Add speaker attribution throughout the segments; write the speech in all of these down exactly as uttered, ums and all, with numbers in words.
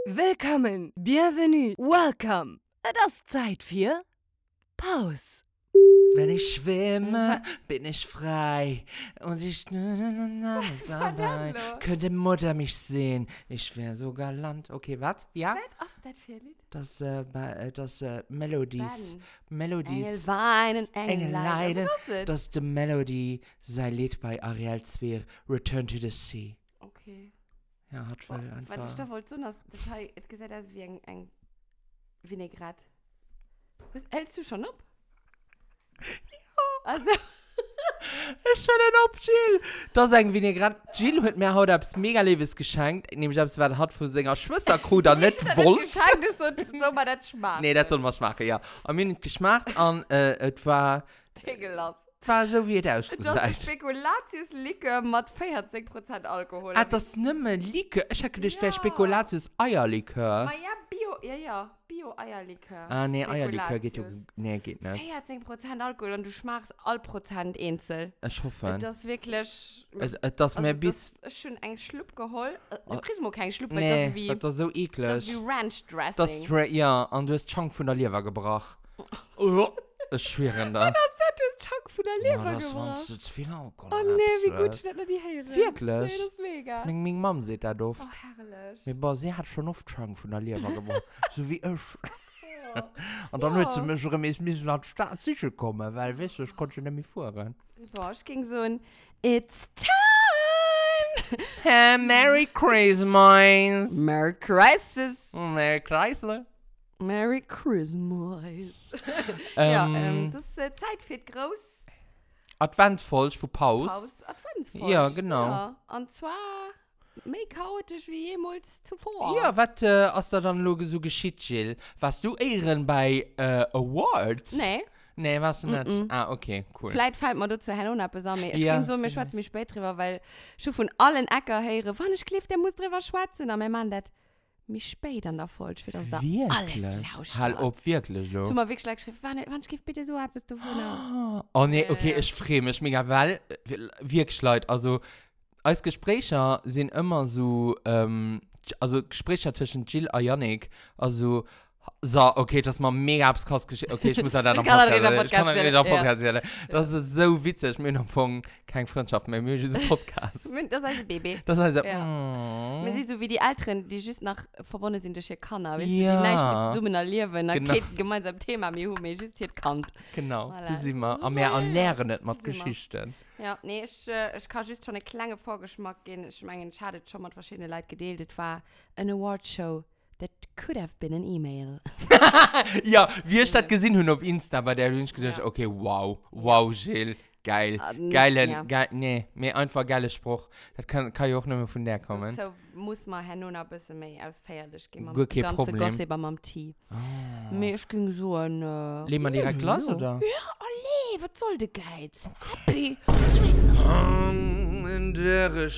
Speaker 1: Willkommen, bienvenue, welcome. Das ist Zeit für Pause.
Speaker 2: Wenn ich schwimme, bin ich frei. Und ich dabei könnte Mutter mich sehen. Ich wäre so galant. Okay, was? Ja?
Speaker 3: Was ist das für ein Lied?
Speaker 2: Das, äh, bei, äh, das, äh, Melodies.
Speaker 3: Engel
Speaker 2: Melodies.
Speaker 3: weinen, Engel
Speaker 2: Engel
Speaker 3: leiden.
Speaker 2: leiden.
Speaker 3: Was ist das?
Speaker 2: Das ist die Melodie, sein Lied bei Ariel Zwier, Return to the Sea.
Speaker 3: Okay.
Speaker 2: Ja, hat wohl einfach...
Speaker 3: Weil ich da wollte so, dass das hat gesagt, als wie ein, ein Vinaigrette. Was, hältst du schon ab? Ja. Also...
Speaker 2: Ich schon ein Ob, Jill. Da sagen wir gerade, Jill hat mir heute etwas mega Lebendes geschenkt. Nämlich etwas, was hat für seine Schwestercrew da nicht wollte.
Speaker 3: Ich habe das geschenkt, das soll man das machen.
Speaker 2: Nee, das soll man machen, ja. Und mir nicht geschmacht und äh, es war...
Speaker 3: Tegelass.
Speaker 2: Es war so, wie es
Speaker 3: Das ist
Speaker 2: ausgesagt.
Speaker 3: ein Spekulatius-Likör mit vierzig Prozent Alkohol.
Speaker 2: Ah, das ist nicht mehr Likör. Ich hätte gedacht, es wäre
Speaker 3: Ja.
Speaker 2: Spekulatius-Eierlikör.
Speaker 3: Ma ja, Bio, ja, ja, Bio-Eierlikör.
Speaker 2: Ah, nee, Eierlikör geht ja...
Speaker 3: Spekulatius.
Speaker 2: Nee, geht nicht.
Speaker 3: vierzig Prozent Alkohol und du schmachst all Prozent Einzel.
Speaker 2: Ich hoffe.
Speaker 3: Das ist wirklich...
Speaker 2: Es- es- Das
Speaker 3: Also
Speaker 2: mir bis...
Speaker 3: das ist schon ein Schluck geholt. Äh,
Speaker 2: Oh.
Speaker 3: Du kriegst mal keinen Schluck, weil
Speaker 2: Nee,
Speaker 3: das ist wie,
Speaker 2: das ist so
Speaker 3: das ist wie
Speaker 2: eklig.
Speaker 3: Ranch Dressing.
Speaker 2: Das ist... ra- Ja, und du hast Chunk von der Leber gebracht. Oh, das ist schwer, da.
Speaker 3: Das ist Schock von der Leber
Speaker 2: Ja, das war
Speaker 3: gemacht.
Speaker 2: so zu viel Alkohol.
Speaker 3: Oh nee, wie
Speaker 2: Rapsel.
Speaker 3: gut steht da die Heere.
Speaker 2: Wirklich?
Speaker 3: Nee, das ist mega.
Speaker 2: Meine, meine Mom sieht da doof.
Speaker 3: Oh, herrlich.
Speaker 2: Mir boah, sie hat schon oft Chunk von der Leber gebracht. So wie ich.
Speaker 3: Ja.
Speaker 2: Und dann
Speaker 3: Ja.
Speaker 2: wird sie mir schon ein bisschen nach Stadt sicher kommen, weil, weißt du, ich konnte nicht mehr fahren.
Speaker 3: Boah, ich ging so ein It's time!
Speaker 2: Hey, Merry Christmas!
Speaker 3: Merry Christmas!
Speaker 2: Merry Chrysler!
Speaker 3: Merry Christmas! Ja,
Speaker 2: Ähm,
Speaker 3: ähm, das ist äh, Zeit für die groß
Speaker 2: Adventsfolge für Pause.
Speaker 3: Pause Adventsfolge.
Speaker 2: Ja, genau.
Speaker 3: Ja, und zwar mehr chaotisch wie jemals zuvor.
Speaker 2: Ja, was äh, ist da dann noch so geschieht, Jill? Was du ehren bei äh, Awards?
Speaker 3: Nee,
Speaker 2: Nee, was nicht?
Speaker 3: Mm-mm.
Speaker 2: Ah, okay, cool.
Speaker 3: vielleicht fällt mir dazu Helena zusammen. Ich
Speaker 2: Ja,
Speaker 3: ging so, mir
Speaker 2: vielleicht.
Speaker 3: schwätze mich spät drüber, weil schon von allen Äcker höre, wann ich kliff, der muss drüber schwätzen. Aber mein Mann, das mich spät an der Folge, für das da alles lauscht.
Speaker 2: Halt ob wirklich so.
Speaker 3: Tu mal wirklich gleich geschrieben, wann, wann ich bitte so etwas davon.
Speaker 2: Oh nee, okay,
Speaker 3: Äh.
Speaker 2: ich freue mich mega, weil, äh, wirklich Leute, also, als Gespräche sind immer so, ähm, also Gespräche zwischen Jill und Yannick, also, so, okay, das ist mal mega abstrakt geschehen. Okay, ich muss ja dann
Speaker 3: Ich
Speaker 2: am
Speaker 3: kann auch
Speaker 2: Podcast
Speaker 3: nicht am
Speaker 2: Ich kann auch
Speaker 3: Podcast
Speaker 2: nicht am
Speaker 3: erzählen,
Speaker 2: Podcast erzählen. Das ist so witzig, mir noch von keine Freundschaft mehr, mir ist ein Podcast.
Speaker 3: Das heißt ein Baby.
Speaker 2: Das heißt,
Speaker 3: Ja.
Speaker 2: mm.
Speaker 3: Man sieht so wie die Älteren, die just nach verbunden sind durch ihr Kanner. Weißt du,
Speaker 2: Ja.
Speaker 3: die nicht mit Summen erleben, dann
Speaker 2: Genau.
Speaker 3: geht gemeinsam Thema, mir haben wir just hier gekannt.
Speaker 2: Genau,
Speaker 3: Voilà.
Speaker 2: sie sind wir. Und wir
Speaker 3: Ja,
Speaker 2: ernähren nicht mit
Speaker 3: sie sind wir.
Speaker 2: Geschichten.
Speaker 3: Ja, nee, ich, äh, ich kann just schon einen kleinen Vorgeschmack geben. Ich meine, ich hatte schon mit verschiedenen Leuten gedealt. Das war eine Awardshow that could have been an email.
Speaker 2: Ja, wie ich das gesehen habe auf Insta, bei der ich gedacht,
Speaker 3: Ja.
Speaker 2: okay, wow, wow, Jill, geil,
Speaker 3: Ah, n-
Speaker 2: geile,
Speaker 3: ja.
Speaker 2: geil, nee, mir einfach geiler Spruch. Das kann, kann ja auch nicht mehr von der kommen.
Speaker 3: So muss man Herr Nuna ein bisschen mehr ausfeierlich gehen.
Speaker 2: Gut, kein Problem.
Speaker 3: Gossip am Tee.
Speaker 2: Oh.
Speaker 3: Mir ich ging so ein... Äh,
Speaker 2: Leben wir direkt los, oder?
Speaker 3: Hey, was soll der Geiz? Happy.
Speaker 2: In der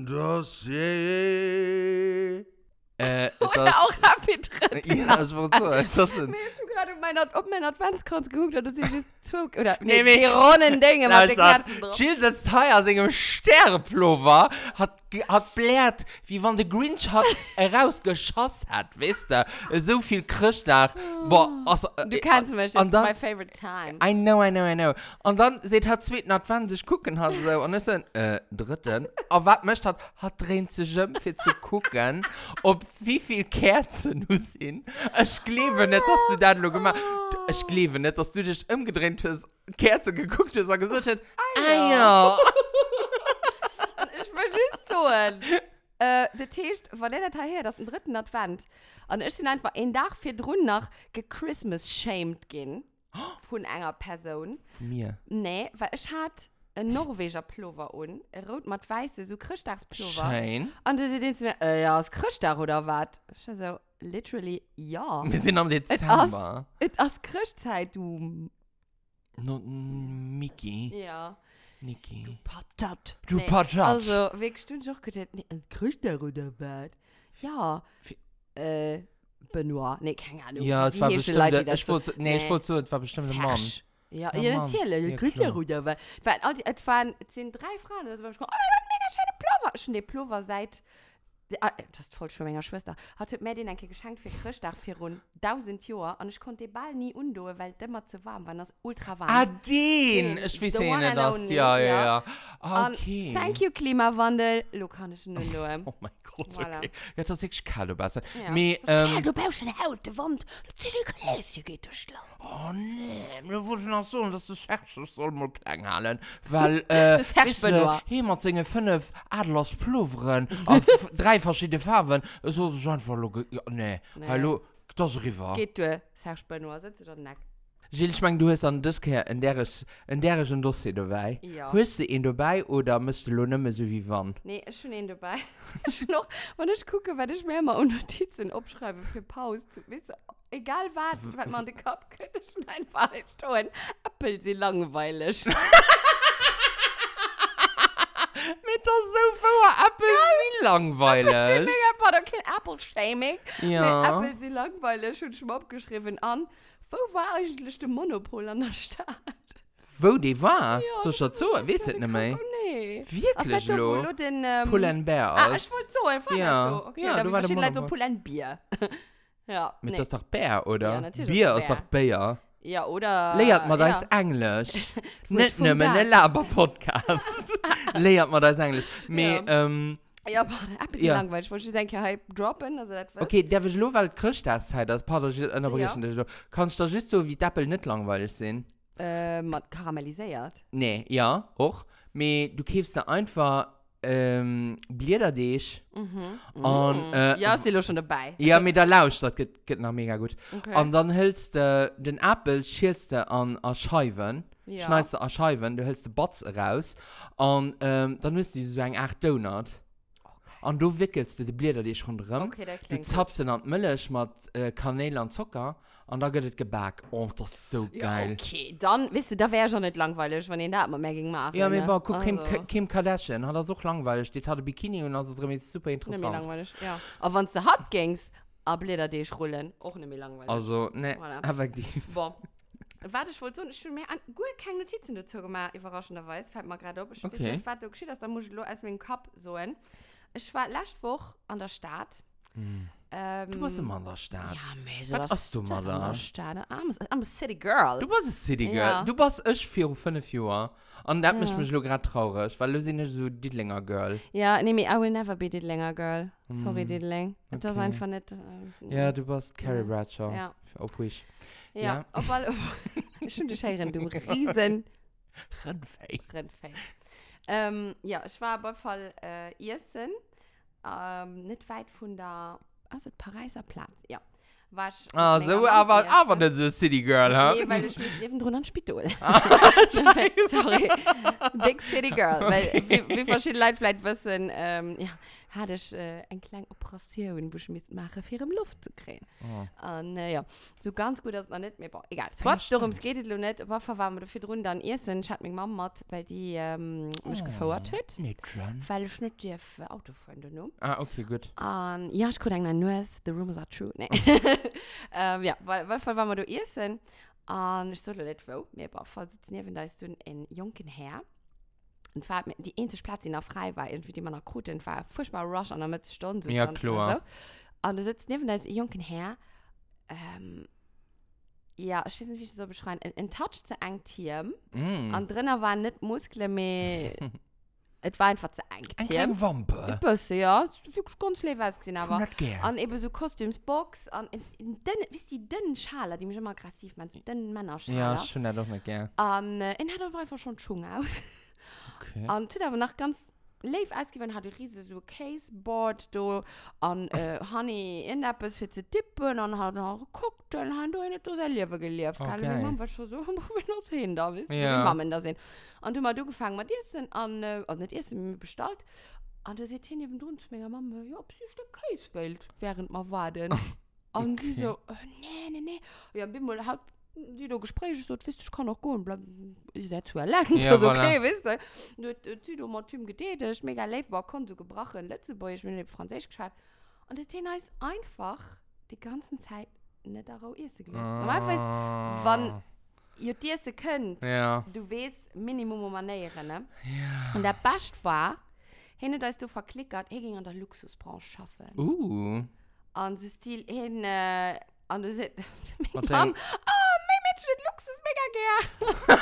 Speaker 2: Dossier. Äh,
Speaker 3: Oder auch Happy drin.
Speaker 2: Ja, das war so. Das sind.
Speaker 3: Mir ist schon gerade auf meinen, auf meinen Adventskranz geguckt und das ist just Zug. Oder
Speaker 2: Nee,
Speaker 3: nee,
Speaker 2: nee.
Speaker 3: die runden Dinge mit den Kerzen drauf.
Speaker 2: Jill sitzt hier aus einem Sternpullover, hat, ge- hat blärt, wie wenn der Grinch hat rausgeschossen hat, weißt du? So viel Christach. Boah, also, äh,
Speaker 3: Du kannst mich,
Speaker 2: und
Speaker 3: it's
Speaker 2: dann-
Speaker 3: my favorite time.
Speaker 2: I know, I know, I know. Und dann sieht er zweiten Advent sich gucken hat so und ist dann, äh, dritten. Aber was möchte hat, hat drehen zu jumpen, für zu gucken, ob wie viel Kerzen du sind. Ich glaube nicht, dass du das noch gemacht hast. Ich glaube nicht, dass du dich umgedreht hast, Kerze geguckt hast und gesagt hast, ah ja.
Speaker 3: Ich möchte just so ein. Äh, der Tisch, von der Datei her, das ist ein dritten Advent. Und ich bin einfach einen Tag für drunter gechristmas-shamed gehen. Von einer Person.
Speaker 2: Von mir.
Speaker 3: Nee, weil ich hatte einen Norweger Pullover an, ein rot mit weiße, so Christtagspullover.
Speaker 2: Schein.
Speaker 3: Und du siehst mir, äh, ja, ist Christtag oder was? Ich so, literally, ja.
Speaker 2: Wir sind am
Speaker 3: Es
Speaker 2: Dezember.
Speaker 3: Es ist Christzeit, du.
Speaker 2: No, Miki.
Speaker 3: Ja.
Speaker 2: Niki.
Speaker 3: Patat.
Speaker 2: Du
Speaker 3: Nee,
Speaker 2: Patat.
Speaker 3: Also, wirklich, du doch gedacht, nee, ein Christtag oder was? Ja.
Speaker 2: Wie-
Speaker 3: Äh, Benoit. Nee, keine Ahnung.
Speaker 2: Ja, es
Speaker 3: Wie
Speaker 2: war
Speaker 3: heißt die
Speaker 2: bestimmt.
Speaker 3: Leute, die das
Speaker 2: Ich wollte, nee, ich
Speaker 3: Nee.
Speaker 2: wollte so, es war bestimmt ein Mann.
Speaker 3: Serge. Ja,
Speaker 2: Ja,
Speaker 3: ja,
Speaker 2: Mann.
Speaker 3: erzähl,
Speaker 2: Ja,
Speaker 3: ja, Christtag
Speaker 2: klar.
Speaker 3: oder was? Weil all die- es waren, es sind drei Frauen, also war ich gekommen, oh mein Gott, mega schöne Pullover. Schon der Pullover seit Die, ah, das ist voll schon meiner Schwester. Hat mir den ein geschenkt für Christach für rund tausend Jahre und ich konnte den Ball nie untun, weil es immer zu warm war, weil es ultra warm.
Speaker 2: Ah, den! Ich weiß
Speaker 3: The one
Speaker 2: nicht,
Speaker 3: and
Speaker 2: das.
Speaker 3: only,
Speaker 2: Ja, ja,
Speaker 3: ja.
Speaker 2: ja.
Speaker 3: Und
Speaker 2: Okay.
Speaker 3: Thank you, Klimawandel. Lo kann ich nicht untun.
Speaker 2: Oh mein Gott,
Speaker 3: Voilà.
Speaker 2: okay. Ja, das ist wirklich kalt, du Basser.
Speaker 3: Ja.
Speaker 2: Me,
Speaker 3: Ja,
Speaker 2: ähm,
Speaker 3: du baust eine Haut, die Wand. Du ziehst die Gläschen, geht durch Schlauch.
Speaker 2: oh nee, mir wurde noch so, dass das Herz soll mal klein halten, weil, äh,
Speaker 3: Das Herz bin nur.
Speaker 2: hier mit seinen fünf Adlerspulveren auf f- drei verschiedene Farben, so ist es einfach, lo- ja, nee,
Speaker 3: Nee.
Speaker 2: hallo, das ist Riva.
Speaker 3: Geht du, sagst du nur, sitzt du da nackt.
Speaker 2: Gilles, ich meine, du hast an das hier, in der ist, in der ist ein Dossier dabei.
Speaker 3: Ja.
Speaker 2: Hast du ihn dabei oder müsst du nur nicht mehr so wie wann?
Speaker 3: Nee, ist schon einen dabei. Ich noch, wenn ich gucke, wenn ich mir immer Notizen aufschreibe für Pause, zu, weißt du, egal was, was man in den Kopf könnte, ich schon einfach stehen. Apfel, sie langweilig.
Speaker 2: Mit das so vor Apfel wie langweilig.
Speaker 3: Mega, war doch kein Apple-Shaming.
Speaker 2: Ja.
Speaker 3: Mit Apfel, sie langweilig, und schon mal abgeschrieben an. Wo war eigentlich der Monopol an der Stadt?
Speaker 2: Wo die war?
Speaker 3: Ja,
Speaker 2: so
Speaker 3: das
Speaker 2: schon so,
Speaker 3: war-
Speaker 2: weißt du nicht mehr?
Speaker 3: Nee.
Speaker 2: Wirklich,
Speaker 3: Ach,
Speaker 2: lo?
Speaker 3: lo? Den, ähm,
Speaker 2: Pull&Bear
Speaker 3: Ah,
Speaker 2: aus.
Speaker 3: ich wollte so, einfach
Speaker 2: Ja.
Speaker 3: so. Okay,
Speaker 2: Ja,
Speaker 3: da
Speaker 2: du war der
Speaker 3: verstehen Leute so
Speaker 2: Monopol.
Speaker 3: Pull&Bier. Ja,
Speaker 2: Mit
Speaker 3: nee.
Speaker 2: das doch Bär, oder?
Speaker 3: Ja, natürlich
Speaker 2: Bier
Speaker 3: ist
Speaker 2: ist
Speaker 3: Bär.
Speaker 2: doch Bär.
Speaker 3: Ja, oder...
Speaker 2: Lehrt man
Speaker 3: ja.
Speaker 2: das Englisch.
Speaker 3: Frisch
Speaker 2: Nicht
Speaker 3: vom
Speaker 2: nur
Speaker 3: Dach.
Speaker 2: ein Laber-Podcast. Lehrt man das Englisch. Me, ähm,
Speaker 3: Ja, aber ein bisschen
Speaker 2: Ja.
Speaker 3: langweilig. Wollte ich sagen, Hype droppen, also das
Speaker 2: okay, der will nur, weil Christachszeit ist, pardon, ich unterbreche
Speaker 3: Ja.
Speaker 2: dich. Kannst du just so wie Dappel nicht langweilig sein?
Speaker 3: Äh, man karamellisiert.
Speaker 2: Nee, ja, auch. Me, du kiefst da einfach, ähm, Blieder dich.
Speaker 3: Mhm.
Speaker 2: Und, äh,
Speaker 3: ja, ist die schon dabei.
Speaker 2: Ja, mit der Lausch, das geht, geht noch mega gut.
Speaker 3: Okay.
Speaker 2: Und dann hältst du den Apfel, schälst du an, an Scheiben,
Speaker 3: Ja.
Speaker 2: schneidest du an Scheiben, du hältst den Batz raus und ähm, dann hast du so eine acht Donut. Und du wickelst du die Blätter die schon drin.
Speaker 3: Okay, der
Speaker 2: Du
Speaker 3: klingt gut.
Speaker 2: zapfst ihn an die Milch mit äh, Kanäle und Zucker und dann geht es gebacken. Oh, das ist so
Speaker 3: Ja,
Speaker 2: geil.
Speaker 3: okay, dann, wisst ihr, da wäre schon nicht langweilig, wenn ihr da mal mehr ging machen.
Speaker 2: Ja, mir
Speaker 3: ne?
Speaker 2: war, guck, Kim,
Speaker 3: Also,
Speaker 2: Kim Kardashian hat das auch langweilig. Die hat ein Bikini und das ist irgendwie super
Speaker 3: Nicht mehr
Speaker 2: interessant.
Speaker 3: langweilig, ja. Aber wenn es hart ging's, Blätter dich rollen, auch nicht mehr langweilig.
Speaker 2: Also, ne,
Speaker 3: Voilà.
Speaker 2: effektiv.
Speaker 3: Boah. Warte, ich wollte so, ich will mir an, gut keine Notizen dazu gemacht, überraschenderweise, fällt mir gerade auf. Ich
Speaker 2: Okay.
Speaker 3: weiß nicht, was da geschieht ist, da muss ich nur erst meinen Kopf so hin. Ich war letzte Woche an der Stadt.
Speaker 2: Hm.
Speaker 3: Ähm,
Speaker 2: Du warst immer an der Stadt.
Speaker 3: Ja, meh,
Speaker 2: Was hast du mal da?
Speaker 3: An der Stadt. I'm, a- I'm a city girl.
Speaker 2: Du warst ein City Girl.
Speaker 3: Ja.
Speaker 2: Du warst ich für fünf Jahre. Und das macht
Speaker 3: Ja.
Speaker 2: mich nur gerade traurig, weil du sie nicht so Dietlinger Girl.
Speaker 3: Ja, nee, I will never be Diddlinger girl. Sorry,
Speaker 2: Hm,
Speaker 3: Diddling. Das ist
Speaker 2: okay.
Speaker 3: einfach nicht. Äh,
Speaker 2: Ja, du warst Carrie
Speaker 3: Ja.
Speaker 2: Bradshaw.
Speaker 3: Ja.
Speaker 2: Auf Wish.
Speaker 3: Ja,
Speaker 2: Ja.
Speaker 3: obwohl. Schon die Scheren, du riesen
Speaker 2: Rennfei.
Speaker 3: Rennfan. Ähm, ja, ich war bei Fall äh, Essen, ähm, nicht weit von der, also Pariser Platz, ja. War ich mit
Speaker 2: Ah,
Speaker 3: meiner
Speaker 2: so,
Speaker 3: Mama
Speaker 2: aber,
Speaker 3: essen.
Speaker 2: aber nicht so ein City Girl, ha?
Speaker 3: Nee, weil ich mich neben drunter ein Spitol.
Speaker 2: Ah,
Speaker 3: Sorry. Big City Girl. Weil, wie, wie verschiedene Leute vielleicht wissen, ähm, ja, hatte ich äh, eine kleine Operation, wo ich mich mache, für im Luft zu kriegen.
Speaker 2: Oh.
Speaker 3: Und äh, ja, so ganz gut ist es noch nicht mehr. Boah, egal.
Speaker 2: Ja,
Speaker 3: Zwar,
Speaker 2: stimmt.
Speaker 3: darum es geht es noch nicht, aber vor waren wir dafür drunter an Essen. Ich hatte meine Mama, weil die ähm, mich
Speaker 2: Oh.
Speaker 3: gefeuert hat.
Speaker 2: Mädchen.
Speaker 3: Weil ich nicht die für Autofreunde noch.
Speaker 2: Ah, okay, gut.
Speaker 3: Und ja, ich konnte eigentlich nur, the rumors are true. Nee. ähm, ja, weil, weil weil waren wir da essen. Und ich so nicht wo. Mir war voll sitzen neben da ist ein jungen Herr. Und war mit- die einzige Platz, die noch frei war, irgendwie die man noch gut und war furchtbar rush an der Mitte Stunde.
Speaker 2: Ja,
Speaker 3: ganz
Speaker 2: klar.
Speaker 3: So. Und du sitzt neben da ist ein jungen Herr. Ähm, ja, ich weiß nicht, wie ich das so beschreiben. Ein, ein Touch zu eng Tier.
Speaker 2: Mm.
Speaker 3: Und drinnen waren nicht Muskeln mehr. Es war einfach zu eng
Speaker 2: Ein
Speaker 3: Tier.
Speaker 2: kleiner Wampe.
Speaker 3: Bisschen, ja. Es ist wirklich ganz leer ausgesehen, aber.
Speaker 2: Nicht gern.
Speaker 3: Und eben so Kostümsbox und in, in den, wisst ihr, den Schale, die mich immer aggressiv machen, so den Männerschale.
Speaker 2: Ja, schon ja doch nicht gern.
Speaker 3: Und äh, ihn hat aber einfach schon schon aus.
Speaker 2: Okay.
Speaker 3: Und tut aber noch ganz live ausgewählt, hat ein riesiges so Caseboard da und äh, Honey in etwas für zu tippen und hat noch geguckt und hat da nicht so sein Leben gelebt.
Speaker 2: Okay.
Speaker 3: Okay. Meine Mama war schon so, wo wir uns hin da, wisst ihr,
Speaker 2: Ja.
Speaker 3: wie Mama da sind. Und du mal du gefangen mit Essen und, äh, also nicht Essen, mit bestellt. Und da sieht hin neben uns zu meiner Mama, ja, ob sie eine Käsewelt, während wir warten. Und sie
Speaker 2: Okay.
Speaker 3: so, äh, nee, nee, nee. Ja, bin mal halt, sie da Gespräche so, wisst ihr, ich kann noch gehen, bleib, ist ja zu erlangen.
Speaker 2: Ja,
Speaker 3: Das ist
Speaker 2: voilà.
Speaker 3: okay, wisst ihr. Du, du, sie da mit ihm getätigt, mega live, war Konto gebrochen, letzte Woche, ich bin nicht Französisch geschaut. Und der Thema ist einfach die ganze Zeit nicht darauf essen gelesen. Normalerweise, wenn ihr die essen könnt,
Speaker 2: Ja.
Speaker 3: du weißt Minimum Manieren, ne?
Speaker 2: Ja.
Speaker 3: Und der Best war, hin da ist du verklickert, er ging an der Luxusbranche schaffen.
Speaker 2: Uh.
Speaker 3: Und so Stil hin, äh, und du siehst,
Speaker 2: Was
Speaker 3: Mom,
Speaker 2: denn?
Speaker 3: oh, mein Mädchen mit Luxus mega gern.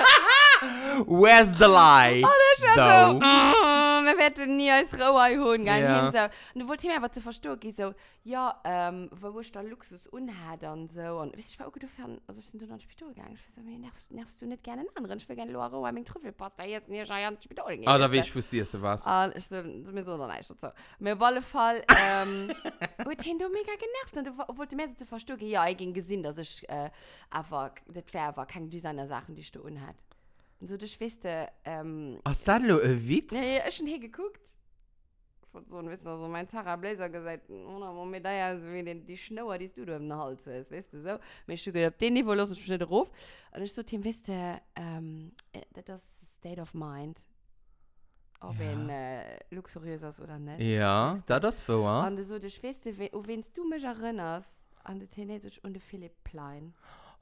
Speaker 2: Where's the lie?
Speaker 3: Und ich war so,
Speaker 2: Though.
Speaker 3: mm, wir werden nie als Rauer holen gehen.
Speaker 2: Ja.
Speaker 3: Hin, so. Und du wolltest mir aber zu verstehen, ich so, ja, ähm, wo ich da Luxus unhat und so. Und weißt du, ich war auch gut fern, also ich bin dann ins Spital gegangen. Ich war so, nervst, nervst du nicht gerne einen anderen? Ich will gerne Laura Rauer, mein Trüffelpasta, jetzt nicht schon ins Spital gehen.
Speaker 2: Ah, da weiß ich, was dir was.
Speaker 3: Und ich so, mir so, nein, so. Mir auf alle Fall, ähm, und ihn da mega genervt. Und du wolltest mir so zu verstehen, ja, ich ging gesehen, dass ich, äh, einfach, das wäre aber keine Designer-Sachen, die ich da unhat. Und so, du wusste, ähm...
Speaker 2: Ist das nur ein Witz?
Speaker 3: Ja, ja, ich schon hier geguckt. Von so, weißt du, also mein Sarah Blazer gesagt, oh, na, Moment, da ja, so wie den, die Schnauer, die du da im Hals hast, weißt du, so. Mir ist schon gedacht, auf den Niveau los ich mich nicht drauf. Und ich so, Tim, weißt du, ähm, das ist State of Mind. Ob
Speaker 2: Ja.
Speaker 3: ein äh, luxuriös ist oder nicht.
Speaker 2: Ja, das ist vor.
Speaker 3: Und so, du weißt, wenn du mich erinnerst, an den Tenetisch und den Philipp Plein.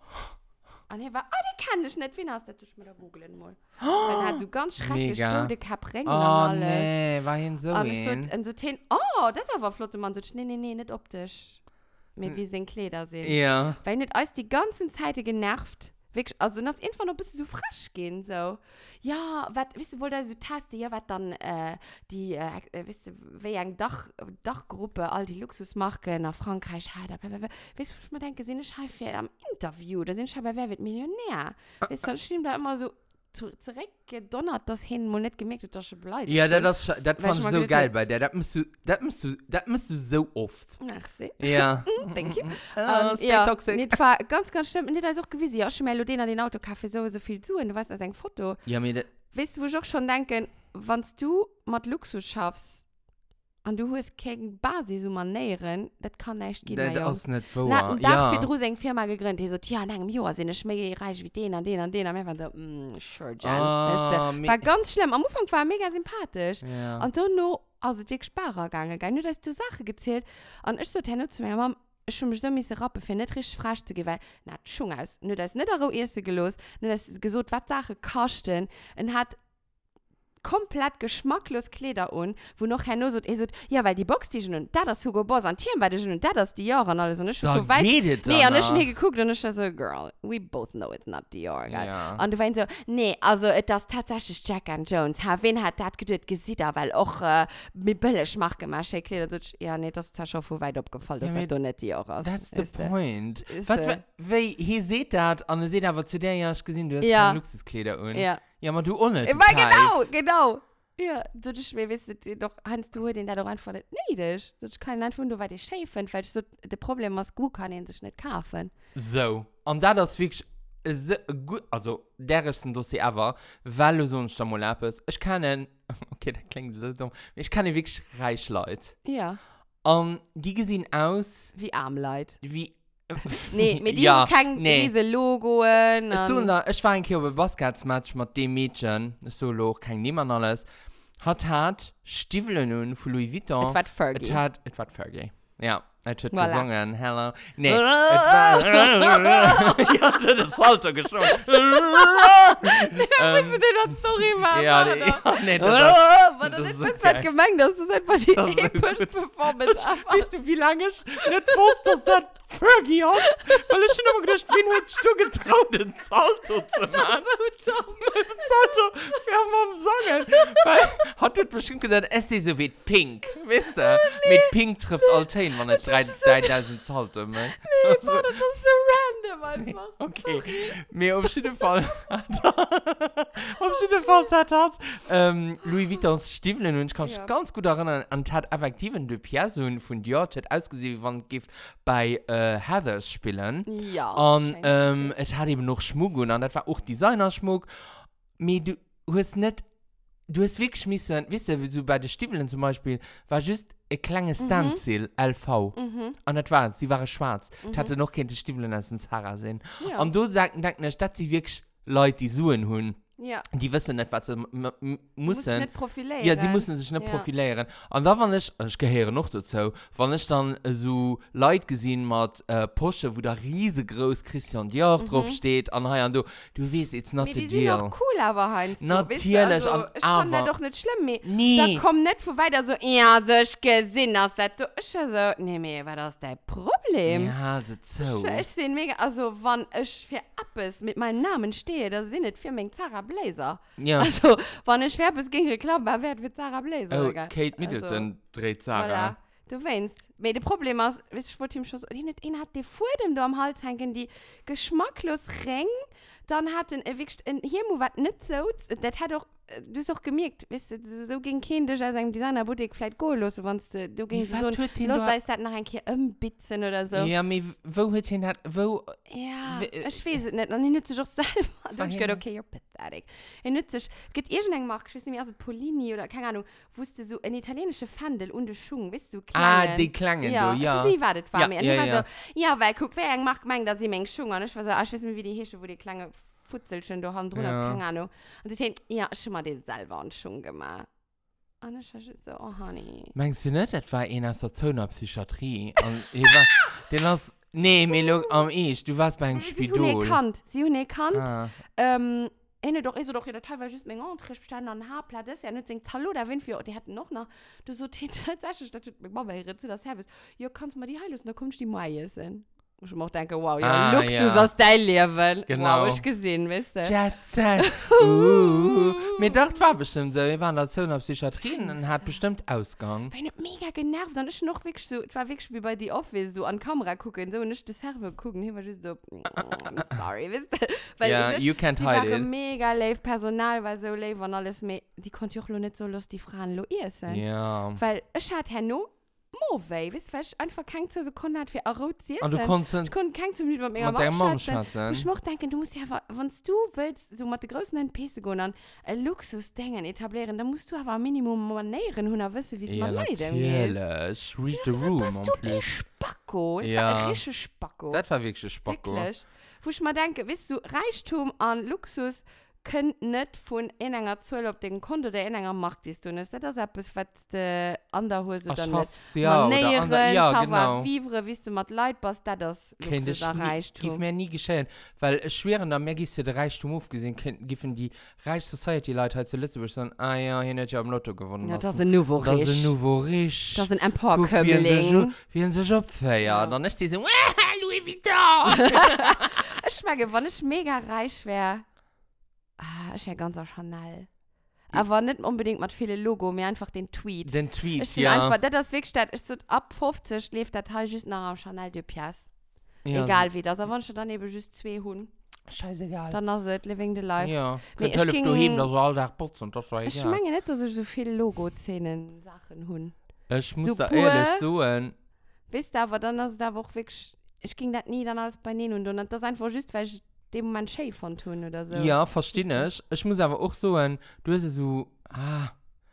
Speaker 3: Und er war, oh, den kann ich nicht. Wen hast du das? Ich mir da googeln mal. Weil er hat so ganz schrecklich
Speaker 2: Mega.
Speaker 3: tote Kaprengen
Speaker 2: Oh,
Speaker 3: und alles.
Speaker 2: nee, war hin so
Speaker 3: Und ich so,
Speaker 2: hin.
Speaker 3: und so ten, oh, das ist aber flott. Und man so, nee, nee, nee, nicht optisch. Mir
Speaker 2: Hm.
Speaker 3: wie sein Kleider sehen.
Speaker 2: Ja.
Speaker 3: Weil nicht alles die ganze Zeit genervt. Wirklich, also das einfach noch ein bisschen so frisch gehen, so. Ja, was, wisst ihr, wohl da so taste, ja, was dann, äh, die, äh, äh, wisst ihr, wie eine Dach, Dachgruppe, all die Luxusmarken nach Frankreich hat, wisst ihr, was ich mir denke, sind ich halt für am Interview, da sind ich aber, wer wird Millionär? Wisst ihr, ich stimme da immer so zu, zurückgedonnert, das hin, mal nicht gemerkt, dass ich beleidigt
Speaker 2: Ja,
Speaker 3: bin.
Speaker 2: das, das, das
Speaker 3: Weil
Speaker 2: fand
Speaker 3: ich
Speaker 2: ich
Speaker 3: mal
Speaker 2: so
Speaker 3: gedacht
Speaker 2: geil
Speaker 3: hab-
Speaker 2: bei dir. Das musst du, das musst du, das musst du so oft.
Speaker 3: Ach, sie.
Speaker 2: Ja.
Speaker 3: Thank you.
Speaker 2: Oh,
Speaker 3: Ähm,
Speaker 2: stay
Speaker 3: ja,
Speaker 2: toxic.
Speaker 3: nicht war ganz, ganz schlimm. Nicht, da ist auch gewesen, ja, schon mal den an den Autokaffee so, so viel zu und du weißt, das ist ein Foto.
Speaker 2: Ja, mir das,
Speaker 3: Weißt du, wo ich auch schon denke, wenn du mit Luxus schaffst und du hast keine Basis, um an nähern, das kann nicht gehen, mein
Speaker 2: das
Speaker 3: Junge.
Speaker 2: ist nicht vor.
Speaker 3: Na, ein Tag für
Speaker 2: Ja.
Speaker 3: drüben eine Firma gegründet, die so, ja, in einem Jahr sind ich mehr reich wie den und den und den. Und wir waren so, mm, sure, Jan.
Speaker 2: Ah,
Speaker 3: Weißt du,
Speaker 2: me-
Speaker 3: war ganz schlimm. Am Anfang war er mega sympathisch.
Speaker 2: Ja.
Speaker 3: Und dann noch, also wirklich Sparer gegangen, gell? Nur, dass du Sachen gezählt. Und ich so, dann zu mir, Mom, ich schon mich so müssen rappen, für nicht richtig frisch zu gehen, weil, na, schon aus. Nur, dass nicht auch erste gelos, nur, dass gesagt, was Sachen kosten. Und hat komplett geschmacklos Kleider an, wo noch Herr nur so, er so, ja, weil die Box die schon und da das Hugo Boss an Tieren bei dir schon und da das Dior und alles und ich
Speaker 2: So
Speaker 3: so weit.
Speaker 2: geht es
Speaker 3: Nee, und ich
Speaker 2: danach.
Speaker 3: schon hier geguckt und ich war so, girl, we both know it's not Dior, gell?
Speaker 2: Ja.
Speaker 3: Und du warst so, nee, also äh, das ist tatsächlich Jack and Jones. Ha, wen hat das gedacht, gesehen, weil auch äh, mit billig macht gemacht, Kleider. So, ja, nee, das ist ja schon voll weit abgefallen, dass
Speaker 2: Ja,
Speaker 3: das
Speaker 2: mit-
Speaker 3: doch nicht Dior ist.
Speaker 2: That's the
Speaker 3: Weißt du?
Speaker 2: point.
Speaker 3: Ist,
Speaker 2: Was,
Speaker 3: äh,
Speaker 2: wa- weil, hier seht das, und ihr seht aber zu der, ja, hast gesehen, du hast
Speaker 3: Ja.
Speaker 2: keine Luxuskleider an.
Speaker 3: Ja.
Speaker 2: Ja, aber du auch nicht.
Speaker 3: Äh,
Speaker 2: du
Speaker 3: Weil genau,
Speaker 2: Keif.
Speaker 3: genau. Ja, so du mir wisst doch Hans du den da doch einfach nicht neidisch. So ich kann einfach nur weil ich schön finde, weil ich so das Problem ist gut kann ihn sich nicht kaufen.
Speaker 2: So. Und das ist wirklich so gut, also, der ist ein Dossier ever, weil du so ein Stamulab bist. Ich kann ihn, okay, das klingt so dumm, ich kann ihn wirklich reich Leute.
Speaker 3: Ja,
Speaker 2: Und die gesehen aus
Speaker 3: wie Armleid.
Speaker 2: wie.
Speaker 3: Nee, mit ihm
Speaker 2: Ja,
Speaker 3: kein
Speaker 2: nee.
Speaker 3: riese Logoen.
Speaker 2: So,
Speaker 3: und-
Speaker 2: na, ich war ein Kiel bei Basketmatch mit dem Mädchen, so loch, kein niemand alles. Hat hat Stiefel nun von Louis Vuitton.
Speaker 3: Es war Fergie.
Speaker 2: Es hat, es war Fergie. Ja, es hat
Speaker 3: Voilà.
Speaker 2: gesungen, hello. Nee, es war, ja, das ist Salto gesungen. ähm,
Speaker 3: Musst du dir das Story machen?
Speaker 2: ja,
Speaker 3: oder?
Speaker 2: die, ja, nee, das
Speaker 3: Oh,
Speaker 2: war,
Speaker 3: aber
Speaker 2: das
Speaker 3: das
Speaker 2: ist
Speaker 3: ist
Speaker 2: so
Speaker 3: was
Speaker 2: geil.
Speaker 3: wird gemeint, das ist einfach die
Speaker 2: Das ist so
Speaker 3: epische
Speaker 2: gut.
Speaker 3: Performance. einfach.
Speaker 2: weißt du, wie lange ich nicht wusste, dass das Fergie ist? Weil ich schon immer gedacht, wen hättest du getraut, den Salto zu machen?
Speaker 3: So dumm.
Speaker 2: Salto, wir haben am Sangen. Weil, hat du bestimmt gedacht, es ist so wie Pink, weißt du? Mit Pink trifft Altain, wenn es dreitausend Salto, ne?
Speaker 3: Nee, Mann, das ist so random einfach.
Speaker 2: Okay, mir auf jeden Fall hat er, auf jeden Fall hat er ähm, Louis Vuittons Stiefel und ich kann mich
Speaker 3: Ja.
Speaker 2: ganz gut erinnern und hat effektiv in der Person von Dior hat ausgesehen, wie wenn Gift bei äh, Heathers spielen.
Speaker 3: Ja.
Speaker 2: Und
Speaker 3: schön.
Speaker 2: ähm, es hat eben noch Schmuck und das war auch Designerschmuck. Aber du hast nicht, du hast wirklich müssen, weißt du, wie so bei den Stiefeln zum Beispiel, war just ein kleines Stencil, L V.
Speaker 3: Mhm.
Speaker 2: Und das war, sie waren schwarz. Ich
Speaker 3: Mhm.
Speaker 2: hatte noch keine Stiefeln aus dem Zara sehen.
Speaker 3: Ja.
Speaker 2: Und du sagten, denken, dass sie wirklich Leute, die suchen haben.
Speaker 3: Ja.
Speaker 2: Die wissen nicht, was sie m- m-
Speaker 3: Du
Speaker 2: müssen.
Speaker 3: musst dich nicht profilieren.
Speaker 2: Ja, sie müssen sich nicht
Speaker 3: Ja.
Speaker 2: profilieren. Und da war ich, ich gehöre noch dazu, wenn ich dann so Leute gesehen mit äh, Porsche, wo da riesengroß Christian Dior
Speaker 3: Mhm.
Speaker 2: draufsteht, und hier und du, du weißt, it's not
Speaker 3: Aber
Speaker 2: a
Speaker 3: die sind
Speaker 2: deal.
Speaker 3: auch cool, aber Heinz. du, weißt du,
Speaker 2: Natürlich,
Speaker 3: also,
Speaker 2: und
Speaker 3: ich fand das
Speaker 2: aber-
Speaker 3: doch nicht schlimm. Mehr.
Speaker 2: Nee.
Speaker 3: Da kommt nicht von weiter so, ja, so ich gesehen hast, das du. Ich so, nee, mir war das dein Problem.
Speaker 2: Ja, also so.
Speaker 3: Ich, ich sehe mega, also, wenn ich für Appes mit meinem Namen stehe, das sind nicht für mich Sarah Blazer.
Speaker 2: Ja.
Speaker 3: Also, wenn ich für Appes gegen Reklammer werde, wird Sarah Blazer.
Speaker 2: Oh,
Speaker 3: egal.
Speaker 2: Kate Middleton
Speaker 3: Also,
Speaker 2: dreht Sarah.
Speaker 3: Voilà. Du weißt, aber das Problem ist, weißt du, ich wollte ihm schon so, die nicht einen hat, die vor dem da am Hals hängen, die geschmacklos Ring, dann hat ein wirklich ein hier mu was nicht so, das hat auch, du hast auch gemerkt, weißt du, so ging kindisch als ein Designer Boutique vielleicht go los, wenn du, du gingst so,
Speaker 2: was tut ihn
Speaker 3: los,
Speaker 2: da-
Speaker 3: da ist das noch ein bisschen umbitzen oder so.
Speaker 2: Ja, aber wo hat ihn hat, wo,
Speaker 3: Ja,
Speaker 2: W- äh,
Speaker 3: ich weiß es nicht. Und ich nütze sich auch selber. Du hast
Speaker 2: Wohin?
Speaker 3: gedacht, okay, you're pathetic. Ich nütze sich, geht irgendeine Marke, ich weiß nicht mehr, also Polini oder keine Ahnung, wusste so ein italienischer Fandel und der Schung, weißt du,
Speaker 2: ah,
Speaker 3: kleinen.
Speaker 2: die klangen,
Speaker 3: Ja,
Speaker 2: du,
Speaker 3: ich
Speaker 2: ja.
Speaker 3: weiß nicht, was das war.
Speaker 2: Ja,
Speaker 3: mir. Und
Speaker 2: ja,
Speaker 3: ich war
Speaker 2: ja.
Speaker 3: so, ja, weil guck, wer macht meint, dass sie meine Schung und ich war so, ah, ich weiß nicht, wie die Hische, wo die kleine Futzelchen da haben, drin
Speaker 2: Ja.
Speaker 3: hast, keine Ahnung. Und sie sagen, ja, schon mal den selber und Schung gemacht. Und ich war so, oh, honey.
Speaker 2: Meinst du nicht, das war einer aus der Zonapsychiatrie? Und ich war, den hast, nee, mir lo- am ich, du warst beim
Speaker 3: Sie haben ihn
Speaker 2: Spidol.
Speaker 3: erkannt, sie haben ihn erkannt.
Speaker 2: Ah.
Speaker 3: Ähm, Ene doch, ist doch ja teilweise just mein Antrieb bestanden an Haarplatte, ja nicht singt Hallo, da wenn wir, die hatten noch noch, du so, tatsächlich, das tut mir Mama hier zu das Service, ja, kannst du mal die Heilung, da kommst du die Mai essen. Und ich auch denke, wow, ja,
Speaker 2: Ah,
Speaker 3: Luxus
Speaker 2: ja.
Speaker 3: aus dein Leben.
Speaker 2: Genau.
Speaker 3: Wow, ich gesehen, weißt du.
Speaker 2: Jet Set. Uh. Mir dachte, war bestimmt so, wir waren in der Zonapsychiatrie und hat bestimmt Ausgang.
Speaker 3: Ich bin mega genervt, dann ist noch wirklich so, es war wirklich wie bei The Office, so an Kamera gucken, so, und nicht das Server gucken, hier war just so, oh, I'm sorry, weißt du. Weil
Speaker 2: Ja,
Speaker 3: ich,
Speaker 2: you can't
Speaker 3: die
Speaker 2: hide
Speaker 3: waren
Speaker 2: it.
Speaker 3: mega live, Personal war so live und alles, mehr, die konnte ich auch noch nicht so lustig fragen, lo essen.
Speaker 2: Ja.
Speaker 3: Weil ich hatte ja nur Movie, weißt du, weil ich einfach kein zu Sekunde hat für Euro zu essen.
Speaker 2: Und du konntest
Speaker 3: Ich konnte kein zu mit meiner
Speaker 2: mit deiner Mom
Speaker 3: Mom schätzen.
Speaker 2: schwatzen.
Speaker 3: Ich möchte denken, du musst ja, aber, wenn du willst, so mit den größten N P C gehen, ein Luxusdingen etablieren, dann musst du aber ein Minimum Manieren und wissen, wie es
Speaker 2: Ja,
Speaker 3: mit Leuten geht.
Speaker 2: natürlich. Read the room.
Speaker 3: Was
Speaker 2: am
Speaker 3: du
Speaker 2: Plus.
Speaker 3: die Spacko? Das
Speaker 2: Ja.
Speaker 3: war ein richtiger Spacko.
Speaker 2: Das war wirklich Spacko.
Speaker 3: Wirklich. Wo ich mal denke, weißt du, Reichtum an Luxus können nicht von einer Zoll auf den Konto der einer Macht ist. Und ist das etwas, was die andere Hose
Speaker 2: Ach,
Speaker 3: dann nicht
Speaker 2: schaff's, ja. Oder
Speaker 3: Manieren,
Speaker 2: andere, ja,
Speaker 3: savoir
Speaker 2: genau.
Speaker 3: vivre, wie du mit Leuten bist, das ist
Speaker 2: Kennt
Speaker 3: Luxus
Speaker 2: ich
Speaker 3: an
Speaker 2: nie, gibt
Speaker 3: Reichtum.
Speaker 2: mir nie geschehen, weil es schwer und dann mehr gibst du den Reichtum aufgesehen, giffen die Reich Society Leute halt zu Lützburg sagen, ah ja, hier hat ja am Lotto gewonnen.
Speaker 3: Ja, das ist ein Nouveau
Speaker 2: Das ist ein
Speaker 3: Rich.
Speaker 2: Nouveau Rich.
Speaker 3: Das ist ein
Speaker 2: Guck, wie ein sich-
Speaker 3: Emporkömmling.
Speaker 2: wie ein sich abfeiert.
Speaker 3: Ja.
Speaker 2: Dann ist die so, ah, Louis Vuitton.
Speaker 3: Ich meine, wenn ich mega reich wäre, ah, ich wäre ganz auch Chanel. Aber nicht unbedingt mit vielen Logo, mir einfach den Tweet.
Speaker 2: Den Tweet,
Speaker 3: Ich bin
Speaker 2: ja.
Speaker 3: einfach, das ist wirklich, das ist so, ab fünfzig lebt das halt just nach Chanel de Pièce.
Speaker 2: ja
Speaker 3: Egal wie das, aber wenn ich dann eben just zwei Hunde,
Speaker 2: So, scheißegal.
Speaker 3: dann ist es living the life.
Speaker 2: Ja.
Speaker 3: Nee,
Speaker 2: Könnt
Speaker 3: ich
Speaker 2: helfen,
Speaker 3: ging-
Speaker 2: du heben, dass all da putzen, das war
Speaker 3: Ich
Speaker 2: egal.
Speaker 3: meine nicht, dass ich so viele Logo-Szenen Sachen habe.
Speaker 2: Ich muss
Speaker 3: so
Speaker 2: da
Speaker 3: pur-
Speaker 2: ehrlich sagen,
Speaker 3: Wisst ihr, aber dann ist da auch wirklich, ich ging das nie dann alles bei denen und, und das ist einfach just, weil ich dem Moment Shave von tun oder so.
Speaker 2: ja, verstehe ich. Ich muss aber auch sagen, du hast so, ah,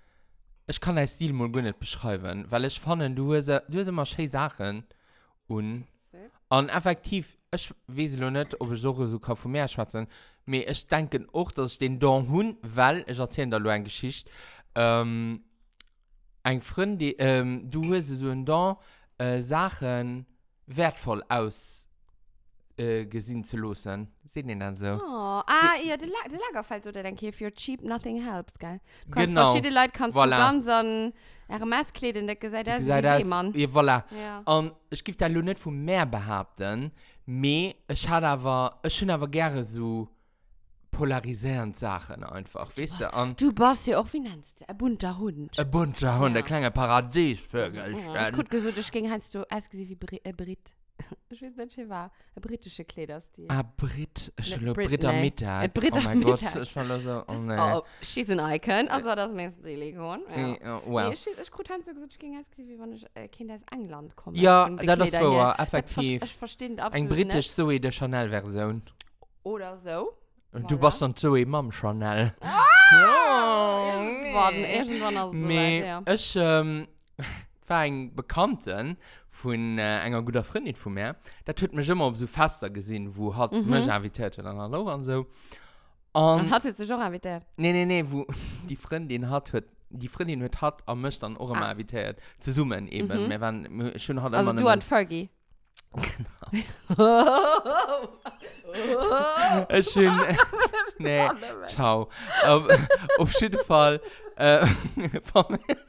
Speaker 2: ich kann deinen Stil mal gar nicht beschreiben, weil ich fand, du hast, du hast immer schöne Sachen und, und effektiv, ich weiß noch nicht, ob ich so so kann von mehr schwatzen, aber ich denke auch, dass ich den Don habe, weil, ich erzähle da nur eine Geschichte, ähm, ein Freund, die, ähm, du hast so ein Don, äh, Sachen wertvoll aus äh, gesehen zu lassen. Sehen den dann so?
Speaker 3: Oh, ah, ja, der, La der Lagerfeld oder denke ich, für cheap nothing helps, gell? Du kannst
Speaker 2: Genau.
Speaker 3: verschiedene Leute kannst
Speaker 2: Voilà.
Speaker 3: du ganz an R M S kleiden, der gesagt, das ist
Speaker 2: gesagt,
Speaker 3: wie
Speaker 2: das-
Speaker 3: Seemann.
Speaker 2: Ja, voilà.
Speaker 3: Ja.
Speaker 2: Und ich gebe da nur nicht von mehr behaupten, aber ich hatte aber, ich finde aber gerne so polarisierend Sachen einfach, weißt du? Und
Speaker 3: Du bist ja auch, wie nennst du, ein bunter Hund.
Speaker 2: ein bunter Hund,
Speaker 3: Ja.
Speaker 2: ein kleiner Paradiesvögel.
Speaker 3: Ja, ich gut gesagt, ich ging halt so ausgesehen wie Brit. Äh, Brit. Ich weiß nicht, wie war. Ein britischer Kleiderstil.
Speaker 2: Ah, Brit, ich
Speaker 3: Nicht
Speaker 2: will
Speaker 3: Brit,
Speaker 2: Britta
Speaker 3: nee.
Speaker 2: Mittag.
Speaker 3: Äh, Britta
Speaker 2: Oh mein Gott,
Speaker 3: Mittag.
Speaker 2: ich war so, oh
Speaker 3: Das,
Speaker 2: nee.
Speaker 3: oh, she's an icon. Also, das ist Silikon. Ja.
Speaker 2: Ja, well.
Speaker 3: Nee, ich weiß, ich gut halt so gesagt, ich ging ausgesehen, wie wenn ich äh, Kinder aus England komme.
Speaker 2: Ja,
Speaker 3: von den
Speaker 2: das ist
Speaker 3: Kleidern
Speaker 2: so,
Speaker 3: her.
Speaker 2: effektiv.
Speaker 3: Das ver- Ich verstehe das
Speaker 2: Ein
Speaker 3: absolut
Speaker 2: britisch
Speaker 3: nicht.
Speaker 2: Zoe der Chanel-Version.
Speaker 3: Oder so.
Speaker 2: Und du
Speaker 3: Voilà.
Speaker 2: bist dann Zoe Mom Chanel.
Speaker 3: Irgendwann, irgendwann ist es
Speaker 2: Me,
Speaker 3: soweit, ja.
Speaker 2: ich ähm, war ein Bekannten von äh, einer guten Freundin von mir. Da tut mich immer auf so Fester gesehen, wo hat
Speaker 3: Mhm.
Speaker 2: mich invitiert dann hallo und so. Und,
Speaker 3: Und hat du schon invitiert?
Speaker 2: nee, nee, nee, wo die Freundin hat, hat die Freundin hat, hat am mich dann auch immer
Speaker 3: Ah.
Speaker 2: invitiert. Zu summen eben.
Speaker 3: Mhm.
Speaker 2: Wir waren, wir schon hat
Speaker 3: Also
Speaker 2: immer
Speaker 3: du
Speaker 2: einen-
Speaker 3: und Fergie.
Speaker 2: Äh, schön. Nee, ciao. Auf, auf jeden Fall. Äh, von mir,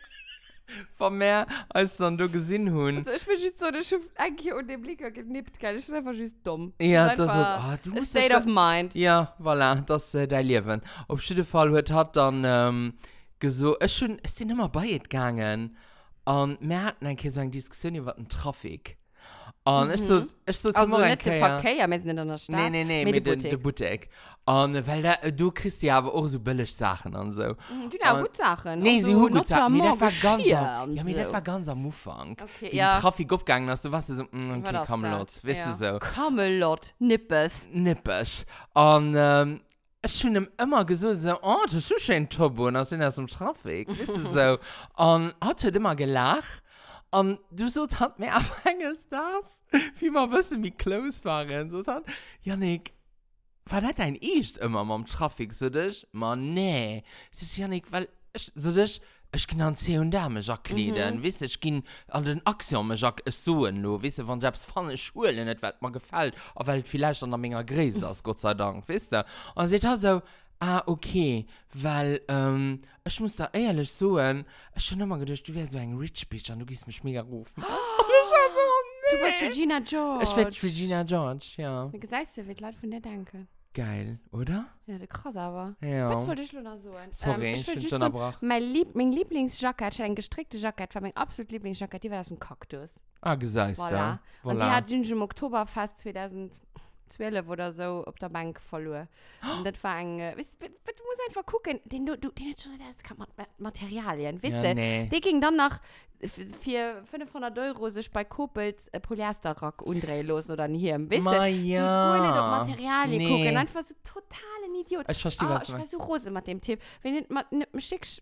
Speaker 2: von mir, als dann du gesehen haben.
Speaker 3: Also ich bin just so, ich hab eigentlich unter dem Blick genippt, gell? Ich bin einfach just dumm.
Speaker 2: Ja,
Speaker 3: ist
Speaker 2: das so.
Speaker 3: einfach
Speaker 2: Ah, du
Speaker 3: a
Speaker 2: musst
Speaker 3: state
Speaker 2: das
Speaker 3: of mind.
Speaker 2: Ja, voilà, das ist äh, dein Leben. Auf jeden Fall hat, hat dann ähm, gesagt, es schon, es sind immer bei gegangen. Und wir hatten eigentlich so eine Diskussion über den Traffic. Und ich so, ich so
Speaker 3: Also
Speaker 2: mal
Speaker 3: nicht der Verkehr, wir sind in der Stadt.
Speaker 2: Nee, nee, nee,
Speaker 3: mit
Speaker 2: mit
Speaker 3: der
Speaker 2: der Boutique. Und weil da, du kriegst ja aber auch so billig Sachen und so.
Speaker 3: Mhm, Genau,
Speaker 2: Und-
Speaker 3: gut Sachen.
Speaker 2: Nee, sie
Speaker 3: Also
Speaker 2: haben gut Sachen. Mir das war ganz
Speaker 3: Geschirr
Speaker 2: am,
Speaker 3: und
Speaker 2: ja, mir
Speaker 3: so.
Speaker 2: das war ganz am Anfang.
Speaker 3: Okay,
Speaker 2: Wie
Speaker 3: ja.
Speaker 2: der Traffic abgegangen ist, du weißt so, mm,
Speaker 3: War
Speaker 2: okay,
Speaker 3: das
Speaker 2: komm,
Speaker 3: das?
Speaker 2: Lotz, weißt
Speaker 3: Ja.
Speaker 2: du so.
Speaker 3: Camelot, Nippes.
Speaker 2: Nippes. Und ähm, ich habe ihm immer gesagt, so, oh, das ist so schön Turbo, und das sind ja so im Traffic, weißt du so. Und hat halt immer gelacht. Und du so hat mir abhängig das, wie wir ein bisschen wie close waren. So hat, Janik, war das dein Echt immer mal im Traffic, so dich? Man, nee. So, Janik, weil, ich, so dich, ich kann an C und A mich kleiden, mhm. Weißt du, ich kann an den Aktien mich suchen, weißt du, wenn selbst von den Schulen nicht, was mir gefällt, aber weil vielleicht an der Menge Gräser ist, Gott sei Dank, weißt du. Und sie hat so, ah, okay, weil, ähm, ich muss da ehrlich sagen, ich schon immer gedacht, du wärst so ein Rich Bitch und du gehst mich mega rufen.
Speaker 3: Oh,
Speaker 2: und ich war so,
Speaker 3: du
Speaker 2: nee.
Speaker 3: bist Regina George.
Speaker 2: Ich werde Regina George, ja.
Speaker 3: Wie gesagt, sie wird Leute von dir denken.
Speaker 2: Geil, oder?
Speaker 3: Ja, das krass aber.
Speaker 2: Ja.
Speaker 3: Was wollte ich nur noch so?
Speaker 2: Sorry,
Speaker 3: ähm,
Speaker 2: ich
Speaker 3: will
Speaker 2: bin
Speaker 3: just
Speaker 2: schon
Speaker 3: so,
Speaker 2: erbracht.
Speaker 3: mein, Lieb mein Lieblingsjacket, ich hatte ein gestricktes Jacket, war mein absolut Lieblingsjacket, die war aus dem Kaktus.
Speaker 2: Ah, gesagt,
Speaker 3: Voilà.
Speaker 2: ja.
Speaker 3: Und die
Speaker 2: Voilà.
Speaker 3: hat Jünsch im Oktoberfest zweitausendzwölf oder so auf der Bank verloren. Und das war ein, äh, weißt, du, du musst einfach gucken, den du, du, den schon, das kann Materialien, weißt
Speaker 2: Ja,
Speaker 3: du?
Speaker 2: nee.
Speaker 3: Die ging dann nach, für fünfhundert Euro sich bei Kobelt äh, Polyesterrock umdrehen los oder hier, weißt
Speaker 2: Ma,
Speaker 3: du?
Speaker 2: ja.
Speaker 3: So, nicht auf Materialien
Speaker 2: Nee.
Speaker 3: gucken, einfach so total ein Idiot.
Speaker 2: Ich verstehe,
Speaker 3: Ah,
Speaker 2: was
Speaker 3: ich
Speaker 2: du
Speaker 3: war
Speaker 2: meinst.
Speaker 3: so groß mit dem Tipp. Wenn du mal ne, schickst,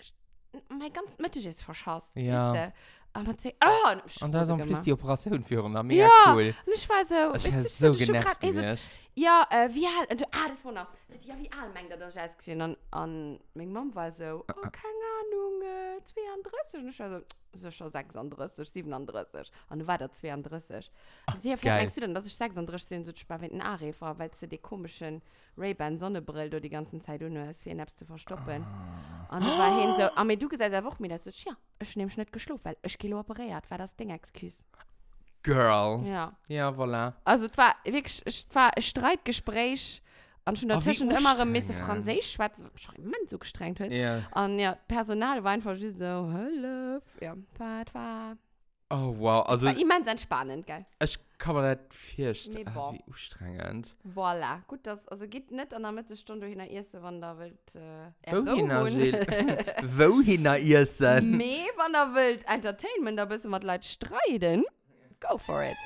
Speaker 3: mein ganz Mittig ist verschossen.
Speaker 2: Ja.
Speaker 3: Weißt du? Aber man sagt, ah, und ich
Speaker 2: Und da ist
Speaker 3: Hose
Speaker 2: am plus
Speaker 3: gemacht.
Speaker 2: die Operation führen, da mega
Speaker 3: Ja,
Speaker 2: cool.
Speaker 3: und ich war so,
Speaker 2: Ich
Speaker 3: weißt
Speaker 2: war
Speaker 3: du,
Speaker 2: so
Speaker 3: das ist schon
Speaker 2: genervt
Speaker 3: grad- also,
Speaker 2: gewesen.
Speaker 3: ja, äh, wie alt, und du, ah, das war noch, ja, wie alt meint er das jetzt gesehen? Und, und meine Mom war so, oh, keine Ahnung, äh, zweiunddreißig, und ich war so, so schon sechsunddreißig, siebenunddreißig, und du war da zweiunddreißig. Und sie hat
Speaker 2: Geil.
Speaker 3: meinst du denn, dass ich sechsunddreißig bin, so ich war mit einem Arif, weil sie die komischen Ray-Ban Sonnenbrille da die ganze Zeit nur ist, für ihn zu verstoppen.
Speaker 2: Ah.
Speaker 3: Und ich war hin so, aber du gesagt, eine Woche mir das so, ja, ich nehme nicht geschlafen, weil ich gehe operiert, war das Ding, Excuse.
Speaker 2: Girl.
Speaker 3: Ja.
Speaker 2: Ja, voilà.
Speaker 3: Also, es war wirklich, es war ein Streitgespräch und schon
Speaker 2: Aber wie
Speaker 3: dazwischen immer ein bisschen
Speaker 2: anstrengend.
Speaker 3: Französisch, was schon im Mann so gestrengt hat.
Speaker 2: Ja.
Speaker 3: Und ja, Personal war einfach so, hello. Ja, war, war,
Speaker 2: Oh, wow. Also,
Speaker 3: war immens entspannend, gell?
Speaker 2: ich kann mir nicht vorstellen,
Speaker 3: Nee,
Speaker 2: ah,
Speaker 3: boah.
Speaker 2: wie anstrengend.
Speaker 3: Voilà. Gut, das also geht nicht an der Mittelstunde hin der erste, wenn der Welt äh,
Speaker 2: Wohin,
Speaker 3: erruhen.
Speaker 2: Angel? Wohin, ihr seid?
Speaker 3: Mehr, wenn der Welt Entertainment, da bisschen mit Leuten streiten. Go for it.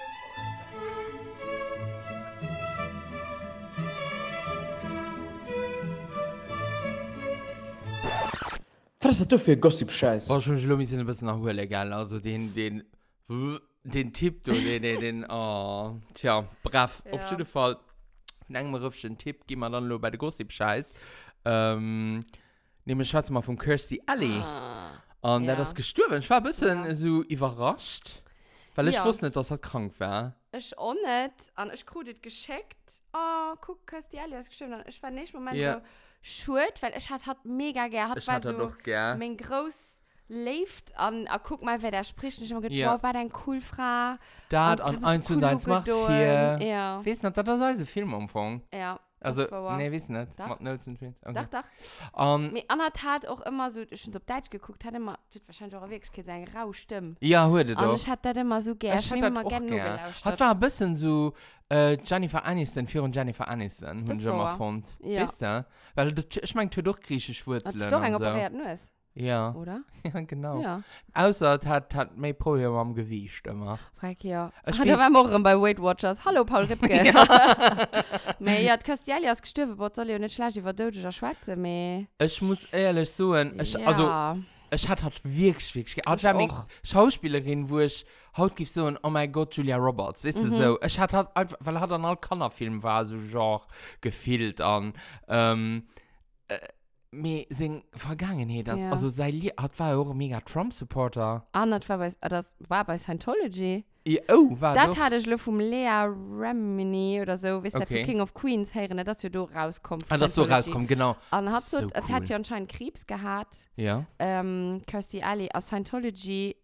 Speaker 4: Was ist das für Gossip-Scheiß?
Speaker 2: War schon schlimm, ist ein bisschen nach Hause legal. Also, den, den, den Tipp, du, den, den, den, oh, tja, brav.
Speaker 3: Ja.
Speaker 2: Auf jeden Fall, von einem rüffischen Tipp, gehen wir dann nur bei der Gossip-Scheiß. Ähm, nämlich schwarz mal von Kirstie Alley.
Speaker 3: Ah.
Speaker 2: Und
Speaker 3: Ja.
Speaker 2: der ist gestorben. Ich war ein bisschen
Speaker 3: Ja.
Speaker 2: so überrascht, weil ich
Speaker 3: Ja.
Speaker 2: wusste nicht, dass er krank war.
Speaker 3: Ich auch nicht. Und ich habe das geschickt. Oh, guck, Kirstie Alley ist gestorben. Und ich war nicht im Moment
Speaker 2: Ja.
Speaker 3: so schuld, weil ich hat, hat mega gern.
Speaker 2: Ich
Speaker 3: war
Speaker 2: hatte
Speaker 3: so
Speaker 2: doch gern.
Speaker 3: mein groß lebt an, ah, guck mal, wer da spricht. Und ich habe mir gedacht,
Speaker 2: Ja.
Speaker 3: wow, war dein cool Frau.
Speaker 2: Da
Speaker 3: Und
Speaker 2: an
Speaker 3: hast du
Speaker 2: eins und
Speaker 3: cool
Speaker 2: eins macht
Speaker 3: getan.
Speaker 2: vier.
Speaker 3: Ja.
Speaker 2: Weißt du nicht, das ist also Filmumfang.
Speaker 3: Ja.
Speaker 2: Also,
Speaker 3: das war-
Speaker 2: nee, weißt du nicht.
Speaker 3: Doch.
Speaker 2: Macht null und fünf. Okay.
Speaker 3: Doch, doch.
Speaker 2: Und,
Speaker 3: Mir Anna hat auch immer so, ich schon so auf Deutsch geguckt, hat immer, das wahrscheinlich auch wirklich seine raue Stimme.
Speaker 2: ja, hörte
Speaker 3: Und
Speaker 2: doch.
Speaker 3: ich hatte das immer so gern.
Speaker 2: Ich
Speaker 3: Ich
Speaker 2: hatte
Speaker 3: nehme
Speaker 2: das
Speaker 3: immer
Speaker 2: auch
Speaker 3: gerne nur
Speaker 2: gern.
Speaker 3: gelauscht.
Speaker 2: Hat war ein bisschen so äh, Jennifer Aniston, für und Jennifer Aniston,
Speaker 3: Das
Speaker 2: wenn ich immer
Speaker 3: war.
Speaker 2: fand.
Speaker 3: Ja.
Speaker 2: Weißt du? Weil das, ich meine, du doch griechisch
Speaker 3: Hat
Speaker 2: Wurzeln
Speaker 3: sich doch ein
Speaker 2: und so.
Speaker 3: operiert, nur ist,
Speaker 2: Ja.
Speaker 3: oder?
Speaker 2: Ja, genau.
Speaker 3: Ja.
Speaker 2: Außer, es hat, hat mehr Probleme am Gewicht immer.
Speaker 3: Frag ja.
Speaker 2: Ich
Speaker 3: Ah, da
Speaker 2: weiß-
Speaker 3: war morgen bei Weight Watchers. Hallo, Paul Ripke.
Speaker 2: Ja.
Speaker 3: Aber ja, die Castielli ist gestorben, aber soll ja nicht schlecht über Deutsch oder Schwarze, mehr.
Speaker 2: Ich muss ehrlich sagen, ich,
Speaker 3: Ja.
Speaker 2: also, ich hatte halt wirklich, wirklich,
Speaker 3: Ich
Speaker 2: ich war eine
Speaker 3: auch.
Speaker 2: Schauspielerin, wo ich Haut gibt so ein, oh mein Gott, Julia Roberts, weißt
Speaker 3: Mhm.
Speaker 2: du, so, ich hatte halt einfach, weil er hat an all Kanner-Film war, so genre, gefehlt an, ähm, äh, mir sind Vergangenheit, das,
Speaker 3: Ja.
Speaker 2: also sein Lied, hat war auch ein mega Trump-Supporter.
Speaker 3: Ah, das war bei, ah, das war bei Scientology.
Speaker 2: Ja, oh, war
Speaker 3: Das
Speaker 2: doch.
Speaker 3: hatte ich nur vom Lea Remini oder so, wisst ihr,
Speaker 2: Okay.
Speaker 3: für King of Queens hören, dass wir da rauskommen.
Speaker 2: Ah, dass so rauskommt, genau.
Speaker 3: Und hat so,
Speaker 2: So
Speaker 3: es
Speaker 2: cool.
Speaker 3: hat ja anscheinend Krebs gehabt.
Speaker 2: Ja.
Speaker 3: Ähm, Kirstie Alley aus Scientology,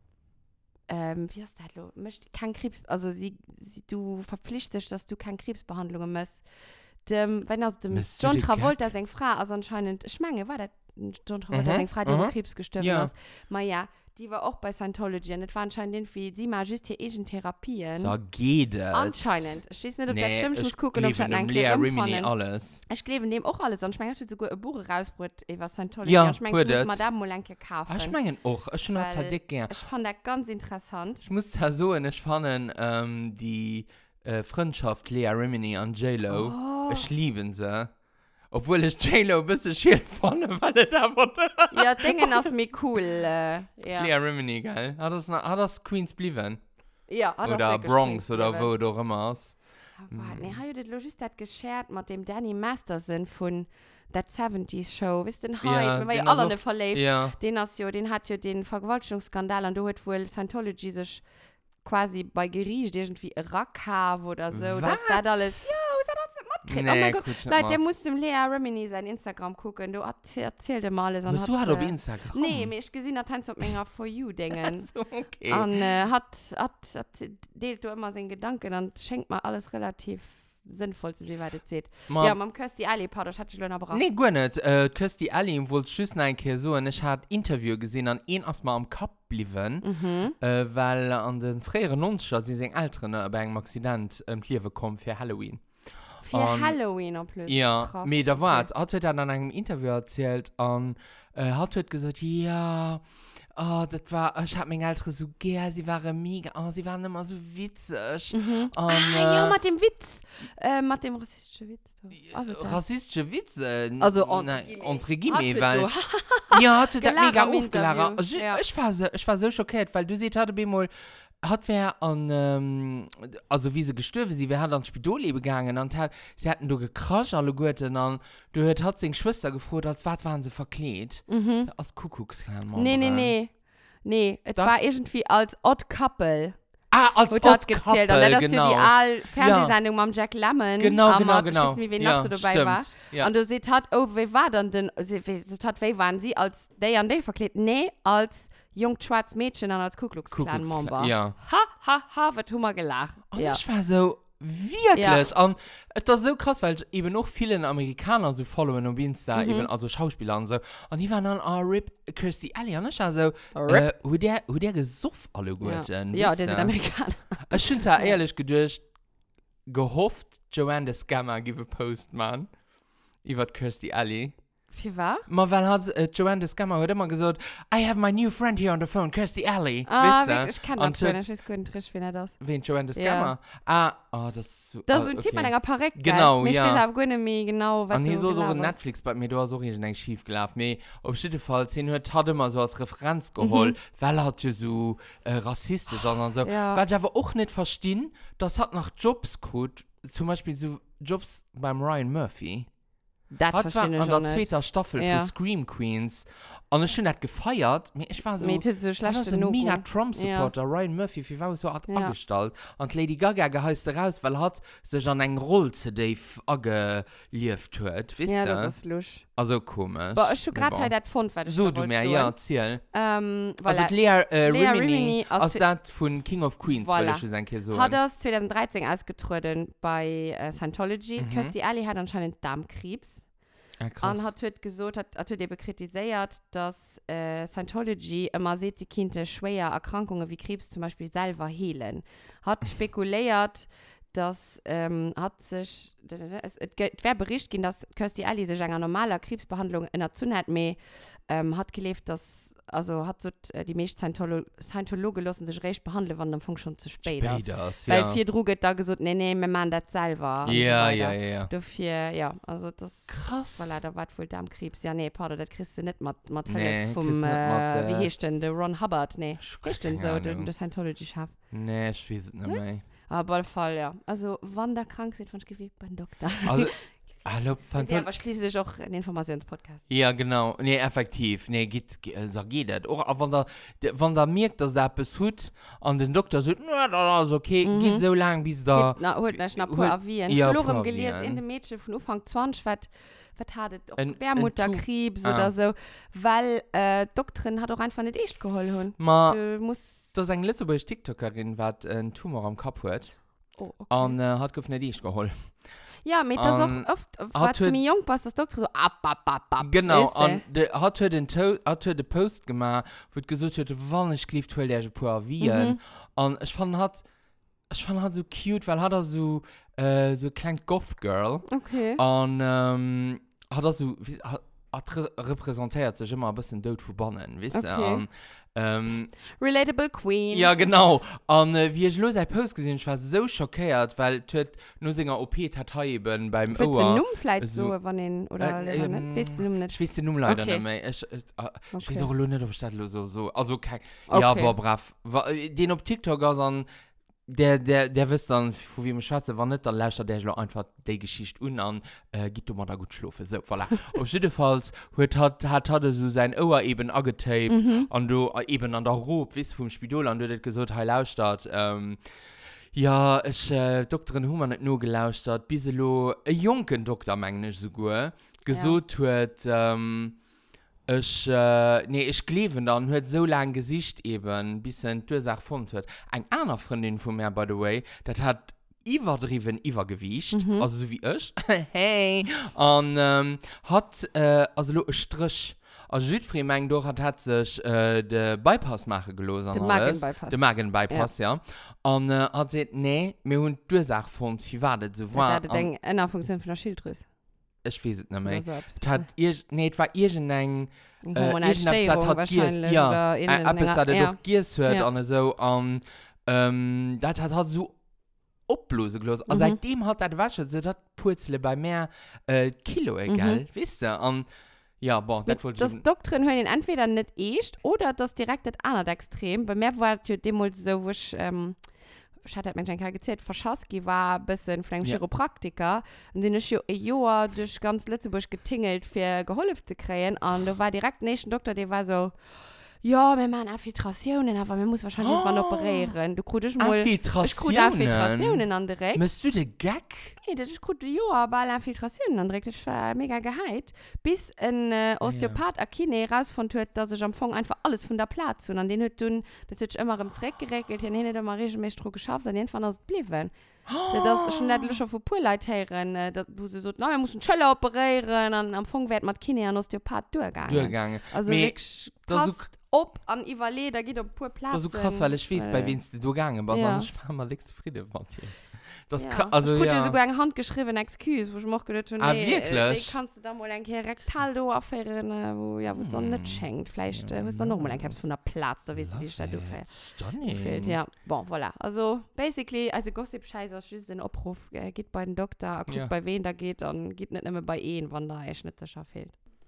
Speaker 3: ähm, wie ist das, lo? Möchte kein Krebs, also sie, sie, du verpflichtest, dass du keine Krebsbehandlungen musst. Dem, wenn das dem
Speaker 2: Müsst du
Speaker 3: John
Speaker 2: die
Speaker 3: Travolta seine Frau, also anscheinend, ich meine, war das John Travolta
Speaker 2: Mhm,
Speaker 3: seine Frau, die
Speaker 2: mhm.
Speaker 3: an Krebs gestorben
Speaker 2: Ja.
Speaker 3: ist. Aber ja, die war auch bei Scientology und das war anscheinend irgendwie, sie mal just hier irgendeine Therapien.
Speaker 2: So geht es.
Speaker 3: Anscheinend. Ich weiß nicht, ob
Speaker 2: Nee,
Speaker 3: das stimmt, ich muss
Speaker 2: ich
Speaker 3: gucken, ob ich das
Speaker 2: glaube,
Speaker 3: ein
Speaker 2: dem Lea
Speaker 3: bisschen
Speaker 2: Remini
Speaker 3: empfangen.
Speaker 2: alles.
Speaker 3: Ich glaube in dem auch alles. Und ich meine, ich habe sogar ein Buch rausgebracht über Scientology.
Speaker 2: Ja,
Speaker 3: Und ich meine, ich
Speaker 2: gut,
Speaker 3: muss
Speaker 2: das.
Speaker 3: mir da mal ein kaufen.
Speaker 2: Ah, ich meine auch, ich schon
Speaker 3: Weil
Speaker 2: das dick gern.
Speaker 3: Ich fand das ganz interessant.
Speaker 2: Ich muss ja so, und ich fand ähm, die äh, Freundschaft Lea Remini und J-Lo,
Speaker 3: Oh.
Speaker 2: ich liebe sie. Obwohl ich J-Lo ein bisschen schild fand, weil er da war.
Speaker 3: Ja, Dinge ist mir cool. Äh, ja.
Speaker 2: Lea Remini, geil. Hat das, noch- hat das Queens blieben?
Speaker 3: Ja, hat das
Speaker 2: Oder
Speaker 3: wirklich
Speaker 2: Bronx
Speaker 3: Queens
Speaker 2: oder
Speaker 3: gegeben.
Speaker 2: wo du auch immer ist.
Speaker 3: Aber nee, habe ich das Logist hat geshared mit dem Danny Masterson von That seventies Show. Wisst ihr, den Hype?
Speaker 2: Ja,
Speaker 3: Wir waren ja
Speaker 2: den
Speaker 3: alle
Speaker 2: hast
Speaker 3: nicht verliebt.
Speaker 2: Ja.
Speaker 3: Den, hast ja, den hat ja den Vergewaltigungsskandal und da hat wohl Scientology sich quasi bei Gericht irgendwie Irak haben oder so. Dass
Speaker 2: Was?
Speaker 3: das alles. Ja, was hat das nicht mitgekriegt?
Speaker 2: Nee,
Speaker 3: oh mein Gott.
Speaker 2: guck ich nicht
Speaker 3: Leute, der
Speaker 2: mal.
Speaker 3: muss dem Lea Remini sein Instagram gucken. Du erzähl, erzähl dir mal alles. und
Speaker 2: Was du hat auf
Speaker 3: äh,
Speaker 2: Instagram?
Speaker 3: Nee, mir ich gesehen, hat Tanz auf meiner For You-Dingen.
Speaker 2: So, okay.
Speaker 3: Und äh, hat, hat, hat, deelt du immer seinen Gedanken und schenkt mal alles relativ sinnvoll zu sehen, was das sieht.
Speaker 2: Ma-
Speaker 3: Ja, mit dem Kirstie Alley, pardon, ich hatte schon aber
Speaker 2: Nee, gar nicht. Äh, Kirstie Alley wollte schüssen ein Kehr so und ich hatte ein Interview gesehen und ihn erstmal am Kopf blieben,
Speaker 3: Mhm.
Speaker 2: äh, weil an den früheren neunziger sie sind Eltern äh, bei einem Accident im Leben kommen für Halloween.
Speaker 3: Für
Speaker 2: Und-
Speaker 3: Halloween und plus.
Speaker 2: Ja,
Speaker 3: Krass.
Speaker 2: mir da war,
Speaker 3: Okay.
Speaker 2: hat er dann an einem Interview erzählt und äh, hat er gesagt, ja, oh, das war, ich hab meine Eltern so gern, sie waren mega, oh, sie waren immer so witzig.
Speaker 3: Mhm.
Speaker 2: Und,
Speaker 3: Ah, ja,
Speaker 2: äh,
Speaker 3: mit dem Witz. Äh, mit dem rassistischen Witz. da. Also, da.
Speaker 2: rassistische Witze.
Speaker 3: Also, entre
Speaker 2: nein,
Speaker 3: guillemets.
Speaker 2: entre
Speaker 3: Hat
Speaker 2: Guillemets,
Speaker 3: er
Speaker 2: weil,
Speaker 3: da.
Speaker 2: ja, hat er das
Speaker 3: Gelacht
Speaker 2: mega
Speaker 3: am
Speaker 2: aufgeladen.
Speaker 3: Interview,
Speaker 2: Ich,
Speaker 3: ja.
Speaker 2: ich, war so, ich war so schockiert, weil du siehst, hat er mal, hat wer an, ähm, also wie sie gestorben sind, wir haben an Spidoli begangen und hat, sie hatten du gekrascht, alle Guten, und du hat, hat seine Schwester gefragt, als was waren sie verkleidet?
Speaker 3: Mhm.
Speaker 2: Als Kuckucksklan.
Speaker 3: Nee, nee, nee. Nee, es
Speaker 2: Doch.
Speaker 3: war irgendwie als Odd Couple.
Speaker 2: Ah, als
Speaker 3: Wo das
Speaker 2: Odd
Speaker 3: gezählt.
Speaker 2: Couple,
Speaker 3: Und das ist
Speaker 2: genau.
Speaker 3: ja die all Fernsehsendung mit Jack Lemmon.
Speaker 2: Genau,
Speaker 3: Aber
Speaker 2: genau,
Speaker 3: ich
Speaker 2: genau.
Speaker 3: weiß nicht, wie
Speaker 2: Ja,
Speaker 3: Nacht dabei
Speaker 2: stimmt.
Speaker 3: war.
Speaker 2: Ja.
Speaker 3: Und du siehst halt, oh, wie war dann denn, sie, wie, so hat, wie waren sie als der und der verkleidet? Nee, als jung schwarzes Mädchen und als Ku Klux Klan
Speaker 2: Kuckucksklan,
Speaker 3: Member.
Speaker 2: ja.
Speaker 3: Ha, ha, ha, wird Hummer gelacht.
Speaker 2: Und
Speaker 3: Ja.
Speaker 2: ich war so, wirklich. Und das ist so krass, weil ich eben auch viele Amerikaner so followen auf Insta,
Speaker 3: Mhm.
Speaker 2: eben, also Schauspieler und so. Und die waren dann, oh, Rip, Kirstie Alley. Und ich war so,
Speaker 3: Rip.
Speaker 2: äh, wo der, wo der gesuff alle
Speaker 3: Ja,
Speaker 2: Guten.
Speaker 3: ja
Speaker 2: wisst
Speaker 3: der
Speaker 2: ihr?
Speaker 3: sind Amerikaner.
Speaker 2: Ich finde ja ehrlich gedacht, gehofft, Joanne the Scammer give a post, man. Über Kirstie Alley.
Speaker 3: Wie war?
Speaker 2: Maar weil hat äh, Joanne the Scammer hat immer gesagt, I have my new friend here on the phone, Kirstie Alley.
Speaker 3: Ah,
Speaker 2: Wisst ihr?
Speaker 3: ich kann
Speaker 2: Und
Speaker 3: das
Speaker 2: so-
Speaker 3: nicht, ich weiß gar nicht, wen er das.
Speaker 2: Wen Joanne the
Speaker 3: Ja.
Speaker 2: Scammer? Ah, oh, das ist so.
Speaker 3: Das
Speaker 2: ah,
Speaker 3: ist ein
Speaker 2: okay.
Speaker 3: Typ mit einer Perücke.
Speaker 2: Genau,
Speaker 3: ich
Speaker 2: ja.
Speaker 3: Ich weiß aber gar nicht mehr genau, was
Speaker 2: Und
Speaker 3: du
Speaker 2: hier so so
Speaker 3: gelaberst.
Speaker 2: Netflix bei mir, du hast auch nicht schief gelaufen. Aber auf jeden Fall, sie hat hat immer so als Referenz geholt, mhm. weil er hat ja so äh, rassistisch und so.
Speaker 3: Ja.
Speaker 2: Was ich aber auch nicht verstehen, das hat nach Jobs geholt, zum Beispiel so Jobs beim Ryan Murphy.
Speaker 3: Das
Speaker 2: Hat war
Speaker 3: verstehe ich
Speaker 2: an der
Speaker 3: auch nicht.
Speaker 2: zweiten Staffel
Speaker 3: Ja.
Speaker 2: für Scream Queens. Und ich habe das gefeiert. aber Ich war so.
Speaker 3: Mir tut so
Speaker 2: Das
Speaker 3: schlechte
Speaker 2: ist ein
Speaker 3: Noten.
Speaker 2: mega Trump-Supporter, Ryan Murphy, wie war so hat
Speaker 3: Ja.
Speaker 2: angestellt. Und Lady Gaga geheißt raus, weil er hat sich an eine Rolle zu Dave angelieft hat. Wisst
Speaker 3: Ja,
Speaker 2: ihr?
Speaker 3: das ist lustig.
Speaker 2: Also komisch.
Speaker 3: Aber ich habe gerade
Speaker 2: Aber-
Speaker 3: halt das Fund, was ich
Speaker 2: So,
Speaker 3: da
Speaker 2: du
Speaker 3: wollte
Speaker 2: mir,
Speaker 3: sagen.
Speaker 2: ja, erzähl.
Speaker 3: Ähm, weil
Speaker 2: Also, die Lea, äh,
Speaker 3: Lea
Speaker 2: Rimini,
Speaker 3: Rimini aus-
Speaker 2: aus das von King of Queens,
Speaker 3: Voilà.
Speaker 2: will ich sagen, hier so.
Speaker 3: hat das zwanzig dreizehn ausgetreten bei äh, Scientology.
Speaker 2: Mhm.
Speaker 3: Kirstie Alley hat anscheinend Darmkrebs.
Speaker 2: Ah, krass.
Speaker 3: Und hat heute gesagt, hat, hat er kritisiert, dass äh, Scientology immer sieht, sie Kinder schwere Erkrankungen wie Krebs zum Beispiel selber heilen. Hat spekuliert, dass ähm, hat sich es wäre Bericht gehen, dass Kirstie Alley sich einer normaler Krebsbehandlung in der Zunheit mehr ähm, hat gelebt, dass also hat so äh, die meisten Scientologen lassen sich recht behandeln, wenn dann schon zu spät ist.
Speaker 2: Späters,
Speaker 3: Weil
Speaker 2: ja.
Speaker 3: vier Drogen da gesagt, nee, nee, mein Mann das selber. und
Speaker 2: Ja,
Speaker 3: so
Speaker 2: ja,
Speaker 3: weiter.
Speaker 2: ja, ja.
Speaker 3: Dafür, ja, also das
Speaker 2: Krass.
Speaker 3: war leider was wohl Darmkrebs. Ja, nee, pardon, das kriegst du nicht mit, mit
Speaker 2: Nee,
Speaker 3: Hilfe vom,
Speaker 2: kriegst du nicht
Speaker 3: äh,
Speaker 2: mit,
Speaker 3: wie
Speaker 2: äh,
Speaker 3: heißt denn, der Ron Hubbard, nee,
Speaker 2: Ich
Speaker 3: wie ist denn so,
Speaker 2: keine
Speaker 3: der,
Speaker 2: Ahnung.
Speaker 3: der Scientology-Chef.
Speaker 2: Nee, ich weiß es nicht mehr.
Speaker 3: Aber auf jeden Fall, ja. Also, wenn der krank ist, ich gehe beim Doktor.
Speaker 2: Also, hallo,
Speaker 3: Das ist aber schließlich auch ein Informationspodcast.
Speaker 2: ja, genau. Nee, effektiv. Nee, geht, geht, also geht das. Auch wenn der, der, wenn der merkt, dass der etwas hat und der Doktor sagt, na, das ist okay,
Speaker 3: Mhm.
Speaker 2: geht so lange, bis da...
Speaker 3: Na, holt nicht nach
Speaker 2: holt-
Speaker 3: Poavien.
Speaker 2: ja,
Speaker 3: Ich habe
Speaker 2: Poavien.
Speaker 3: gelesen in dem Mädchen von Anfang zwanzig, was was hat es,
Speaker 2: Ein- ein
Speaker 3: Gebärmutterkrebs
Speaker 2: Tu-
Speaker 3: oder
Speaker 2: ah.
Speaker 3: so, weil äh, Doktorin hat auch einfach nicht echt geholfen.
Speaker 2: Ma,
Speaker 3: Du musst...
Speaker 2: das ist eine letzte TikTokerin, die einen Tumor am Kopf hat
Speaker 3: Oh, okay.
Speaker 2: und äh, hat nicht echt geholfen.
Speaker 3: Ja, mit das
Speaker 2: Und
Speaker 3: auch oft,
Speaker 2: hat
Speaker 3: was
Speaker 2: hört-
Speaker 3: mir jung passt, das Doktor so ab, ab, ab, ab.
Speaker 2: Genau,
Speaker 3: weißt du?
Speaker 2: und der hat heute den, To- hat heute den Post gemacht, wo er gesagt hat, wann ich lief, weil er ein paar Viren.
Speaker 3: Mhm.
Speaker 2: Und ich fand hat, ich fand hat so cute, weil hat er so, äh, so ein kleines Goth-Girl.
Speaker 3: Okay.
Speaker 2: Und ähm, hat er so, wie, hat, hat re repräsentiert sich immer ein bisschen dort verbannen, weißt du?
Speaker 3: Okay.
Speaker 2: Und, ähm,
Speaker 3: Relatable Queen.
Speaker 2: ja, genau. Und äh, wie ich los einen Post gesehen ich war so schockiert, weil tut nur seiner O P hat er eben beim
Speaker 3: Willst du
Speaker 2: Ohr.
Speaker 3: Numm vielleicht so,
Speaker 2: so-
Speaker 3: wenn ihn, oder
Speaker 2: Äh,
Speaker 3: lieber
Speaker 2: ähm,
Speaker 3: nicht? Weißt du Numm
Speaker 2: Ich
Speaker 3: nicht?
Speaker 2: weiß den Namen leider
Speaker 3: Okay.
Speaker 2: nicht mehr. Ich, ich, äh, ich
Speaker 3: Okay.
Speaker 2: weiß auch nicht, ob ich das so, so. Also, kein.
Speaker 3: Okay.
Speaker 2: Ja, aber brav. Wa- Den auf TikTok, also, der, der, der wisst dann, von wem ich schätze, wenn nicht, dann lässt er der einfach die Geschichte un an, äh, geht du mal da gut schlafen. So, voilà. Auf jeden Fall hat, hat, hat, hat er so sein Ohr eben angetaped
Speaker 3: Mhm.
Speaker 2: und du äh, eben an der Rob, weißt du, vom Spidol, und du hast gesagt, hey, lauscht das, ähm, ja, ich, äh, Doktorin Hummer nicht nur gelauscht hat, bis er ein jungen Doktor, meine ich sogar, gesagt ja. hat, ähm, ich, äh, nee, ich glaube dann, hat so lange Gesicht eben, bis er die Ursache gefunden hat. Eine andere Freundin von mir, by the way, das hat überdriven übergewicht,
Speaker 3: Mhm.
Speaker 2: also so wie ich, hey, und ähm, hat, äh, also lo, ein Strich, also Südfried, mein doch hat, hat sich äh, den Bypass machen gelassen.
Speaker 3: Den
Speaker 2: alles.
Speaker 3: Magenbypass.
Speaker 2: Den Magenbypass, ja. ja. Und äh, hat gesagt, nee, wir haben die Ursache gefunden, wie war das so
Speaker 3: Das
Speaker 2: war.
Speaker 3: hat eine andere Funktion von der Schilddrüse.
Speaker 2: Ich weiß es nicht mehr.
Speaker 3: Oder so etwas.
Speaker 2: Das hat, ir- nee, es war irgendein...
Speaker 3: Eine
Speaker 2: Äh,
Speaker 3: hormonelle
Speaker 2: irgendetwas, das
Speaker 3: Störung
Speaker 2: hat
Speaker 3: wahrscheinlich.
Speaker 2: Gies- ja,
Speaker 3: oder
Speaker 2: äh,
Speaker 3: irgendeine-
Speaker 2: etwas, das er
Speaker 3: ja.
Speaker 2: doch Gies hört
Speaker 3: Ja.
Speaker 2: und so. Und ähm, das hat halt so ablösen gelassen. Und
Speaker 3: Mhm.
Speaker 2: seitdem hat das was, so das Purzle bei mehr äh, Kilo, egal,
Speaker 3: Mhm.
Speaker 2: wisst ihr? Und ja, boah, das wollte
Speaker 3: Das
Speaker 2: ich...
Speaker 3: Doktrin hören ihn entweder nicht echt oder das direkt das andere Extrem. Bei mir war es ja damals so, wo ich, ähm, ich hatte Menschen gezählt, Faschaski war ein bisschen vielleicht
Speaker 2: Ja.
Speaker 3: Chiropraktiker und den ist ja ein Jahr durch ganz Lützeburg getingelt, für geholfen zu kriegen. Und da war direkt der nächste Doktor, der war so, ja, wir machen Infiltrationen, aber wir müssen wahrscheinlich
Speaker 2: Oh.
Speaker 3: irgendwann operieren. Du kriegst mal, ich krieg
Speaker 2: Infiltrationen?
Speaker 3: Infiltrationen an direkt.
Speaker 2: Machst du den Gag?
Speaker 3: Nee, das ist gut, ja, bei allen Infiltrationen dann direkt. Das war mega geheit. Bis ein äh, Osteopath Akine herausgefunden hat, dass ich am Anfang einfach alles von der Platz und an den hat dann, das hat sich immer im Dreck geregelt, und den hat er mal regelmäßig drauf geschafft, und irgendwann ist es geblieben. Das ist schon nicht schon von Poolleitern, äh, wo sie so, na, wir müssen Schelle operieren, und am Anfang wird mit Kine an Osteopath durchgegangen.
Speaker 2: Durchgegangen.
Speaker 3: Also
Speaker 2: Me-
Speaker 3: wirklich
Speaker 2: das
Speaker 3: krass,
Speaker 2: ist
Speaker 3: ob an Ivalé, da geht auf pur Platz.
Speaker 2: Das ist so krass, weil ich weiß, bei wem du gegangen bist.
Speaker 3: Ja.
Speaker 2: Und ich war mal nicht zufrieden mit dir. Das
Speaker 3: Ja.
Speaker 2: ist krass. Also,
Speaker 3: ich konnte
Speaker 2: ja.
Speaker 3: sogar eine handgeschriebene Excuse, wo ich mir auch gedacht habe,
Speaker 2: Ah,
Speaker 3: nee,
Speaker 2: wirklich?
Speaker 3: äh, die kannst du da mal ein rektal do affären, äh, wo ja, wo es dann nicht schenkt. Vielleicht äh, musst du dann noch mal ein von der Platz, da weißt du, wie ich da do fehlt.
Speaker 2: Stunning.
Speaker 3: Ja, bon, voilà. Also, basically, also Gossip-Scheiß ist just ein Abruf, äh, geht bei den Doktor, guckt
Speaker 2: Ja.
Speaker 3: bei wen da geht, und geht nicht immer bei ihnen, wann da echt nicht so scharf fehlt.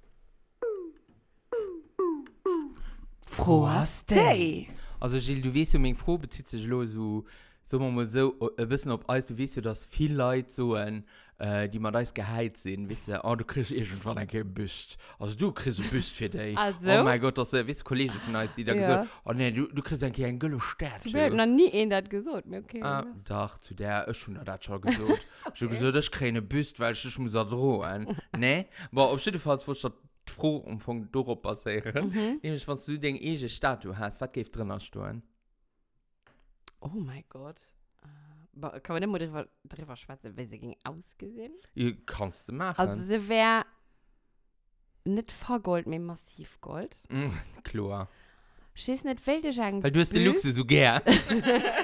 Speaker 1: Frohes Day!
Speaker 2: Also, Gilles, du weißt ja, mein Froh bezieht sich nur so, sagen wir mal so, ein bisschen auf alles. Du weißt ja, dass viele Leute so, ein, äh, die man da geheizt sind, weißt du, oh, du kriegst irgendwann einen Büst. Also, du kriegst einen Büst für dich.
Speaker 3: Also?
Speaker 2: Oh mein Gott, das ist, weißt du, Kollege von uns, die da
Speaker 3: Ja.
Speaker 2: gesagt oh nee, du, du kriegst eigentlich einen güllen Stern.
Speaker 3: Ich habe noch nie einen das gesagt, mir okay.
Speaker 2: Ah, doch, zu der ist schon das schon gesagt. Ich habe gesagt, ich kriege einen Büst, weil ich muss da drohen. Ne? Aber auf jeden Fall, was ich froh um von Doro passieren.
Speaker 3: Mhm.
Speaker 2: Nämlich, wenn du den eigenen Statue hast, was gibt es drin stehen?
Speaker 3: Oh mein Gott. Äh, ba- kann man nicht mal drüber, drüber schwätzen, wie sie ging ausgesehen?
Speaker 2: Ja, kannst du machen.
Speaker 3: Also sie wäre nicht Vergold, mehr Massivgold.
Speaker 2: Mm, klar.
Speaker 3: Ich weiß nicht, welche sagen.
Speaker 2: Weil du hast die Luxe so gern.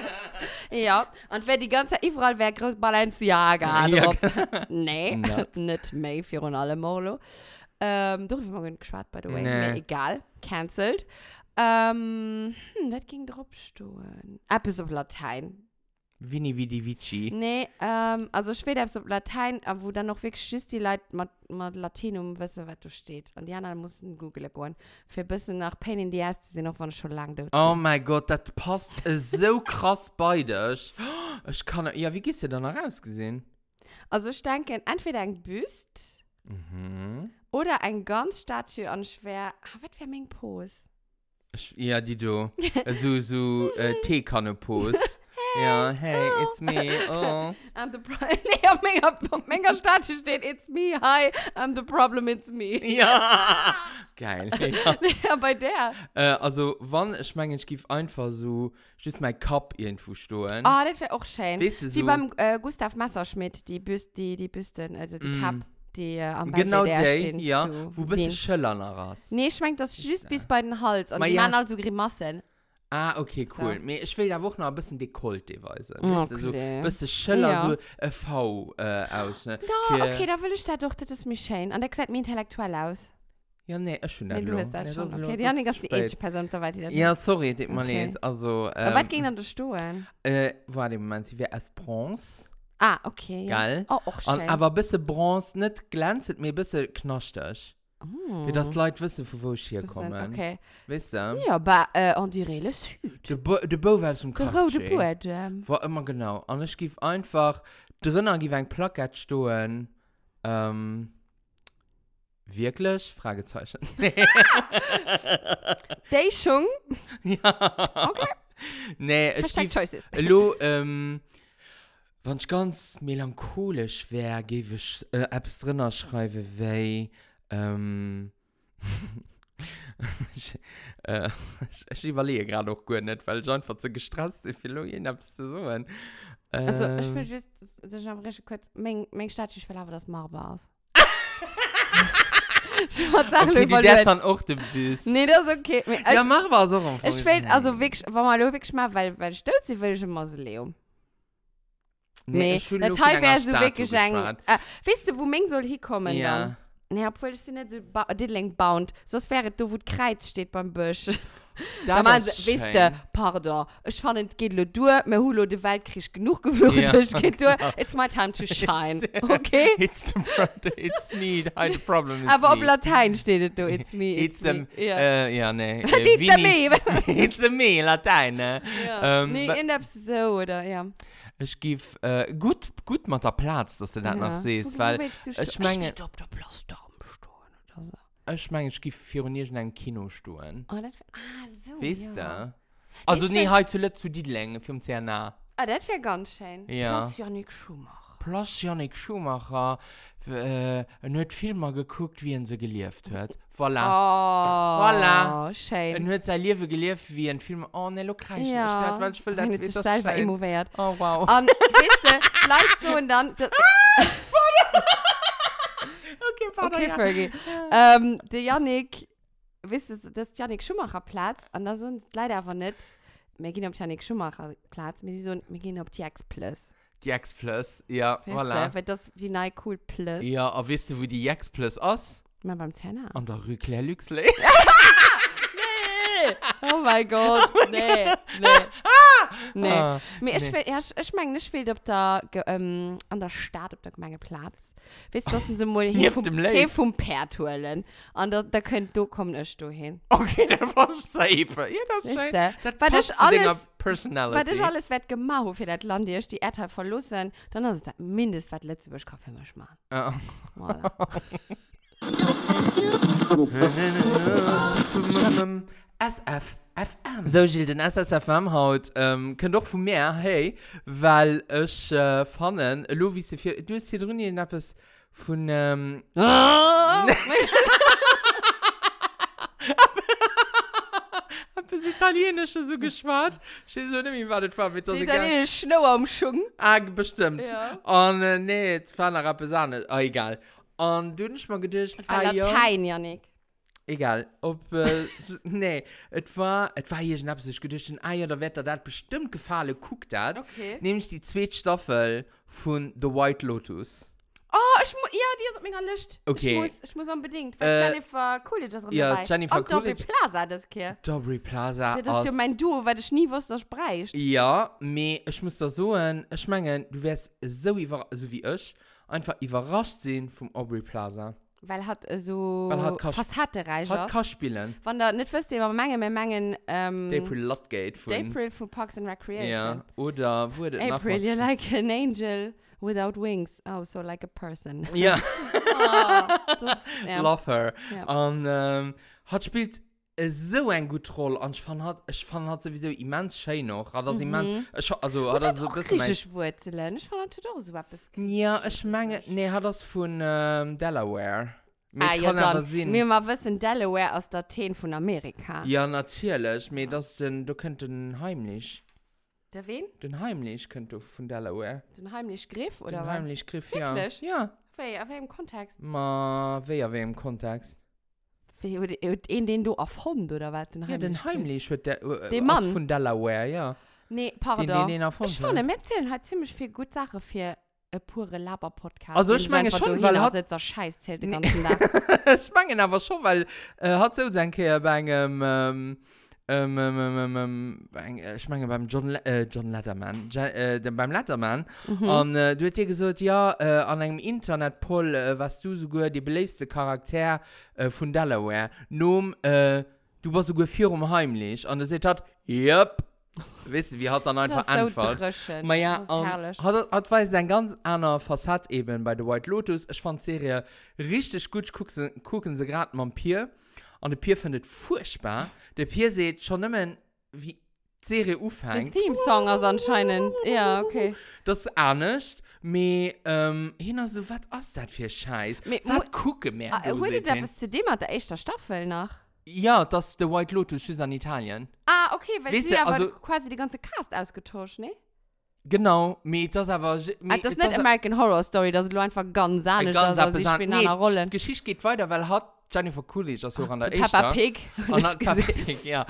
Speaker 3: Ja, und wer die ganze Zeit überall wäre, groß Balenciaga
Speaker 2: Ja,
Speaker 3: drauf. Nee,
Speaker 2: Not.
Speaker 3: nicht mehr für und alle Molo. Ähm, doch, wir haben geschwart, by the way.
Speaker 2: Nee.
Speaker 3: Mir egal, cancelled. Ähm, hm, was ging drauf stehen? Etwas auf Latein.
Speaker 2: Vini Vidi Vici.
Speaker 3: Nee, ähm, also ich weiß etwas auf Latein, aber wo dann noch wirklich just die Leute mit, mit Latinum wissen, was da steht. Und die anderen mussten googeln gehen. Für ein bisschen nach Pain in the Ass, die sind noch von schon lange dort.
Speaker 2: Oh mein Gott, das passt so krass bei dir. Ich kann, ja, wie gehst du da noch rausgesehen?
Speaker 3: Also ich denke, entweder ein Büst
Speaker 2: Mhm.
Speaker 3: oder ein ganz Statue und schwer. Ah, was wäre mein Pose?
Speaker 2: Ich, ja, die du. So, so, äh, Teekanne-Pose. Ja, hey, it's me. Oh.
Speaker 3: I'm the pro nee, auf meiner, auf meiner Statue steht, it's me, hi, I'm the problem, it's me.
Speaker 2: Ja. Geil. Ja.
Speaker 3: Ja, bei der.
Speaker 2: Äh, also, wann, ich meine, ich gebe einfach so, just mein Cup irgendwo stehen.
Speaker 3: Oh, das wäre auch schön.
Speaker 2: Weißt du, so.
Speaker 3: Wie beim äh, Gustav Messerschmidt, die, Büst, die, die Büsten, also die
Speaker 2: Mm.
Speaker 3: Cup, die äh, am
Speaker 2: Genau
Speaker 3: Belvedere
Speaker 2: der,
Speaker 3: stehen.
Speaker 2: ja.
Speaker 3: zu
Speaker 2: Wo bist du
Speaker 3: sehen.
Speaker 2: schöner noch raus?
Speaker 3: Nee, ich meine, das ist just bis bei den Hals. Und
Speaker 2: Ma
Speaker 3: die
Speaker 2: ja.
Speaker 3: machen also Grimassen.
Speaker 2: Ah, okay, cool.
Speaker 3: So.
Speaker 2: Mir- Ich will ja auch noch ein bisschen Dekolleté weisen. Weißt du, so
Speaker 3: Okay.
Speaker 2: ein bisschen schöner,
Speaker 3: Ja.
Speaker 2: so ein V äh, aus. Ne?
Speaker 3: Ja,
Speaker 2: Für-
Speaker 3: okay, da will ich da doch, das ist mir schön. Und der sieht mir intellektuell aus.
Speaker 2: Ja, nee, ich schon
Speaker 3: Nee,
Speaker 2: nicht.
Speaker 3: du
Speaker 2: lo.
Speaker 3: hast das
Speaker 2: Nee,
Speaker 3: schon.
Speaker 2: ist
Speaker 3: Okay,
Speaker 2: lo-
Speaker 3: die
Speaker 2: das
Speaker 3: Janik
Speaker 2: ist
Speaker 3: ist die
Speaker 2: spät.
Speaker 3: einzige Person, da weiß ich das
Speaker 2: Ja, sorry, das mal
Speaker 3: Okay.
Speaker 2: nicht. Also,
Speaker 3: Aber
Speaker 2: ähm,
Speaker 3: was ging dann da stehen?
Speaker 2: äh, warte, Moment, sie wäre als Bronze.
Speaker 3: Ah, okay. Ja.
Speaker 2: Geil.
Speaker 3: Oh, auch schön.
Speaker 2: Und, aber ein bisschen Bronze, nicht glänzend, mir ein bisschen knastig.
Speaker 3: Mm.
Speaker 2: Wie das die Leute wissen, von wo ich hier
Speaker 3: Bisschen,
Speaker 2: komme.
Speaker 3: Okay.
Speaker 2: Weißt du?
Speaker 3: Ja, aber äh, on dirait le Sud.
Speaker 2: Der Bo- der Bo war zum
Speaker 3: Der rote
Speaker 2: Quartier.
Speaker 3: Boden.
Speaker 2: War immer genau. Und ich gebe einfach drinnen gebe ein Plakat stehen. Ähm, wirklich? Fragezeichen.
Speaker 3: Die schon.
Speaker 2: Ja.
Speaker 3: Okay.
Speaker 2: Nee, ich
Speaker 3: Hashtag
Speaker 2: gebe.
Speaker 3: Choices.
Speaker 2: Hallo, ähm. Wenn ich ganz melancholisch wäre, gebe ich äh, etwas drinnen schreiben, wie. Ähm. ich, äh, ich, ich überlege gerade auch gut nicht, weil ich einfach zu gestresst bin, für etwas zu sagen. Ähm,
Speaker 3: Also, ich will just, das ist einfach richtig kurz, mein, mein Statue, ich will aber das Marber aus. Ich wollte sagen,
Speaker 2: okay, die
Speaker 3: überlegt.
Speaker 2: der ist dann auch der Biss.
Speaker 3: Nee, das ist okay. Ich,
Speaker 2: Ja, mach mal so rum.
Speaker 3: ich will, also wirklich, wenn man wirklich mal, weil, weil stolz ist, will ich ein Mausoleum. Nee,
Speaker 2: ich will
Speaker 3: das
Speaker 2: nur von
Speaker 3: Teil
Speaker 2: einer
Speaker 3: wäre so
Speaker 2: Statue
Speaker 3: wirklich ein,
Speaker 2: geschwärzt.
Speaker 3: äh, weißt du, wo Ming soll hinkommen
Speaker 2: Ja.
Speaker 3: dann? Nee, obwohl ich sie nicht so ba diddling bound. Sonst wäre da, wo das Kreuz steht beim Busch. Da man, weißt du, pardon, ich fand, es geht lo durch, mir hulo den Weltkrieg genug gewürdigt,
Speaker 2: Ja,
Speaker 3: es geht durch, it's my time to shine, okay?
Speaker 2: It's, the pro- it's me, the problem is
Speaker 3: Aber auf
Speaker 2: me.
Speaker 3: Latein steht es da, it's me,
Speaker 2: It's,
Speaker 3: it's,
Speaker 2: um,
Speaker 3: me. Ja.
Speaker 2: äh, ja, nee.
Speaker 3: It's
Speaker 2: äh,
Speaker 3: a
Speaker 2: Vini-
Speaker 3: me.
Speaker 2: It's a me, Latein, ne?
Speaker 3: Ja.
Speaker 2: ähm,
Speaker 3: Nee,
Speaker 2: wa-
Speaker 3: in der so, oder, ja.
Speaker 2: Ich gebe äh, gut, gut mit der Platz, dass du das noch siehst, weil
Speaker 3: ich
Speaker 2: ich meine,
Speaker 3: will auf der Platz da rumstehen oder so.
Speaker 2: ich meine, ich gebe für in einem Kino stehen.
Speaker 3: Oh, das, ah, so,
Speaker 2: Weißt
Speaker 3: ja.
Speaker 2: du? Also,
Speaker 3: Ich
Speaker 2: nee,
Speaker 3: find-
Speaker 2: halt zuletzt zu die Länge, für C N A.
Speaker 3: Ah, das wäre ganz schön.
Speaker 2: Ja.
Speaker 3: Das ist Janik Schumacher.
Speaker 2: Plus Janik Schumacher äh, hat viel mal geguckt, wie er sie gelebt hat. Voilà.
Speaker 3: Oh,
Speaker 2: Voilà. Er
Speaker 3: schön.
Speaker 2: hat sein Leben gelebt wie ein Film. Oh, ne, lo krieg ich nicht.
Speaker 3: Ja,
Speaker 2: grad, weil ich will, das
Speaker 3: er hat
Speaker 2: wird
Speaker 3: sich
Speaker 2: das
Speaker 3: selber
Speaker 2: schön.
Speaker 3: immoviert.
Speaker 2: Oh, wow.
Speaker 3: Und, weißt du, Leute so und dann... Das,
Speaker 2: Okay, pardon,
Speaker 3: okay,
Speaker 2: ja.
Speaker 3: Fergie. Ähm, der Janik, weißt du, das ist Janik Schumacher Platz und da sind leider aber nicht, wir gehen auf Janik Schumacher Platz, wir, sind, wir gehen auf die X Plus.
Speaker 2: Die X Plus, ja,
Speaker 3: Weißt
Speaker 2: voilà.
Speaker 3: du, weil das die neue cool Plus.
Speaker 2: Ja, aber weißt du, wo die X Plus ist?
Speaker 3: Mal beim Zehner.
Speaker 2: An der Rue Claire Luxley.
Speaker 3: Nee! Oh mein Gott, nee, nee. Nee.
Speaker 2: Ah,
Speaker 3: Mir, ich
Speaker 2: nee.
Speaker 3: will, ja, ich, ich meine, ich will auf der, ge- ähm, an der Stadt, auf der Gemeindeplatz. Weißt du, das sind sie mal
Speaker 2: Neben
Speaker 3: hier vom,
Speaker 2: dem Lake.
Speaker 3: hier vom Pertuellen. Und da, da könnt du, komm nicht du hin.
Speaker 2: Okay, dann war ich safe. Ja, das ist
Speaker 3: Weißt
Speaker 2: schön.
Speaker 3: du?
Speaker 2: Das
Speaker 3: Weil
Speaker 2: passt
Speaker 3: das
Speaker 2: zu deiner
Speaker 3: alles-
Speaker 2: Personality.
Speaker 3: Weil das alles wird gemacht für das Land, die ich die Erde verlassen, dann ist das mindestens, was letzte Woche Kaffee muss machen.
Speaker 2: Ja.
Speaker 3: Voilà.
Speaker 2: S F F M. So, Gilles, den S S F M haut, ähm, kann doch von mir, hey, weil ich äh, fand, lo, wie sie viel, du hast hier drin hier etwas von, ähm, etwas Italienisches so geschwart. Ich weiß noch nicht, wie war das war, mit das
Speaker 3: Die
Speaker 2: egal.
Speaker 3: italienische Schnau am Schung.
Speaker 2: Ah, bestimmt.
Speaker 3: Ja.
Speaker 2: Und, äh, nee, jetzt war noch etwas anderes. Ah, egal. Und du hast nicht mal gedacht,
Speaker 3: Ah,
Speaker 2: ah, ja.
Speaker 3: Latein, Janik.
Speaker 2: egal, ob, äh, nee, es war, es war hier schnapp, ich gedacht, ein Eier, da wird das bestimmt gefallen, guckt das.
Speaker 3: Okay.
Speaker 2: Nämlich die zweite Staffel von The White Lotus.
Speaker 3: Oh, ich muss, ja, die ist auf meiner Liste.
Speaker 2: Okay.
Speaker 3: Ich muss, ich muss unbedingt, weil
Speaker 2: Äh,
Speaker 3: Jennifer Coolidge ist
Speaker 2: ja,
Speaker 3: dabei.
Speaker 2: Jennifer
Speaker 3: Und Aubrey
Speaker 2: Coolidge.
Speaker 3: Plaza, das hier.
Speaker 2: Aubrey Plaza.
Speaker 3: Das ist ja
Speaker 2: als-
Speaker 3: mein Duo, weil ich nie wusste, dass ich bräuchte.
Speaker 2: Ja, aber ich muss da sagen, ich meine, du wärst so, über, so wie ich, einfach überrascht sein vom Aubrey Plaza.
Speaker 3: Weil hat äh, so
Speaker 2: Weil hat Kasch-
Speaker 3: Fassade reich.
Speaker 2: Hat kann spielen.
Speaker 3: Wenn da nicht wisst, aber Menge, mehr Mengen, ähm,
Speaker 2: April Ludgate von...
Speaker 3: April von Parks and Recreation.
Speaker 2: Ja, oder wurde noch
Speaker 3: April,
Speaker 2: mal-
Speaker 3: you're like an angel without wings. Oh, so like a person.
Speaker 2: Ja,
Speaker 3: oh, das, ja.
Speaker 2: love her.
Speaker 3: Ja.
Speaker 2: Und ähm, hat spielt äh, so eine gute Rolle. Und ich fand, hat, ich fand hat sowieso immens schön noch. Hat das
Speaker 3: Mhm.
Speaker 2: immens... Ich, fa- also,
Speaker 3: Und
Speaker 2: hat
Speaker 3: das
Speaker 2: das so
Speaker 3: auch
Speaker 2: ein bisschen...
Speaker 3: griechische Wurzeln. Ich fand das auch so etwas.
Speaker 2: Ja, ich meine... Nee, hat das von ähm, Delaware. Mir
Speaker 3: Ah, ja,
Speaker 2: kann aber
Speaker 3: dann.
Speaker 2: sehen.
Speaker 3: Wir mal wissen, Delaware aus der Teen von Amerika.
Speaker 2: Ja, natürlich. Aber das denn... Du könnt den heimlich...
Speaker 3: Der wen?
Speaker 2: Den heimlich könnt du von Delaware.
Speaker 3: Den heimlich Griff oder
Speaker 2: Den
Speaker 3: was?
Speaker 2: heimlich Griff, ja.
Speaker 3: Wirklich?
Speaker 2: Ja.
Speaker 3: Wer, auf welchem Kontext?
Speaker 2: Ma, wer wer im Kontext?
Speaker 3: Wer, oder- den, den du erfunden oder was? Den
Speaker 2: Ja, den
Speaker 3: Griff?
Speaker 2: heimlich wird der... Äh,
Speaker 3: Den
Speaker 2: aus
Speaker 3: Mann?
Speaker 2: Von Delaware, ja.
Speaker 3: Nee, pardon.
Speaker 2: Den, den, den erfunden.
Speaker 3: Ich fand, wir erzählen halt ziemlich viel gute Sachen für ein pure Laber-Podcast.
Speaker 2: Also,
Speaker 3: Den
Speaker 2: ich
Speaker 3: so
Speaker 2: meine
Speaker 3: einfach
Speaker 2: schon,
Speaker 3: da
Speaker 2: weil
Speaker 3: hin
Speaker 2: hat-
Speaker 3: sitzt, der Scheiß zählt den
Speaker 2: Nee.
Speaker 3: ganzen Tag.
Speaker 2: Ich meine aber schon, weil äh, hat so sein Kehr beim ähm, ähm, ähm, ähm, ähm, ähm, beim, äh, ich meine beim John Le äh, John Letterman ja, äh, dem, beim Letterman
Speaker 3: Mhm.
Speaker 2: und äh, du hast dir gesagt ja äh, an einem Internetpoll äh, was du sogar die beliebste Charakter äh, von Delaware nom äh, du warst sogar vier um heimlich und er sagt hat yep weißt du wie hat dann einfach
Speaker 3: Das ist so
Speaker 2: Antwort
Speaker 3: drüschen.
Speaker 2: Ma ja,
Speaker 3: Das ist
Speaker 2: um,
Speaker 3: herrlich.
Speaker 2: hat, hat weiß ein ganz anderer Fassad eben bei The White Lotus. Ich fand die Serie richtig gut. Ich guck sie, gucken sie gerade mal Pier. Und der Pier findet furchtbar. Der Pier sieht schon immer, wie die Serie
Speaker 3: Der
Speaker 2: aufhängt.
Speaker 3: Theme-Song ist anscheinend. Ja, okay.
Speaker 2: Das ist auch nicht. Aber, ähm, hin so, was ist das für Scheiß?
Speaker 3: Me-
Speaker 2: Was
Speaker 3: mu-
Speaker 2: gucken wir?
Speaker 3: Ah,
Speaker 2: du
Speaker 3: wurde
Speaker 2: seht
Speaker 3: der
Speaker 2: hin?
Speaker 3: bis zu dem hat der erste Staffel nach?
Speaker 2: Ja, das ist The White Lotus, ist in Italien.
Speaker 3: Ah, okay, weil
Speaker 2: Weißt
Speaker 3: sie
Speaker 2: du,
Speaker 3: aber
Speaker 2: also-
Speaker 3: quasi die ganze Cast ausgetauscht, ne?
Speaker 2: Genau, aber das aber...
Speaker 3: Ah, das ist nicht American Horror Story, das ist nur einfach ganz anders,
Speaker 2: ganz
Speaker 3: dass er sich
Speaker 2: abgesagt.
Speaker 3: in einer
Speaker 2: Nee,
Speaker 3: Rolle.
Speaker 2: Die Geschichte geht weiter, weil hat Jennifer Coolidge, das auch an der
Speaker 3: Peppa
Speaker 2: ersten-
Speaker 3: Pig.
Speaker 2: Und
Speaker 3: hab
Speaker 2: hat
Speaker 3: ich
Speaker 2: Peppa
Speaker 3: gesehen.
Speaker 2: Pig, ja.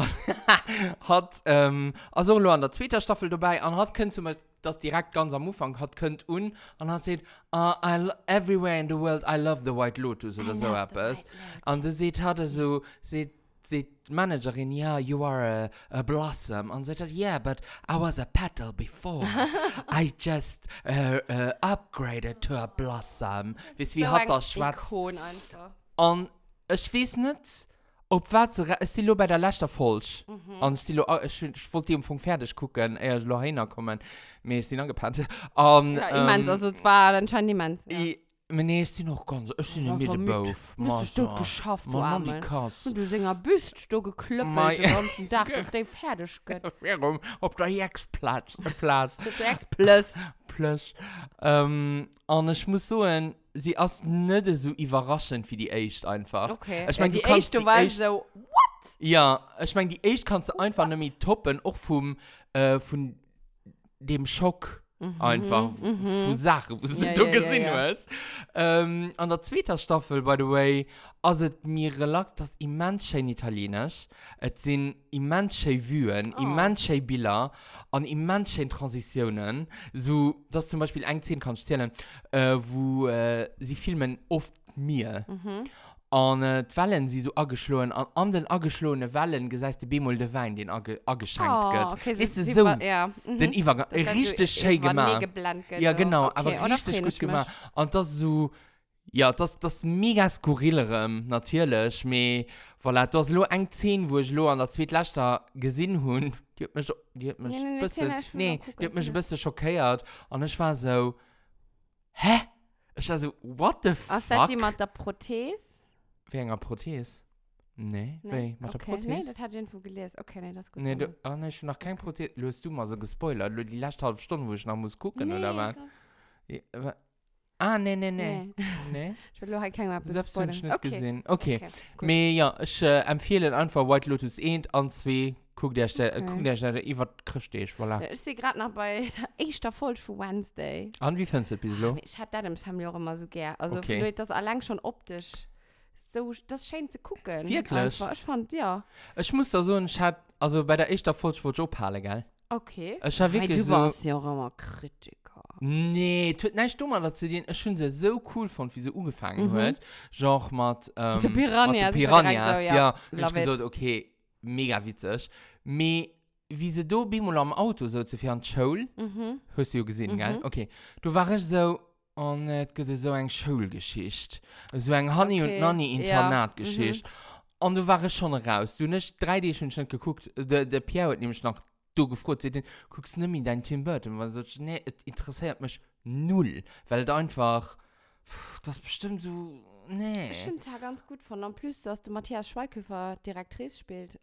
Speaker 2: hat, ähm, also nur an der zweiten Staffel dabei und hat könnt zum Beispiel das direkt ganz am Anfang hat könnt un und hat gesagt, uh, I lo- everywhere in the world I love the White Lotus oder
Speaker 3: I
Speaker 2: so
Speaker 3: love the
Speaker 2: etwas.
Speaker 3: White Lotus.
Speaker 2: Und du seht hat er so, sieht die Managerin, ja, yeah, you are a, a blossom. Und sie sagt, yeah, but I was a petal before. I just uh, uh, upgraded to a blossom. Wisst ihr, wie
Speaker 3: So
Speaker 2: hat
Speaker 3: ein
Speaker 2: das schwarz?
Speaker 3: Ikon einfach.
Speaker 2: Und ich weiß nicht, ob was ist die bei der letzten Folge.
Speaker 3: Mhm.
Speaker 2: Und ist die lo- ich, ich wollte die um fertig gucken, er ist noch hinkommen, mir ist die angepannt. Und,
Speaker 3: Ja, immens, also es war anscheinend immens. Ja.
Speaker 2: ich, mir ist die noch ganz, ich bin
Speaker 3: Ja,
Speaker 2: in der Mitte
Speaker 3: vermüht.
Speaker 2: drauf.
Speaker 3: Hast du das geschafft, du
Speaker 2: Mann, die
Speaker 3: Arme?
Speaker 2: Kass.
Speaker 3: Und du Sänger bist, du geklüppelt
Speaker 2: Mei.
Speaker 3: den ganzen Tag, dass der fertig geht.
Speaker 2: Warum? Ob der Hex Platz, Platz.
Speaker 3: Sechs plus.
Speaker 2: Plus. Ähm, und ich muss sagen, sie ist nicht so überraschend wie die echt einfach.
Speaker 3: Okay.
Speaker 2: Ich mein,
Speaker 3: ja,
Speaker 2: du
Speaker 3: die
Speaker 2: kannst
Speaker 3: erste
Speaker 2: die
Speaker 3: war
Speaker 2: echt-
Speaker 3: so,
Speaker 2: Ja, ich meine, die echt kannst du einfach nicht mehr toppen, auch vom, äh, von dem Schock einfach,
Speaker 3: mhm.
Speaker 2: von Sachen, was
Speaker 3: Ja,
Speaker 2: du
Speaker 3: ja, ja,
Speaker 2: gesehen
Speaker 3: ja.
Speaker 2: hast. Ähm, an der zweiten Staffel, by the way, also mir relax, das ist immens schön italienisch. Es sind immens schön Wühen,
Speaker 3: Oh.
Speaker 2: immens schön Bilder und immens schön Transitionen. So, dass zum Beispiel ein Szene kannst stellen, äh, wo äh, sie filmen oft mir.
Speaker 3: Mhm.
Speaker 2: Und äh, die Wellen sind so angeschlagen. Und an den angeschlagenen Wellen gesagt der Bemol der Wein, den ange angeschenkt
Speaker 3: Oh,
Speaker 2: wird.
Speaker 3: okay, so,
Speaker 2: Ist es
Speaker 3: sie
Speaker 2: so?
Speaker 3: war- ja. Mhm.
Speaker 2: Den Übergang.
Speaker 3: Das hat
Speaker 2: Richtig
Speaker 3: so
Speaker 2: schön
Speaker 3: über
Speaker 2: gemacht.
Speaker 3: nie geblendet,
Speaker 2: Ja,
Speaker 3: so.
Speaker 2: genau.
Speaker 3: Okay,
Speaker 2: aber
Speaker 3: oh, das
Speaker 2: richtig
Speaker 3: kenn
Speaker 2: gut
Speaker 3: ich
Speaker 2: gemacht. Und das so... Ja, das das mega skurrilerem, natürlich. Aber voilà, das ist nur eine Szene, wo ich lo an der zweitletzten gesehen habe. Die hat mich, die hat mich
Speaker 3: Nee, nee, nee,
Speaker 2: ein bisschen...
Speaker 3: erzähl, ich will
Speaker 2: Nee,
Speaker 3: noch gucken,
Speaker 2: die hat mich ein
Speaker 3: erzähl.
Speaker 2: bisschen schockiert. Und ich war so... Hä? Ich war so, what the fuck?
Speaker 3: Ist das die mit der Prothese?
Speaker 2: Wegen einer Prothese? Nee, nee. Mit der
Speaker 3: okay.
Speaker 2: Prothese?
Speaker 3: Nee, das hat ich irgendwo gelesen. Okay, nee, das ist gut.
Speaker 2: Nee, du,
Speaker 3: dann.
Speaker 2: oh nee, ich habe noch kein Prothese. Löst du mal so gespoilert. Lo- Die letzte halbe Stunde, wo ich noch muss gucken,
Speaker 3: nee,
Speaker 2: oder was?
Speaker 3: krass.
Speaker 2: Ja, aber- Ah, nee, nee, nee.
Speaker 3: Nee.
Speaker 2: Nee?
Speaker 3: Ich will nur halt keinen
Speaker 2: Das hast du
Speaker 3: spoilern.
Speaker 2: nicht
Speaker 3: Okay.
Speaker 2: gesehen. Okay.
Speaker 3: Okay, gut.
Speaker 2: Me, ja, ich äh, empfehle einfach White Lotus eins und zwei. Guck der Stelle,
Speaker 3: Okay.
Speaker 2: äh, guck der Stelle, ich was kriegst ich, voilà.
Speaker 3: Ja, ich sehe gerade noch bei der ersten Folge für Wednesday.
Speaker 2: Und wie findest du das bis lo?
Speaker 3: Ich hatte das im Family auch immer so gern. Also
Speaker 2: Okay.
Speaker 3: vielleicht das allein schon optisch so, das ist schön zu gucken.
Speaker 2: Wirklich?
Speaker 3: Einfach. Ich fand, ja.
Speaker 2: Ich muss da so, ich hatte, also bei der ersten Folge wollte ich auch Palle, gell?
Speaker 3: Okay.
Speaker 2: Ich habe
Speaker 3: Hey,
Speaker 2: wirklich
Speaker 3: du
Speaker 2: so...
Speaker 3: warst ja auch immer Kritiker.
Speaker 2: Nee, tut nicht dummer, dass sie den, ich finde sie so cool von, wie sie angefangen
Speaker 3: Mhm.
Speaker 2: hat. Genre mit, ähm,
Speaker 3: Die Piranhas,
Speaker 2: mit den
Speaker 3: ich war direkt
Speaker 2: Piranhas,
Speaker 3: so,
Speaker 2: ja.
Speaker 3: ja.
Speaker 2: Und ich
Speaker 3: Love
Speaker 2: gesagt,
Speaker 3: it.
Speaker 2: okay, mega witzig. Aber wie sie da bimol am Auto so zu fahren, Schule,
Speaker 3: Mhm.
Speaker 2: hast du ja gesehen,
Speaker 3: Mhm.
Speaker 2: gell? Okay, du warst so, und es gibt so eine Schulgeschichte. So eine Honey
Speaker 3: Okay,
Speaker 2: und Nanny
Speaker 3: ja.
Speaker 2: Internatgeschichte. Und du warst schon raus. Du hast drei D schon schon geguckt. Der, der Pierre hat nämlich noch du gefragt, sie den, guckst du nicht mehr dein Tim Burton? Weil so, nee, es interessiert mich null. Weil da einfach, pff, das ist bestimmt so, nee.
Speaker 3: Ich finde es ja ganz gut von. Und plus, dass der Matthias Schweighöfer Direktrice spielt.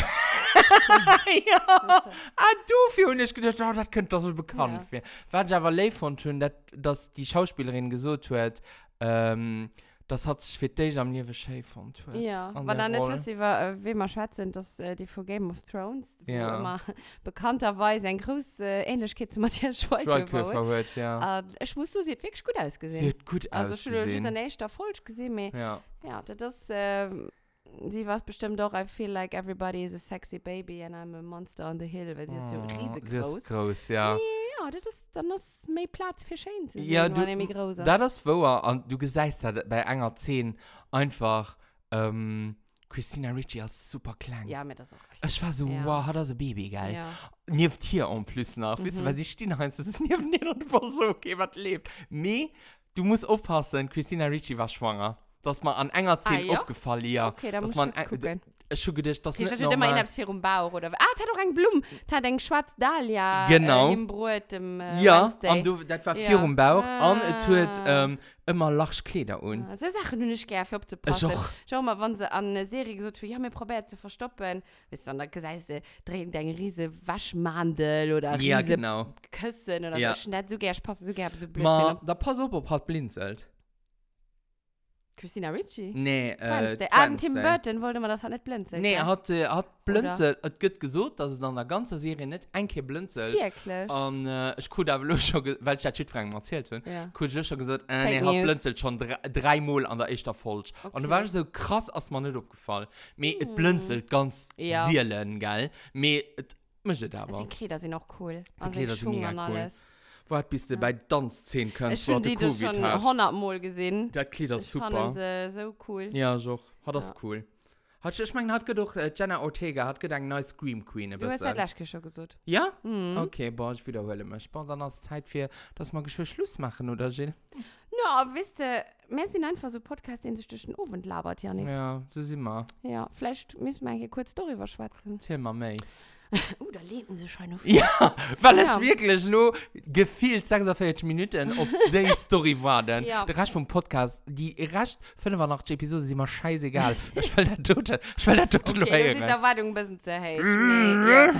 Speaker 2: Ja, ah, du für und ich gedacht, oh, das könnte doch so bekannt
Speaker 3: Ja.
Speaker 2: werden. Was ich aber leid von tun, dass, dass die Schauspielerin gesagt hat, ähm, das hat sich für dich am Leben schön von tun.
Speaker 3: Ja,
Speaker 2: an
Speaker 3: weil
Speaker 2: der
Speaker 3: dann nicht
Speaker 2: Rolle.
Speaker 3: wissen, über äh, wem wir schwätzen, dass äh, die von Game of Thrones, wo
Speaker 2: Ja.
Speaker 3: immer bekannterweise eine große äh, Ähnlichkeit zu Matthias Schweighöfer hat.
Speaker 2: Schweighöfer wird, ja.
Speaker 3: Äh, ich muss so, sie hat wirklich gut
Speaker 2: Sie
Speaker 3: ausgesehen.
Speaker 2: hat gut
Speaker 3: Also schon in der
Speaker 2: ausgesehen.
Speaker 3: nächsten Folge gesehen, aber
Speaker 2: Ja.
Speaker 3: ja, das ähm, sie war bestimmt auch, I feel like everybody is a sexy baby and I'm a monster on the hill, weil sie ist so riesig
Speaker 2: Sie
Speaker 3: groß.
Speaker 2: ist groß, ja.
Speaker 3: Ja, das ist, dann ist mehr Platz für schön zu
Speaker 2: Ja,
Speaker 3: sehen,
Speaker 2: du,
Speaker 3: wenn ich groß
Speaker 2: da das war, und du gesagt hast, bei einer zehn einfach, ähm, Christina Ricci ist super klein.
Speaker 3: Ja, mir das auch klar.
Speaker 2: Ich war so,
Speaker 3: Ja.
Speaker 2: wow, hat das ein Baby, geil.
Speaker 3: Ja.
Speaker 2: Neben hier und plus noch, weißt du,
Speaker 3: Mhm.
Speaker 2: weil sie stehen eins, das ist neben dir und du warst so, okay, was lebt. Me, du musst aufpassen, Christina Ricci war schwanger. Das ist mir an einer zehn
Speaker 3: Ah, ja?
Speaker 2: aufgefallen, ja.
Speaker 3: Okay, da
Speaker 2: dass
Speaker 3: muss
Speaker 2: man
Speaker 3: ich
Speaker 2: äh,
Speaker 3: gucken.
Speaker 2: Ich schon gedacht, das
Speaker 3: Sie
Speaker 2: ist
Speaker 3: steht
Speaker 2: nicht
Speaker 3: immer in
Speaker 2: normal.
Speaker 3: der für den Bauch oder ah, hat auch ein Blum, hat ein schwarz Dahlia
Speaker 2: Genau.
Speaker 3: äh, im Brot im äh,
Speaker 2: Ja,
Speaker 3: Wednesday.
Speaker 2: und du, das war
Speaker 3: Ja.
Speaker 2: vier im Bauch.
Speaker 3: Ah.
Speaker 2: Und es tut ähm, immer Lachskleider an.
Speaker 3: Ah, so Sachen nur nicht gerne für
Speaker 2: Ich
Speaker 3: aufzupassen.
Speaker 2: auch.
Speaker 3: Schau mal, wenn sie an eine Serie gesagt haben, ja, wir probieren zu verstoppen, weißt du, dann gesagt sie, drehen einen riesen Waschmandel oder
Speaker 2: Ja,
Speaker 3: riesen
Speaker 2: genau.
Speaker 3: Küssen oder
Speaker 2: Ja.
Speaker 3: so. Ich nicht so gerne, ich passe so gerne auf so
Speaker 2: Ma,
Speaker 3: Blödsinn.
Speaker 2: da pass auf, ob hat blinzelt.
Speaker 3: Christina Ricci?
Speaker 2: Nee, äh,
Speaker 3: Wednesday. Ah,
Speaker 2: Wednesday.
Speaker 3: Tim Burton wollte man das halt nicht blinzeln.
Speaker 2: Nee, er
Speaker 3: gell?
Speaker 2: hat, äh, er hat blinzelt. Es geht gesagt, dass es in der ganzen Serie nicht ein Kind blinzelt.
Speaker 3: Wirklich?
Speaker 2: Und äh, ich konnte aber schon, ge- weil ich das Schüttfragen erzählt habe,
Speaker 3: Ja.
Speaker 2: konnte ich schon gesagt, äh,
Speaker 3: Fake
Speaker 2: nee, er hat
Speaker 3: News.
Speaker 2: blinzelt schon drei, dreimal an der ersten Folge. Und
Speaker 3: Okay.
Speaker 2: da war ich so krass, als mir nicht aufgefallen. Aber
Speaker 3: Hm.
Speaker 2: es blinzelt ganz
Speaker 3: Ja.
Speaker 2: Seelen, gell? Aber es möchte
Speaker 3: Also
Speaker 2: aber.
Speaker 3: die Kleider sind auch cool.
Speaker 2: Die Kleider sind mega cool. Wo bist du
Speaker 3: Ja.
Speaker 2: bei Tanzszenen
Speaker 3: Ich
Speaker 2: kannst, wo
Speaker 3: finde
Speaker 2: du
Speaker 3: die das
Speaker 2: Covid
Speaker 3: schon
Speaker 2: hast?
Speaker 3: hundert Mal gesehen.
Speaker 2: Das Kleid ist
Speaker 3: Ich
Speaker 2: super.
Speaker 3: fand sie so cool.
Speaker 2: Ja, so. Hat das
Speaker 3: Ja.
Speaker 2: cool. Hat, ich meine, hat gedacht, äh, Jenna Ortega hat gedacht, neue Scream Queen. ein
Speaker 3: Du hast
Speaker 2: bisschen.
Speaker 3: ja gleich schon gesagt.
Speaker 2: Ja?
Speaker 3: Mhm.
Speaker 2: Okay, boah, ich wiederhole mich. Boah, dann ist es Zeit für, dass wir geschwind Schluss machen, oder Jill?
Speaker 3: Ja, wisst ihr, wir sind einfach so Podcast, den sich durch den Ofen labert, ja nicht?
Speaker 2: Ja, so sind wir.
Speaker 3: Ja, vielleicht müssen wir hier kurz darüber schwatzen.
Speaker 2: Erzähl mal mehr.
Speaker 3: Oh, da lehnten sie schon auf.
Speaker 2: Ja, weil
Speaker 3: Ja.
Speaker 2: ich wirklich nur gefühlt sechsundvierzig Minuten auf die Story war. Dann.
Speaker 3: Ja.
Speaker 2: Der Rest vom Podcast, die Rest fünfundachtzig Episoden sind mir scheißegal. Ich will das total, ich will das total
Speaker 3: Okay, das ist
Speaker 2: hören.
Speaker 3: die Erwartung ein bisschen zu heiß.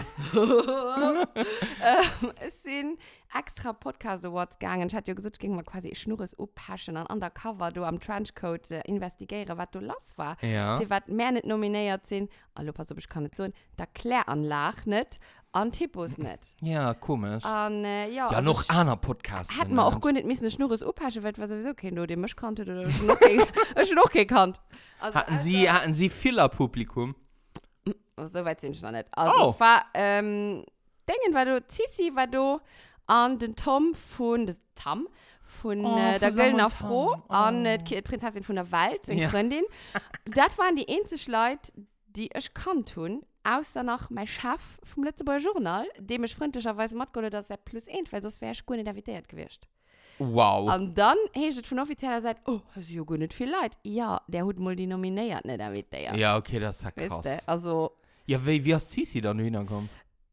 Speaker 3: Ja. ähm, es sind extra Podcast Awards gegangen. Ich hatte ja gesagt, ich ging mal quasi schnurres aufpassen und undercover du am Trenchcoat äh, investigieren, was du los war.
Speaker 2: Ja.
Speaker 3: Für was mehr nicht nominiert sind. Also, pass auf, ich kann nicht so. Der Kläranlage nicht und Typus nicht.
Speaker 2: Ja, komisch.
Speaker 3: Und, äh, ja,
Speaker 2: Ja,
Speaker 3: also
Speaker 2: noch
Speaker 3: ich-
Speaker 2: einer Podcast.
Speaker 3: Hätten wir auch gar nicht müssen schnurres aufpassen, weil wir sowieso kein du den mich kannte oder schon noch ge- schon noch gekannt. Also,
Speaker 2: Hatten Sie, hatten Sie Filler-Publikum?
Speaker 3: Also, so weit sind ich noch nicht. Also,
Speaker 2: Oh.
Speaker 3: es war, ähm, Dingen, weil du, Sissi war du an den Tom von, das Tom, von
Speaker 2: Oh,
Speaker 3: äh,
Speaker 2: von
Speaker 3: der
Speaker 2: Sam
Speaker 3: Göllner
Speaker 2: und
Speaker 3: Frau,
Speaker 2: Tom.
Speaker 3: an
Speaker 2: Oh.
Speaker 3: äh, die Prinzessin von der Welt, seine
Speaker 2: Ja.
Speaker 3: Freundin. Das waren die einzigen Leute, die ich kannte tun, außer noch mein Chef vom Letzteburger Journal, dem ich freundlicherweise mitgegeben habe, dass er plus eins, weil sonst wäre ich gar nicht invitiert gewesen.
Speaker 2: Wow.
Speaker 3: Und dann hast du von offizieller Seite, oh, hast du ja gar nicht viel Leute. Ja, der hat mal die nominiert, nicht invitiert.
Speaker 2: Ja, okay, das ist ja
Speaker 3: Weißt
Speaker 2: krass.
Speaker 3: du? Also,
Speaker 2: Ja, wie, wie hast Sisi dann hingekommen?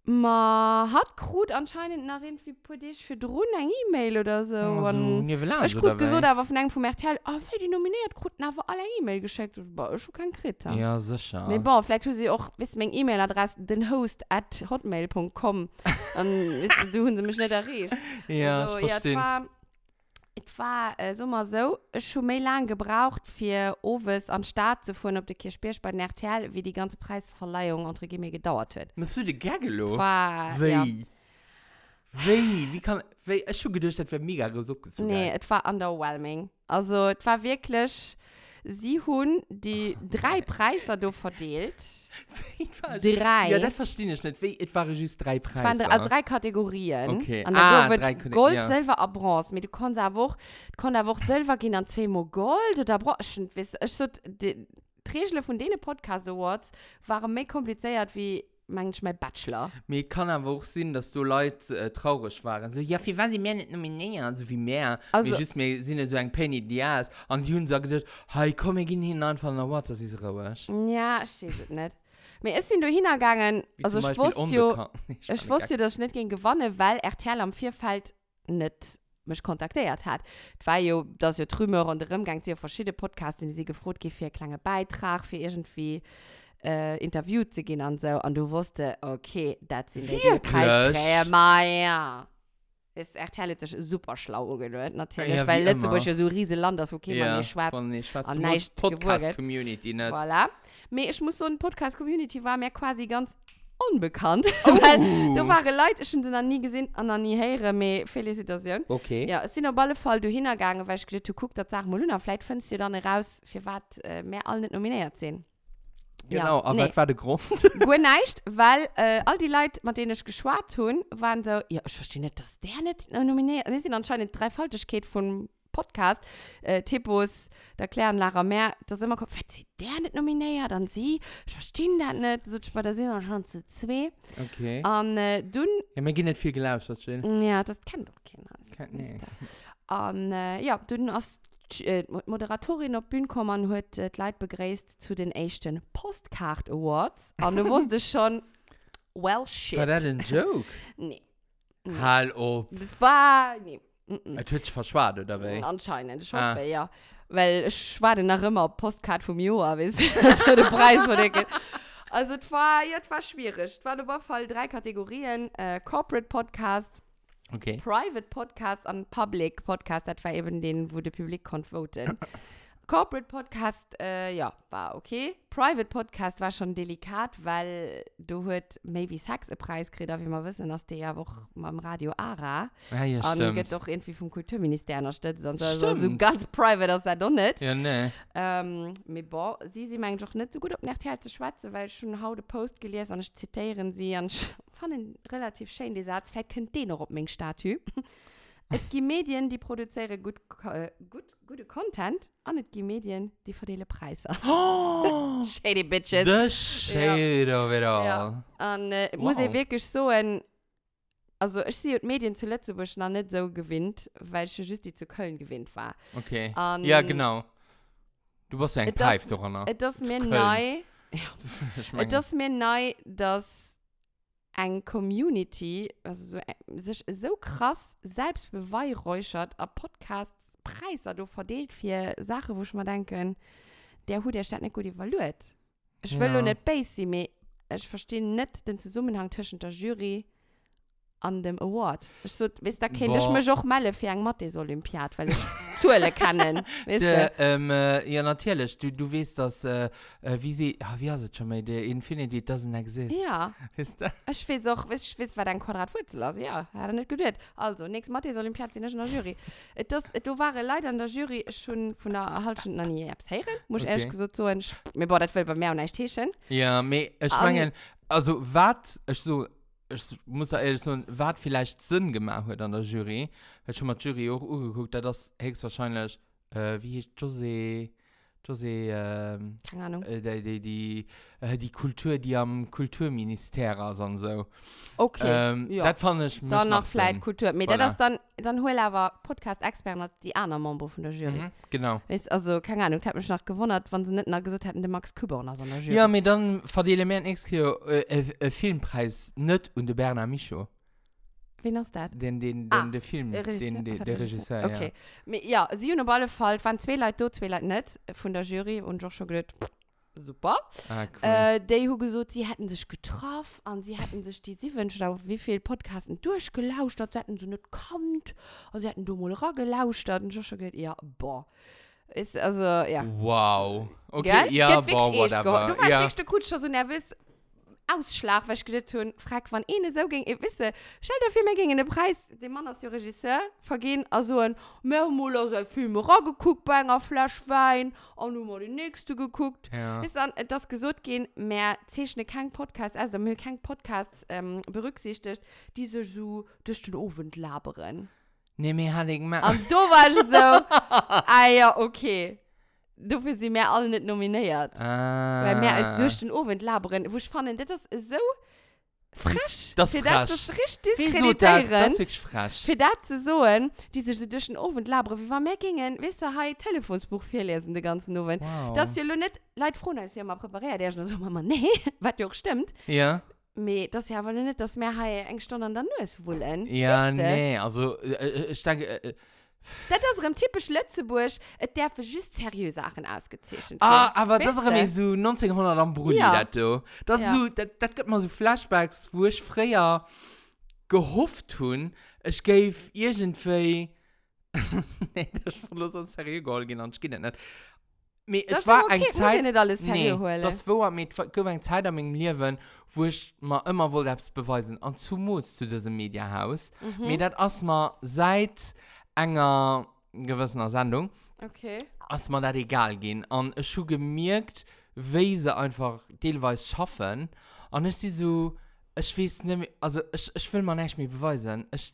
Speaker 3: man hat Krut anscheinend nach irgendwie für dich für Drohnen eine E-Mail oder so.
Speaker 2: Also,
Speaker 3: Und
Speaker 2: nie will
Speaker 3: ich Krut gesagt, aber von einem vom R T L, oh, für die nominiert, Krut einfach alle eine E-Mail geschickt. Das war schon kein Kritter.
Speaker 2: Ja, sicher.
Speaker 3: Aber bon, vielleicht tun sie auch, wisst ihr, meine E-Mail-Adresse, den Host at hotmail punkt com. Und wisst ihr, du haben sie mich nicht erreicht.
Speaker 2: Ja,
Speaker 3: Also,
Speaker 2: ich verstehe.
Speaker 3: Ja, es war, es war äh, so mal so, ich schon mehr lange gebraucht für Oves an den Start zu fahren, ob der Kirchbirsch bei den R T L, wie die ganze Preisverleihung unter mir gedauert hat.
Speaker 2: Musst du die Gagelo?
Speaker 3: War,
Speaker 2: Wie?
Speaker 3: ja.
Speaker 2: Wie? Wie kann. Wie? Ich schon gedacht, das wäre mega groß abgezogen.
Speaker 3: Nee, es war underwhelming. Also, es war wirklich sie haben die drei Preise da verdient.
Speaker 2: Wie
Speaker 3: Drei.
Speaker 2: Ja, das verstehe ich nicht. Wie, es waren just drei
Speaker 3: Es waren
Speaker 2: Preise.
Speaker 3: also drei Kategorien.
Speaker 2: Okay.
Speaker 3: Und
Speaker 2: Ah,
Speaker 3: da wird
Speaker 2: drei Kategorien,
Speaker 3: Gold,
Speaker 2: ja.
Speaker 3: Silber und Bronze. Aber du kannst auch, du kannst auch Silber gehen an zweimal Gold oder Bronze. Ich weiß, ich so, die, die Regeln von diesen Podcast Awards waren mehr kompliziert wie manchmal Bachelor.
Speaker 2: Mir kann aber auch sein, dass du Leute äh, traurig waren. So, ja, wie waren sie mehr nicht nominiert? Also wie mehr.
Speaker 3: Also-
Speaker 2: Mir just, wir sind so ein Penny Diaz. Und die haben gesagt, hey, komm, wir gehen hin einfach nach Awards, das ist ruhig.
Speaker 3: Ja, ich weiß es nicht. Mir ist sind da hingegangen,
Speaker 2: Wie
Speaker 3: also
Speaker 2: zum
Speaker 3: ich
Speaker 2: Beispiel
Speaker 3: wusste ja,
Speaker 2: unbekannt. Ich
Speaker 3: ich wusste ja, dass ich nicht gegen gewonnen, weil R T L am Vierfeld nicht mich kontaktiert hat. Das war ja, dass ja Trümmer und Rumgang zu verschiedene Podcasts, die sie gefragt haben für einen kleinen Beitrag, für irgendwie äh, interviewt zu gehen und so. Und du wusstest, okay, das sind die
Speaker 2: Wirklich?
Speaker 3: Preisträger, ja. Ist R T L jetzt super schlau gelöst, natürlich,
Speaker 2: Ja,
Speaker 3: weil
Speaker 2: wie
Speaker 3: Lützeburg
Speaker 2: immer.
Speaker 3: ja so ein riesen Land ist, wo keiner
Speaker 2: Ja,
Speaker 3: nicht schwarz
Speaker 2: von nicht schwarz.
Speaker 3: an
Speaker 2: Zum
Speaker 3: nichts
Speaker 2: Podcast-Community, nicht?
Speaker 3: Voilà. Aber ich muss so ein Podcast-Community war mir quasi ganz unbekannt. Weil da waren Leute, ich habe sie noch nie gesehen und noch nie hören, aber Felicitation.
Speaker 2: Okay.
Speaker 3: Ja, es sind auf alle Fall da hingegangen, weil ich gedacht habe, guck, das sag mal, Luna, vielleicht findest du dann raus, für was äh, mehr alle nicht nominiert sind.
Speaker 2: Genau,
Speaker 3: ja,
Speaker 2: aber
Speaker 3: nee.
Speaker 2: was war der Grund?
Speaker 3: Gut nicht, weil äh, all die Leute, mit denen ich geschwärzt habe, waren so, ja, ich verstehe nicht, dass der nicht nominiert ist. Das sind anscheinend drei Faltigkeiten vom Podcast. Äh, Tippos, da klären Lara mehr, dass immer kommt, was ist der nicht nominiert? Dann sie, ich verstehe das nicht. So, da sind wir schon zu zwei.
Speaker 2: Okay.
Speaker 3: Und äh, dann,
Speaker 2: Ja, mir geht nicht viel gelauscht, das schön.
Speaker 3: ja, das kennt doch keiner. Das
Speaker 2: Kein-
Speaker 3: wisst
Speaker 2: nee.
Speaker 3: ihr. Und äh, ja, dann als äh, Moderatorin auf die Bühne gekommen und hat äh, die Leute begrüßt zu den ersten Postcard Awards. Und du wusstest schon, well, shit.
Speaker 2: War das ein Joke?
Speaker 3: Nee. Nee.
Speaker 2: Hallo.
Speaker 3: Das war, nee. Mm -mm.
Speaker 2: Er tut sich verschwart, oder wie?
Speaker 3: Anscheinend, ich hoffe,
Speaker 2: Ah.
Speaker 3: ja. Weil ich war dann nach immer Postcard vom Jahr, weißt du, das war der Preis von der. Also, es war, ja, es war schwierig. Es waren auf jeden Fall drei Kategorien: äh, Corporate Podcast,
Speaker 2: Okay.
Speaker 3: Private Podcast und Public Podcast. Das war eben den, wo der Publikum konnte voten. Corporate Podcast, äh, ja, war okay. Private Podcast war schon delikat, weil du hast Maybe Sachs einen Preis gekriegt, wie wir wissen, dass der ja auch am Radio Ara.
Speaker 2: Ja, ja,
Speaker 3: Und
Speaker 2: stimmt.
Speaker 3: geht doch irgendwie vom Kulturministerium unterstützt. Und also so
Speaker 2: Stimmt.
Speaker 3: ganz private ist das doch nicht.
Speaker 2: Ja, ne.
Speaker 3: Ähm, aber bon, sie sind eigentlich auch nicht so gut auf R T L zu schwätzen, weil ich schon heute Post gelesen und ich zitiere sie und ich fand ihn relativ schön, den Satz. Vielleicht könnt ihr noch auf meinen Statue. Es gibt Medien, die produzieren gut, äh, gut, gute Content und es gibt Medien, die verdienen Preise.
Speaker 2: Oh,
Speaker 3: Shady Bitches.
Speaker 2: the shade of it all.
Speaker 3: Ja. Und äh,
Speaker 2: Wow.
Speaker 3: muss ich wirklich so ein. Also, ich sehe die Medien zu Lützeburg noch nicht so gewinnt, weil ich just die zu Köln gewinnt war.
Speaker 2: Okay.
Speaker 3: Und
Speaker 2: Ja, genau. Du warst ja ein
Speaker 3: Das-
Speaker 2: Pipe, doch, Anna.
Speaker 3: Es ist mir
Speaker 2: Köln.
Speaker 3: neu.
Speaker 2: Ich mein,
Speaker 3: Es ist mir neu, dass eine Community also so, äh, sich so krass selbst beweihräuchert, ein Podcast Preise du verdient für Sachen, wo ich mir denke, der Hut der Stadt nicht gut evaluiert. Ich will
Speaker 2: Ja.
Speaker 3: nur nicht basic, aber ich verstehe nicht den Zusammenhang zwischen der Jury und dem Award. Ich so, weißt, da könnte ich
Speaker 2: Boah.
Speaker 3: mich auch melden für eine Mathe-Olympiade, weil ich zuhören kann. Weißt
Speaker 2: Der,
Speaker 3: du?
Speaker 2: ähm, äh, ja, natürlich. Du, du weißt, dass, äh, äh, wie sie, ah, wie heißt es schon mal, der Infinity doesn't exist.
Speaker 3: Ja.
Speaker 2: Weißt du?
Speaker 3: Ich weiß auch, ich weiß, was dein Quadratwurzel ist. Ja, hat er nicht gedacht. Also, nächstes Mathe-Olympiade sind ich in der Jury. Äh, Das, äh, du waren leider in der Jury schon von der Halbstunde noch nie etwas hören. Muss ich
Speaker 2: Okay.
Speaker 3: ehrlich gesagt so ein, mir war das will bei mir auch nicht stehen.
Speaker 2: Ja, me, ich
Speaker 3: Um,
Speaker 2: meine, also, was, ich so, ich muss ehrlich sagen, was vielleicht Sinn gemacht hat an der Jury, weil ich schon mal die Jury auch angeguckt, das höchstwahrscheinlich, äh, wie heißt José, José, ähm,
Speaker 3: Keine Ahnung.
Speaker 2: äh, die, die, die, äh, die Kultur, die am Kulturministerium ist und so.
Speaker 3: Okay,
Speaker 2: Ähm,
Speaker 3: ja.
Speaker 2: Das fand ich, muss
Speaker 3: Dann noch
Speaker 2: noch
Speaker 3: vielleicht
Speaker 2: Sinn.
Speaker 3: Kultur. Aber
Speaker 2: Voilà.
Speaker 3: das dann, dann hol aber Podcast-Experten die anderen Member von der Jury.
Speaker 2: Mhm, genau.
Speaker 3: Weißt, also, keine Ahnung, ich habe mich noch gewundert, wenn sie nicht noch gesagt hätten, der Max Küber in so einer Jury.
Speaker 2: Ja, aber dann verdienen wir nächstes Jahr äh, einen Filmpreis nicht und der Bernard Michaud.
Speaker 3: Wen ist das?
Speaker 2: Den, den,
Speaker 3: Ah,
Speaker 2: den, der Film,
Speaker 3: Der Regisseur?
Speaker 2: den, den,
Speaker 3: Was hat
Speaker 2: der
Speaker 3: der
Speaker 2: Regisseur,
Speaker 3: Okay. Mi- Ja, sie haben auf alle Fall, es waren zwei Leute da, zwei Leute nicht von der Jury und ich habe schon gedacht, pff, super.
Speaker 2: ja. Ah, cool.
Speaker 3: Äh, die haben gesagt, sie hätten sich getroffen und sie hätten sich die, sie wünschen auf wie viele Podcasten durchgelauscht, sie hätten sie nicht gekannt und sie hätten da mal gelauscht und ich habe schon gedacht, ja, boah. Ist also, ja.
Speaker 2: Wow. Okay,
Speaker 3: Gell?
Speaker 2: ja,
Speaker 3: Geht
Speaker 2: boah,
Speaker 3: wirklich echt
Speaker 2: whatever.
Speaker 3: geho- Du warst
Speaker 2: ja.
Speaker 3: wirklich kurz schon so nervös. Ausschlag, was ich gedacht habe, frag, wann eine so ging, ich wisse, stell dir vor, mir ging den Preis, der Mann als der Regisseur, vergehen, also ein, wir haben mal so ein Film geguckt bei einer Flasche Wein, und nun mal die nächste geguckt.
Speaker 2: Ja.
Speaker 3: Ist dann das gesagt gehen, mehr zeichne kein Podcast, also mir kein Podcast ähm, berücksichtigt, die sich so durch den Ofen labern.
Speaker 2: Nee, mir hat ich mal.
Speaker 3: Und du warst so, ah ja, okay. Dafür sind wir alle nicht nominiert.
Speaker 2: Ah.
Speaker 3: Weil mehr als durch den Ofen labern, wo ich fand, das ist so frisch.
Speaker 2: Das ist
Speaker 3: Für
Speaker 2: frisch.
Speaker 3: Das ist richtig
Speaker 2: Wieso das? Das
Speaker 3: diskreditierend.
Speaker 2: ist wirklich frisch.
Speaker 3: Für das zu sagen, die sich so durch den Ofen labern, wie wir mehr gingen, weißt du, halt Telefonsbuch vorlesen, den ganzen Ofen.
Speaker 2: Wow.
Speaker 3: Das ist ja nur nicht, Leute froh, dass ich mal präpariert, der ist nur so, Mama, nee, was ja auch stimmt.
Speaker 2: Ja.
Speaker 3: Aber das ist ja aber nicht, dass wir hier eine Stunde an der Nuss wollen.
Speaker 2: Ja,
Speaker 3: Weißt du?
Speaker 2: nee, also äh, ich denke, äh,
Speaker 3: Das ist im typisch Lützeburg, es darf just seriöse Sachen ausgezeichnet
Speaker 2: ah,
Speaker 3: werden.
Speaker 2: aber das ist
Speaker 3: Weißt
Speaker 2: mir
Speaker 3: du?
Speaker 2: so neunzehnhundert am Brülli,
Speaker 3: Ja.
Speaker 2: das du. Das
Speaker 3: Ja.
Speaker 2: so, das, das gibt mir so Flashbacks, wo ich früher gehofft habe, ich gebe irgendwie, nee, das ist bloß ein seriös Goal genannt, ich gehe nicht. Aber
Speaker 3: Das
Speaker 2: es war
Speaker 3: okay,
Speaker 2: eine
Speaker 3: muss
Speaker 2: Zeit,
Speaker 3: ich nicht alles
Speaker 2: nee,
Speaker 3: herholen.
Speaker 2: das war mit eine Zeit in meinem Leben, wo ich mir immer wollte etwas beweisen und zu Mut zu diesem Mediahaus.
Speaker 3: Mhm.
Speaker 2: Mir das ist mir seit einer gewisser Sendung,
Speaker 3: Okay.
Speaker 2: ist mir das egal gehen. Und ich habe gemerkt, wie sie einfach teilweise schaffen. Und ich bin so, ich weiß nicht mehr, also ich, ich will mir nicht mehr beweisen. Ich,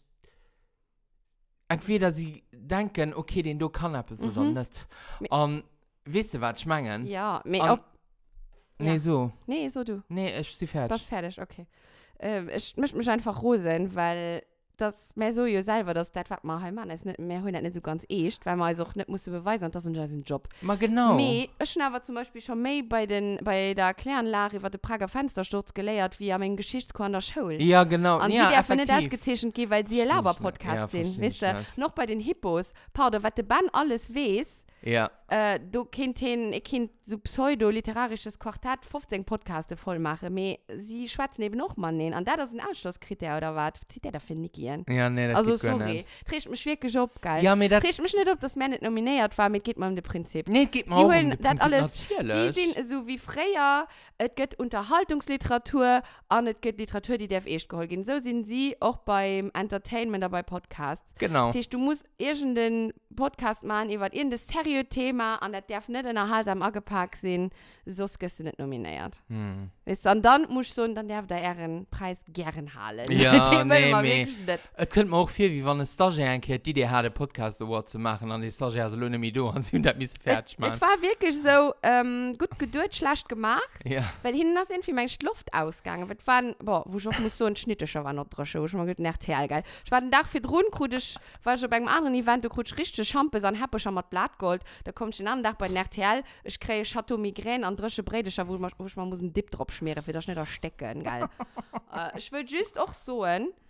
Speaker 2: entweder sie denken, okay, den du kann etwas oder
Speaker 3: Mhm.
Speaker 2: nicht.
Speaker 3: Mi-
Speaker 2: Und weißt du, was ich meine?
Speaker 3: Ja, mir
Speaker 2: Und-
Speaker 3: auch.
Speaker 2: Nee,
Speaker 3: Ja.
Speaker 2: so.
Speaker 3: Nee, so du.
Speaker 2: Nee, ich bin fertig.
Speaker 3: Das ist fertig, okay. Ähm, ich möchte mich einfach rosen, weil das mehr so ja selber, dass das, was wir heute machen, ist nicht, wir haben das nicht so ganz echt, weil man also auch nicht muss beweisen, das ist ein Job.
Speaker 2: Mal genau.
Speaker 3: Me, ich habe aber zum Beispiel schon mehr bei, den, bei der Kläranlage über den Prager Fenstersturz gelehrt, wie an meinem Geschichtskurs an der Schule.
Speaker 2: Ja, genau.
Speaker 3: Und
Speaker 2: ja,
Speaker 3: die dürfen nicht
Speaker 2: effektiv.
Speaker 3: ausgezeichnet gehen, weil sie ein
Speaker 2: Verstehe ich
Speaker 3: Laber-Podcast
Speaker 2: nicht. Ja,
Speaker 3: sind.
Speaker 2: verstehe
Speaker 3: Weißt
Speaker 2: ich
Speaker 3: du,
Speaker 2: nicht.
Speaker 3: noch bei den Hippos, pardon, was der Band alles weiß,
Speaker 2: Ja.
Speaker 3: äh, du könnt ihn, ich kind so pseudo-literarisches Quartett fünfzehn Podcaste voll machen, aber sie schwätzen eben noch mal nicht. Und das ist ein Ausschlusskriterium oder was? Zieht der dafür nicht gern?
Speaker 2: Ja, nee, das
Speaker 3: Also,
Speaker 2: geht gar
Speaker 3: sorry.
Speaker 2: nicht.
Speaker 3: Trägt mich wirklich ab, geil.
Speaker 2: Ja, mir das.
Speaker 3: Trägt mich nicht ab, dass mir nicht nominiert war, mit geht man um das Prinzip.
Speaker 2: Nee, geht mir
Speaker 3: Sie
Speaker 2: auch um
Speaker 3: holen
Speaker 2: die
Speaker 3: das
Speaker 2: Prinzip
Speaker 3: alles.
Speaker 2: natürlich.
Speaker 3: Sie sind so wie früher, es gibt Unterhaltungsliteratur und es gibt Literatur, die darf echt geholt gehen. So sind sie auch beim Entertainment oder bei Podcasts.
Speaker 2: Genau.
Speaker 3: Das heißt, du musst irgendeinen Podcast machen über irgendein seriöses Thema und das darf nicht in der Halsam angepackt sein, sonst wirst du nicht nominiert.
Speaker 2: Hm.
Speaker 3: Weißt du, und dann musst du, dann darf der ihren Preis gern halten.
Speaker 2: Ja,
Speaker 3: Den will
Speaker 2: nee,
Speaker 3: man
Speaker 2: nee.
Speaker 3: wirklich nicht.
Speaker 2: Es könnte mir auch viel, wie wenn ein Stagiaire einkehr, die die hat, einen Podcast Award zu machen, und die Stagiaire so nicht mehr da, und sie haben das fertig
Speaker 3: Es
Speaker 2: machen.
Speaker 3: war wirklich so ähm, gut geduld, schlecht gemacht.
Speaker 2: Ja.
Speaker 3: Weil hinten ist irgendwie meine Luft ausgegangen. Es waren, boah, wo ich auch muss so ein Schnittischer war noch drin, wo ich mal gut nach Teil, geil. Ich war den Tag für drin, ich war schon beim anderen Event, du kriegst richtig Champes, dann habe ich schon mit Blattgold, da komme ich den anderen Tag bei R T L, ich kriege Chateau Migraine und drische Bredischer, wo, wo ich mal muss einen Dip drauf schmieren, für das nicht erstecken, geil. äh, ich will just auch so,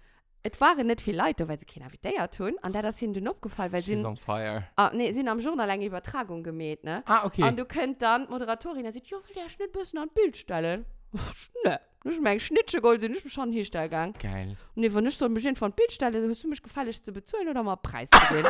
Speaker 3: es waren nicht viele Leute, weil sie keine Idee tun, und da ist ihnen aufgefallen, weil sie
Speaker 2: She's
Speaker 3: sind,
Speaker 2: on fire.
Speaker 3: ah, nee, sie sind am Journal eine Übertragung gemäht, ne?
Speaker 2: Ah, okay.
Speaker 3: Und du könnt dann, Moderatorin, er sagt, ja, will der Schnitt ein bisschen an Bild stellen? Ne, ich meine, Schnittchen Gold sind nicht schon hier gegangen.
Speaker 2: Geil.
Speaker 3: Und wenn nicht so ein bisschen von Bild stellen, hast du mich gefallen, ich zu bezahlen oder mal Preis zu geben?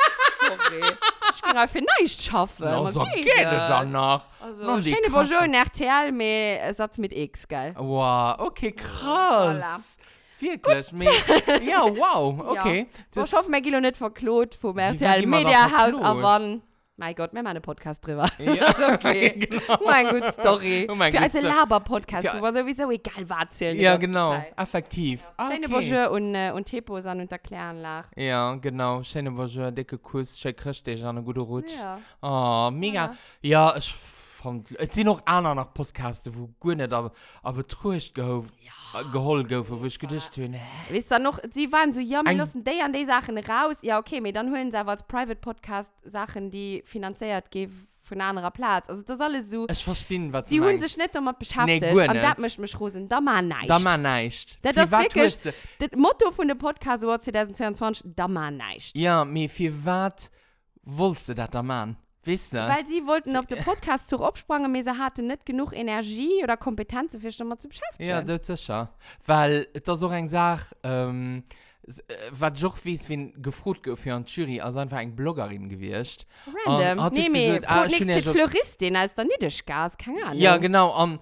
Speaker 3: Sorry. Ich kann einfach nicht schaffen.
Speaker 2: Na,
Speaker 3: Man
Speaker 2: so
Speaker 3: geht
Speaker 2: geht es
Speaker 3: ja.
Speaker 2: danach.
Speaker 3: Also,
Speaker 2: Noch die
Speaker 3: schöne
Speaker 2: Kasse.
Speaker 3: Bonjour in R T L, mit Satz mit X, geil.
Speaker 2: Wow, okay, krass.
Speaker 3: Voilà.
Speaker 2: Wirklich. Me- ja, wow, okay.
Speaker 3: Ja. Ich hoffe, wir gehen noch nicht verklot vom
Speaker 2: Wie
Speaker 3: R T
Speaker 2: war
Speaker 3: L
Speaker 2: die mal da
Speaker 3: Mediahaus
Speaker 2: verklot?
Speaker 3: erwann. Mein Gott, wir machen einen Podcast drüber.
Speaker 2: Ja,
Speaker 3: okay.
Speaker 2: genau.
Speaker 3: Mein gut, Story.
Speaker 2: Oh mein
Speaker 3: Für
Speaker 2: Gott,
Speaker 3: als
Speaker 2: Story.
Speaker 3: Laber-Podcast,
Speaker 2: Für-
Speaker 3: wo man sowieso egal was erzählen. die
Speaker 2: Ja,
Speaker 3: ganze
Speaker 2: genau.
Speaker 3: Zeit.
Speaker 2: Effektiv.
Speaker 3: Ja. Schöne
Speaker 2: Okay.
Speaker 3: Bonjour und, äh, und Tepo sind und erklären lach.
Speaker 2: Ja, genau. Schöne Bonjour, dicke Kuss, schön kriegst dich an einen guten Rutsch.
Speaker 3: Ja.
Speaker 2: Oh, mega. Ja, ich fand, es sind noch andere noch Podcasts, wo gut nicht, aber, aber traurig geholt, ja. geholt wo ich gedacht habe, hä?
Speaker 3: Wisst ihr noch, sie waren so, ja, wir
Speaker 2: Ein-
Speaker 3: lassen die an die Sachen raus. Ja, okay, aber dann holen sie aber als Private-Podcast Sachen, die finanziert gehen von einem anderen Platz. Also das ist alles so.
Speaker 2: Ich verstehe, was
Speaker 3: Sie
Speaker 2: du
Speaker 3: haben
Speaker 2: meinst.
Speaker 3: sich nicht damit beschäftigt.
Speaker 2: Nee, gut
Speaker 3: und
Speaker 2: nicht.
Speaker 3: das möchte mich rosen. Da mal nicht.
Speaker 2: Da mal nicht.
Speaker 3: Das
Speaker 2: Für
Speaker 3: ist
Speaker 2: was
Speaker 3: wirklich
Speaker 2: willst du-
Speaker 3: das Motto von dem Podcast Award zwanzig zweiundzwanzig. Da mal nicht.
Speaker 2: Ja, mir für was wolltest du das da machen? Weißt du?
Speaker 3: Weil sie wollten auf den Podcast zur absprangen, aber sie hatten nicht genug Energie oder Kompetenzen, für sich damit zu beschäftigen.
Speaker 2: Ja, das ist sicher. Weil das ist auch eine Sache, ähm, s- äh, was ich auch weiß, wenn gefragt wird für eine Jury, also einfach eine Bloggerin gewesen.
Speaker 3: Random.
Speaker 2: Und hat
Speaker 3: Nee,
Speaker 2: sie
Speaker 3: mir,
Speaker 2: gesagt, ah,
Speaker 3: nichts
Speaker 2: schön,
Speaker 3: mit
Speaker 2: ja,
Speaker 3: Floristin, als der Niederschgas, keine Ahnung.
Speaker 2: Ja, genau. Und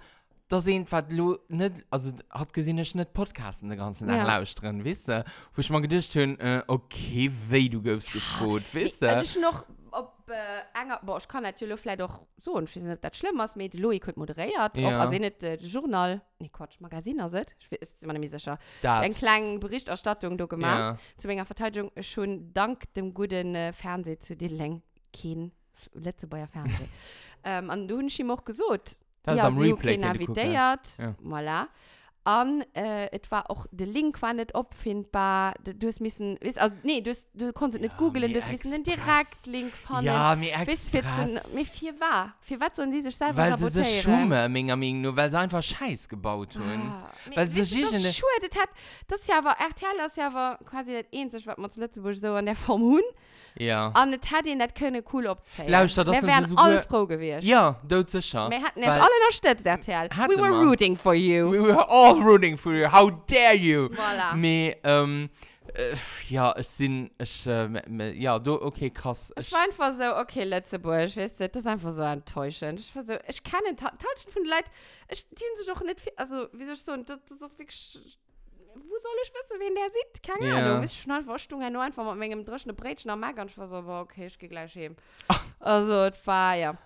Speaker 2: da sind was lo nicht, also hat gesehen, ich nicht Podcasten den ganzen Tag
Speaker 3: Ja.
Speaker 2: lauschen, weißt du? Wo ich mal gedacht habe, äh, okay, wie du gehst gefroht, weißt
Speaker 3: Und
Speaker 2: du?
Speaker 3: ich noch, ob äh, enger, boah, ich kann natürlich vielleicht auch so, und ich weiß nicht, ob das schlimm ist, mit Louis hat moderiert,
Speaker 2: Ja.
Speaker 3: auch, also nicht äh, das Journal, nee, Quatsch, Magazin, also, ich bin mir nicht mehr sicher,
Speaker 2: Das.
Speaker 3: eine kleine Berichterstattung da gemacht.
Speaker 2: Ja.
Speaker 3: Zu meiner Verteidigung schon dank dem guten äh, Fernsehen zu den Längen, kein letzte Bayer Fernsehen. ähm, und du hast ihm auch gesagt,
Speaker 2: Das ist
Speaker 3: ja,
Speaker 2: am
Speaker 3: sie
Speaker 2: Replay,
Speaker 3: hat
Speaker 2: den
Speaker 3: ihn
Speaker 2: du gucken.
Speaker 3: invitiert,
Speaker 2: Ja.
Speaker 3: voilà. Und äh, es war auch, der Link war nicht auffindbar, du du hast müssen, weißt, also, nee, du, hast, du konntest
Speaker 2: Ja,
Speaker 3: nicht googeln,
Speaker 2: mir
Speaker 3: du hast müssen einen
Speaker 2: Express.
Speaker 3: Direktlink finden.
Speaker 2: Ja, mir
Speaker 3: Bis vierzehn,
Speaker 2: Express.
Speaker 3: mir vier war. Für was sollen die sich selber
Speaker 2: Weil sie sich
Speaker 3: sabotieren?
Speaker 2: schumme, Ming, Ming, nur weil sie einfach Scheiß gebaut haben.
Speaker 3: Ah,
Speaker 2: Weil
Speaker 3: mir-
Speaker 2: sie
Speaker 3: weißt du, das
Speaker 2: sich
Speaker 3: Schuhe, das hat, das ja war, R T L das ja war quasi das Einzige, was man zu Lützeburg so an der Form haben.
Speaker 2: Ja.
Speaker 3: Und das hat ihn nicht können cool abzählen.
Speaker 2: Lauscht, das
Speaker 3: Wir
Speaker 2: sind
Speaker 3: wären
Speaker 2: so
Speaker 3: alle
Speaker 2: gut-
Speaker 3: froh gewesen.
Speaker 2: Ja, das sicher.
Speaker 3: Wir hatten
Speaker 2: Weil-
Speaker 3: nicht alle unterstützt, R T L.
Speaker 2: Hatte
Speaker 3: We were
Speaker 2: man.
Speaker 3: rooting for you.
Speaker 2: We were all rooting for you. How dare you?
Speaker 3: Voilà.
Speaker 2: Me, ähm, äh, ja, ich sind, ich, äh, me- me- ja, du, okay, krass.
Speaker 3: Ich war einfach so, okay, Lützeburg, weißt du, das ist einfach so enttäuschend. Ich war so, ich kann nicht, Tausend von Leuten, ich tun sich auch nicht viel, also, wie soll ich so, das, das ist auch wirklich, wo soll ich wissen, wen der sieht? Keine
Speaker 2: Ja.
Speaker 3: Ahnung, weißt du, schon einfach, ich nur einfach mit meinem drischen Brötchen am Magen und ich war so, aber okay, ich gehe gleich heim. Also, es war, ja,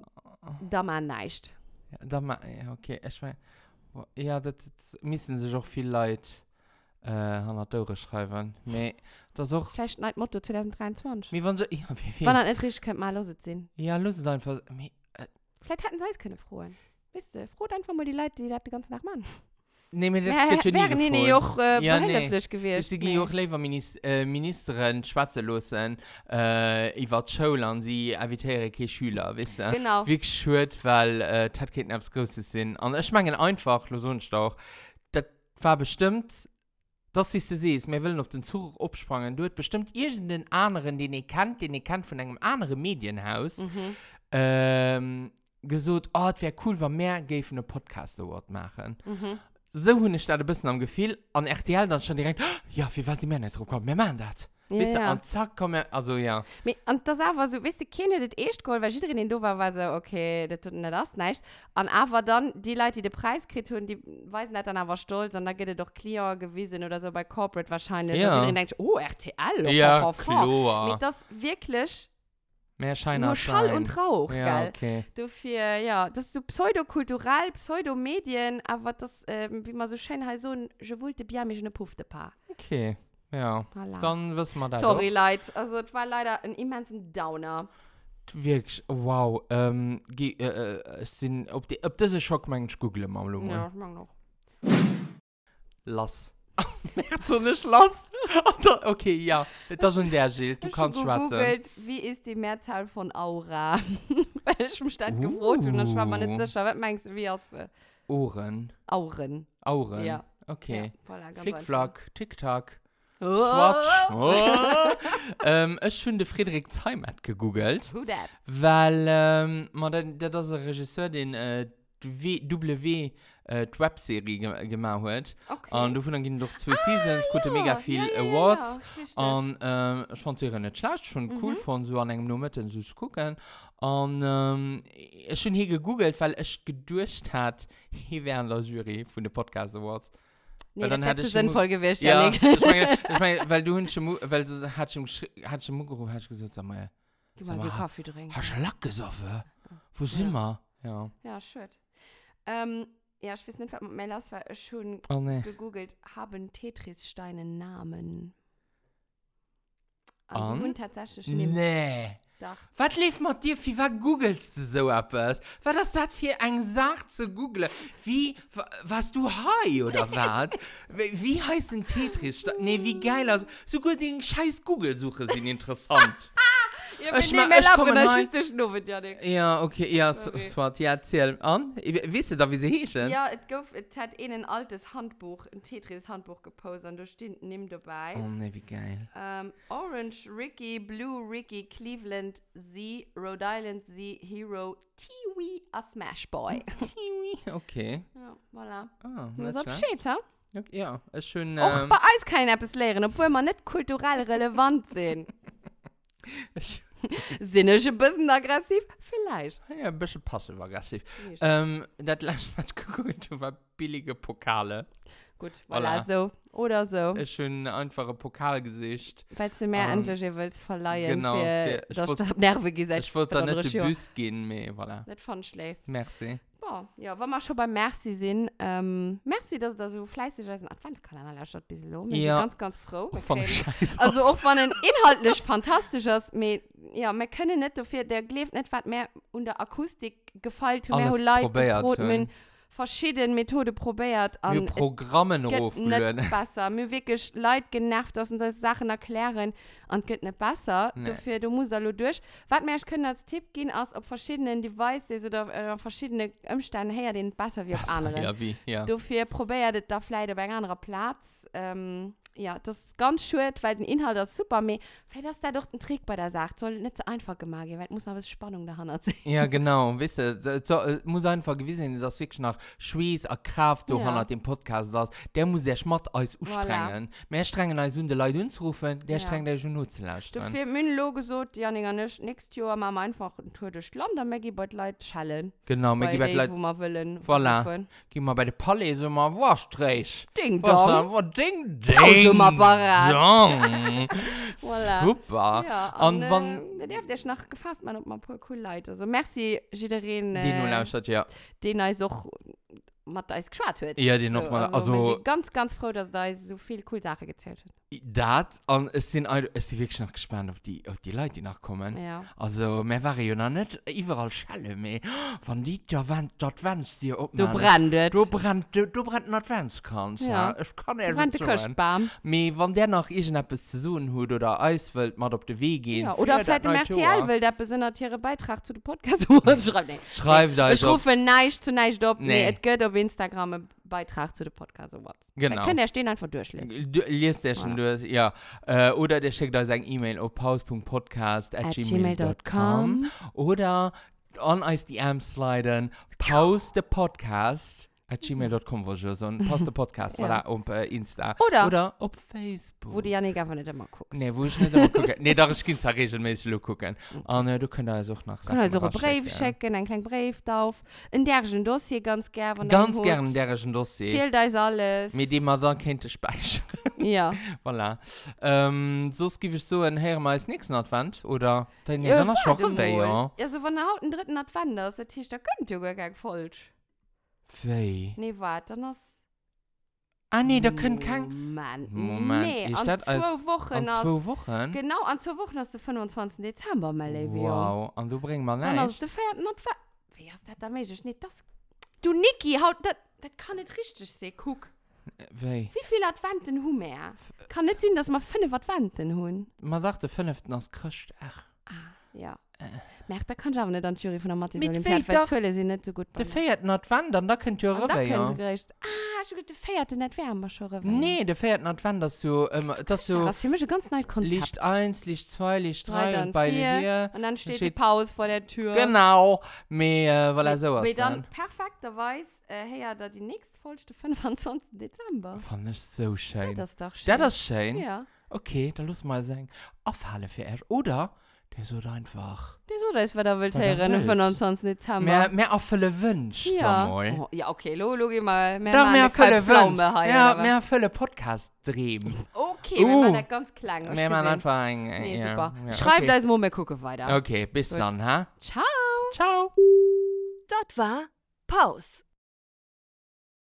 Speaker 3: da mal nicht.
Speaker 2: Ja, da ma, ja, okay, ich mein, wo- ja, das, das müssen sich auch viele Leute, äh, an der Tore schreiben. Me, das ist auch,
Speaker 3: Vielleicht nicht Motto zwanzig dreiundzwanzig.
Speaker 2: mir wollen so, ja, wie
Speaker 3: Wenn er
Speaker 2: viel?
Speaker 3: nicht richtig könnte, mal los sehen.
Speaker 2: Ja, los einfach, me,
Speaker 3: Vielleicht hätten sie es können frohen. Wisst ihr, froh einfach mal die Leute, die das die ganze Nacht machen.
Speaker 2: nee, mir das
Speaker 3: Ja,
Speaker 2: geht schon nie
Speaker 3: wären die nicht
Speaker 2: gefreut.
Speaker 3: auch äh,
Speaker 2: Ja, nee.
Speaker 3: behilflich
Speaker 2: Ich
Speaker 3: gewesen.
Speaker 2: sehe auch lieber Minister, äh, Ministerin schwarze losen, äh, über die Schule und sie evitieren keine Schüler, wisst ihr?
Speaker 3: Genau.
Speaker 2: Wirklich schön, weil äh, das geht nicht aufs Große sind. Und ich meine einfach, sonst auch, das war bestimmt, das wie du siehst, wir wollen auf den Zug abspringen, du hast bestimmt irgendeinen anderen, den ihr kennt, den ihr kennt von einem anderen Medienhaus,
Speaker 3: Mhm.
Speaker 2: ähm, gesagt, oh, es wäre cool, wenn wir gegen einen Podcast Award machen.
Speaker 3: Mhm.
Speaker 2: So habe ich das ein bisschen am Gefühl. Und R T L dann schon direkt, oh, ja, wie was die mehr nicht drauf kommen, wir machen das.
Speaker 3: Ja,
Speaker 2: Weißt du,
Speaker 3: ja.
Speaker 2: und zack, kommen, also ja.
Speaker 3: Mi- Und das aber so, weißt du, keiner das echt geholt, weil jeder in den war, war so, okay, das tut nicht das, nicht. Und aber dann, die Leute, die den Preis kriegen, haben, die weisen nicht dann aber stolz, und da geht es doch clear gewesen oder so bei Corporate wahrscheinlich.
Speaker 2: Ja.
Speaker 3: Und jeder denkt, oh, R T L, oh,
Speaker 2: Ja,
Speaker 3: fa, fa, fa.
Speaker 2: klar.
Speaker 3: Mit das wirklich
Speaker 2: Mehr Schein
Speaker 3: nur
Speaker 2: als
Speaker 3: Schall
Speaker 2: Schein.
Speaker 3: und Rauch,
Speaker 2: Ja,
Speaker 3: gell?
Speaker 2: okay.
Speaker 3: Dafür, ja, das ist so pseudokulturell, Pseudomedien, aber das, ähm, wie man so schön heißt, so ein, je wollte bien, mais je ne pouvais pas.
Speaker 2: Okay, ja.
Speaker 3: Voilà.
Speaker 2: Dann wissen wir das
Speaker 3: Sorry, Leute, also es war leider ein immensen Downer.
Speaker 2: doch. Wirklich, wow. Ähm, ge- äh, äh, es sind, ob, die, ob diese Schock manchmal googeln, mal
Speaker 3: Ja,
Speaker 2: ja.
Speaker 3: ich mag noch.
Speaker 2: Lass. Merkt so nicht lass. Okay, ja. Das ist der Gilles, du
Speaker 3: Ich
Speaker 2: kannst
Speaker 3: hab
Speaker 2: schwatzen.
Speaker 3: gegoogelt, wie ist die Mehrzahl von Aura? Weil ich mich dann gefroht und ich war mir nicht
Speaker 2: Uh.
Speaker 3: sicher, was meinst du, wie aus äh,
Speaker 2: Ohren.
Speaker 3: Auren?
Speaker 2: Auren.
Speaker 3: Ja.
Speaker 2: Okay.
Speaker 3: Ja, voilà, ganz
Speaker 2: Flickflack, Tick-Tack.
Speaker 3: einfach.
Speaker 2: Swatch.
Speaker 3: Oh.
Speaker 2: Oh. ähm, ich habe den Friedrich Zeimat gegoogelt,
Speaker 3: Who that?
Speaker 2: weil ähm, man, der, der das ist ein Regisseur, den äh, W W äh, die Webserie ge gemacht hat.
Speaker 3: Okay.
Speaker 2: Und davon dann gehen doch zwei Seasons,
Speaker 3: ja.
Speaker 2: gute mega viel
Speaker 3: Ja, ja, ja,
Speaker 2: Awards.
Speaker 3: ja, richtig.
Speaker 2: Und ähm, ich fand es nicht schlecht, schon cool
Speaker 3: Mhm.
Speaker 2: von so an einem Nummer so zu gucken. Und ähm, ich habe hier gegoogelt, weil ich gedacht hat, hier wäre in der Jury von den Podcast Awards.
Speaker 3: Nee,
Speaker 2: weil dann
Speaker 3: das
Speaker 2: hätte
Speaker 3: hätte
Speaker 2: ich
Speaker 3: sinnvoll gewesen,
Speaker 2: Ja,
Speaker 3: Janik.
Speaker 2: ich meine, ich mein, weil du hast schon, mu- weil du hast schon, geschri- hast schon gerufen, hast gesagt, sag mal,
Speaker 3: Gib
Speaker 2: sag
Speaker 3: mal den
Speaker 2: mal,
Speaker 3: Kaffee trinken.
Speaker 2: hast du Lack gesoffen? Wo sind wir? Ja.
Speaker 3: Ja, schön. Ähm, ja, ich weiß nicht, was mit mir los war. Ich schon
Speaker 2: Oh nee.
Speaker 3: gegoogelt, haben Tetris-Steine Namen? Und
Speaker 2: Und?
Speaker 3: die haben tatsächlich nicht.
Speaker 2: Nee.
Speaker 3: Doch.
Speaker 2: Was lief mit dir? Wie was googelst du so etwas? Was ist das für ein Sache zu googeln? Wie, wa- was du high oder was? wie, wie heißt ein Tetris? Nee, wie geil aus. Sogar die scheiß Google-Suche sind interessant.
Speaker 3: Ja,
Speaker 2: Ich
Speaker 3: wir
Speaker 2: ma-
Speaker 3: nehmen mehr
Speaker 2: ich
Speaker 3: ab
Speaker 2: komme
Speaker 3: und dann
Speaker 2: neu-
Speaker 3: schießt du Schnurren, Janik.
Speaker 2: Ja, okay, ja, so,
Speaker 3: Okay.
Speaker 2: so, ja, erzähl an. Wisst ihr da, wie sie heißen?
Speaker 3: Ja, es gof- es hat ihnen ein altes Handbuch, ein Tetris-Handbuch gepostet und da steht nimm dabei.
Speaker 2: Oh nee, wie geil.
Speaker 3: Ähm, Orange, Ricky, Blue, Ricky, Cleveland, Z, Rhode Island, Z, Hero, Tiwi, a Smash Boy.
Speaker 2: Okay.
Speaker 3: Ja, voilà.
Speaker 2: Ah,
Speaker 3: Du
Speaker 2: nicht
Speaker 3: sagst
Speaker 2: schlecht.
Speaker 3: Bescheid, ha?
Speaker 2: Okay, ja, ist schon.
Speaker 3: Auch
Speaker 2: Ähm,
Speaker 3: bei uns kann ich etwas lernen, obwohl wir nicht kulturell relevant sind.
Speaker 2: ist
Speaker 3: Sind ich ein bisschen aggressiv? Vielleicht.
Speaker 2: Ja, ein bisschen passiv-aggressiv.
Speaker 3: Nicht.
Speaker 2: Ähm, das letzte Mal geguckt, war billige Pokale.
Speaker 3: Gut,
Speaker 2: Voilà.
Speaker 3: voilà, so. Oder so.
Speaker 2: Ein schön einfache Pokalgesicht.
Speaker 3: Weil du mehr
Speaker 2: Ähm,
Speaker 3: endlich willst verleihen
Speaker 2: genau,
Speaker 3: für,
Speaker 2: für- ich
Speaker 3: dass
Speaker 2: wollt-
Speaker 3: das Nerven gesetzt
Speaker 2: Ich wollte da nicht den Büst gehen, mehr, voilà.
Speaker 3: Nicht von schläft.
Speaker 2: Merci.
Speaker 3: Boah, ja, wenn wir schon bei Merci sind, ähm, merci, dass du so fleißig als ein Adventskalender lässt, ein bisschen los. Wir
Speaker 2: Ja.
Speaker 3: sind ganz, ganz froh. Wir
Speaker 2: Von
Speaker 3: kriegen-
Speaker 2: Scheiß.
Speaker 3: Also auch wenn ein inhaltlich fantastisch ist, aber, ja, wir können nicht dafür, der lebt nicht, was mehr unter Akustik gefällt, mehr
Speaker 2: Alles
Speaker 3: Leute
Speaker 2: probiert,
Speaker 3: gefragt,
Speaker 2: ja.
Speaker 3: wir verschiedene Methoden probiert.
Speaker 2: Wir
Speaker 3: und
Speaker 2: Programmen
Speaker 3: geht
Speaker 2: aufblühen.
Speaker 3: nicht besser. Mir wirklich Leute genervt, dass sie das Sachen erklären und geht nicht besser.
Speaker 2: Nee.
Speaker 3: Dafür, du musst da nur durch. Was mir ich können als Tipp gehen, als auf verschiedenen Devices oder äh, verschiedene Umständen her, den besser wie auf anderen.
Speaker 2: Ja, wie, ja.
Speaker 3: Dafür probiert es da vielleicht auf einem anderen Platz. Ähm, ja, das ist ganz schön, weil der Inhalt ist super. Aber vielleicht hast du da doch einen Trick bei der Sache. Soll nicht so einfach gemacht werden, weil es muss noch ein bisschen Spannung daran erzählen.
Speaker 2: Ja, genau. Weißt du, so, so, äh, muss einfach gewesen sein, dass wirklich nach Schweiß und Kraft
Speaker 3: Ja.
Speaker 2: ja. dem Podcast ist. Der muss der Schmatt uns anstrengen. Wir strengen uns um die Leute anzurufen, der
Speaker 3: Ja.
Speaker 2: strengt der schon nur zu lassen.
Speaker 3: Dafür mein Logo so, Janik und ich, nächstes Jahr machen wir einfach eine Tour durch Land, dann wir geben die Leute Schellen.
Speaker 2: Genau, wir
Speaker 3: Bei
Speaker 2: geben
Speaker 3: denen,
Speaker 2: Leute,
Speaker 3: wo wir wollen.
Speaker 2: Voilà.
Speaker 3: rufen.
Speaker 2: gehen wir bei der Palais so mal Wurstreich.
Speaker 3: Ding
Speaker 2: Was,
Speaker 3: dong.
Speaker 2: was, ding,
Speaker 3: Pause
Speaker 2: ding,
Speaker 3: mal parat.
Speaker 2: dong.
Speaker 3: Voilà.
Speaker 2: Super.
Speaker 3: Ja,
Speaker 2: Und
Speaker 3: und
Speaker 2: wann-
Speaker 3: äh, der darf noch gefasst man, ob man ein paar cool Leute. Also merci, Jiderin,
Speaker 2: Die nur
Speaker 3: äh,
Speaker 2: lauscht, ja.
Speaker 3: den er auch mit uns geschwärzt hat.
Speaker 2: Ja, die noch mal,
Speaker 3: also,
Speaker 2: also-
Speaker 3: wir sind ganz, ganz froh, dass da so viel coole Sachen gezählt hat.
Speaker 2: Das, und es sind, all- es sind wirklich noch gespannt auf die, auf die Leute, die nachkommen.
Speaker 3: Ja.
Speaker 2: Also, wir waren ja noch nicht überall Schelle mehr. Von die, da wenn, dort wenn's dir ob
Speaker 3: Du brandet.
Speaker 2: Du brennt, du, du brennt nicht, wenn's kannst, ja.
Speaker 3: Ja.
Speaker 2: Ich kann
Speaker 3: Du
Speaker 2: ja
Speaker 3: brannte Köstbaum.
Speaker 2: Aber wenn der noch irgendetwas zu tun hat oder Eis will, mal auf den Weg gehen.
Speaker 3: Ja,
Speaker 2: für
Speaker 3: oder
Speaker 2: das
Speaker 3: vielleicht im
Speaker 2: neue
Speaker 3: R T L
Speaker 2: Tour.
Speaker 3: will, der besinnt ihren Beitrag zu dem Podcast und schreibt, nee.
Speaker 2: Schreib da.
Speaker 3: Ich rufe nicht zu nicht ab.
Speaker 2: Nee.
Speaker 3: Nee, es geht auf Instagram einen Beitrag zu dem Podcast Awards.
Speaker 2: Genau.
Speaker 3: Dann kann der stehen einfach durchlesen.
Speaker 2: Du liest der schon
Speaker 3: Voilà.
Speaker 2: durch, ja. Äh, oder der schickt euch eine E-Mail auf pause punkt podcast at
Speaker 3: At
Speaker 2: gmail
Speaker 3: gmail
Speaker 2: punkt
Speaker 3: dot
Speaker 2: com
Speaker 3: com.
Speaker 2: oder an uns die Arme sliden, pause the podcast at gmail punkt com, wo ich so ein pause the podcast,
Speaker 3: Ja.
Speaker 2: voilà, auf äh, Insta.
Speaker 3: Oder-
Speaker 2: oder auf Facebook.
Speaker 3: Wo die Janik einfach nicht immer guckt.
Speaker 2: Nee, wo ich nicht immer gucke. Nee, da ich kann es regelmäßig nur gucken. Und äh, du kannst also auch nach
Speaker 3: Kann also einen
Speaker 2: Sachen
Speaker 3: Brief
Speaker 2: rausschicken.
Speaker 3: schicken, einen kleinen Brief drauf. In der Dossier ganz gerne.
Speaker 2: Ganz gerne der ist ein Dossier.
Speaker 3: Zählt das alles.
Speaker 2: Mit dem man dann könnte speichern.
Speaker 3: Ja.
Speaker 2: Voilà. Ähm, sonst gibt es so ein Herr meist nächsten Advent oder dein
Speaker 3: Ja,
Speaker 2: ja, noch
Speaker 3: warte
Speaker 2: schon weh, ja.
Speaker 3: mal. Also, wenn er heute den dritten Advent ist, das heißt, da könnt ihr gar nicht falsch.
Speaker 2: Weh.
Speaker 3: Nee, warte, dann ist.
Speaker 2: Ah, nee, da können kein.
Speaker 3: Moment.
Speaker 2: Moment,
Speaker 3: Nee,
Speaker 2: ist
Speaker 3: an
Speaker 2: das
Speaker 3: zwei
Speaker 2: als-
Speaker 3: Wochen.
Speaker 2: An
Speaker 3: ist-
Speaker 2: zwei Wochen?
Speaker 3: Genau, an zwei Wochen ist der fünfundzwanzigsten Dezember, mein Lieber.
Speaker 2: Wow, und du bringst mal
Speaker 3: Sondern
Speaker 2: nicht.
Speaker 3: der vierten Advent. Wie ist das da möglich? Nicht das. Du, Niki, haut, das, das kann nicht richtig sein. Guck.
Speaker 2: Weh.
Speaker 3: Wie viele Adventen haben wir? Kann nicht sein, dass wir fünf Adventen haben.
Speaker 2: Man sagt, der fünften als Christ. Ach,
Speaker 3: Ah, ja. Merkt, da kann ich aber nicht an die Jury von der Mathe
Speaker 2: Mit
Speaker 3: Olympiade,
Speaker 2: wem
Speaker 3: weil
Speaker 2: doch?
Speaker 3: Zölle sind nicht so gut.
Speaker 2: der vierten Advent, dann da könnt ihr
Speaker 3: Und da
Speaker 2: rüber,
Speaker 3: können sie
Speaker 2: ja.
Speaker 3: gerecht. Ah, ich würde feierte nicht wärmer schon rüber.
Speaker 2: Nee, der vierten Advent, das so, ähm, das so,
Speaker 3: Das ist für mich ein ganz neues Konzept.
Speaker 2: Licht eins, Licht zwei, Licht
Speaker 3: Drei,
Speaker 2: drei
Speaker 3: dann
Speaker 2: und beide
Speaker 3: vier.
Speaker 2: hier.
Speaker 3: Und dann steht,
Speaker 2: steht-
Speaker 3: die Pause vor der Tür.
Speaker 2: Genau, mir, äh, weil er sowas
Speaker 3: Wie dann
Speaker 2: dann.
Speaker 3: perfekterweise, äh, hey, ja, da die nächste Folge, der fünfundzwanzigsten Dezember.
Speaker 2: Fand ich so schön.
Speaker 3: Das ist doch schön.
Speaker 2: Das ist schön.
Speaker 3: Ja.
Speaker 2: Okay, dann lass mal sagen, aufhalle für erst. Oder der so einfach.
Speaker 3: Das ist so, das, was er will
Speaker 2: Was er
Speaker 3: hören, am
Speaker 2: will.
Speaker 3: fünfundzwanzigsten Dezember.
Speaker 2: Mehr, mehr auffülle Wünsch,
Speaker 3: ja.
Speaker 2: sag mal.
Speaker 3: Oh, ja, okay, lo, lo, geh mal. Mehr
Speaker 2: Doch,
Speaker 3: machen
Speaker 2: mehr
Speaker 3: eine kalbe
Speaker 2: Fülle Wünsch.
Speaker 3: Pflaume hier,
Speaker 2: Ja,
Speaker 3: oder
Speaker 2: mehr Fülle Podcast drehen.
Speaker 3: was? Okay, wir
Speaker 2: Uh.
Speaker 3: machen das ganz klein. hab ich
Speaker 2: Mehr mal
Speaker 3: gesehen.
Speaker 2: einfach ein. äh,
Speaker 3: Nee,
Speaker 2: ja,
Speaker 3: super.
Speaker 2: Ja,
Speaker 3: Schreib
Speaker 2: okay.
Speaker 3: das mal, wir gucken weiter.
Speaker 2: Okay, bis
Speaker 3: Gut.
Speaker 2: dann, ha?
Speaker 3: Ciao.
Speaker 2: Ciao.
Speaker 1: Das war Pause.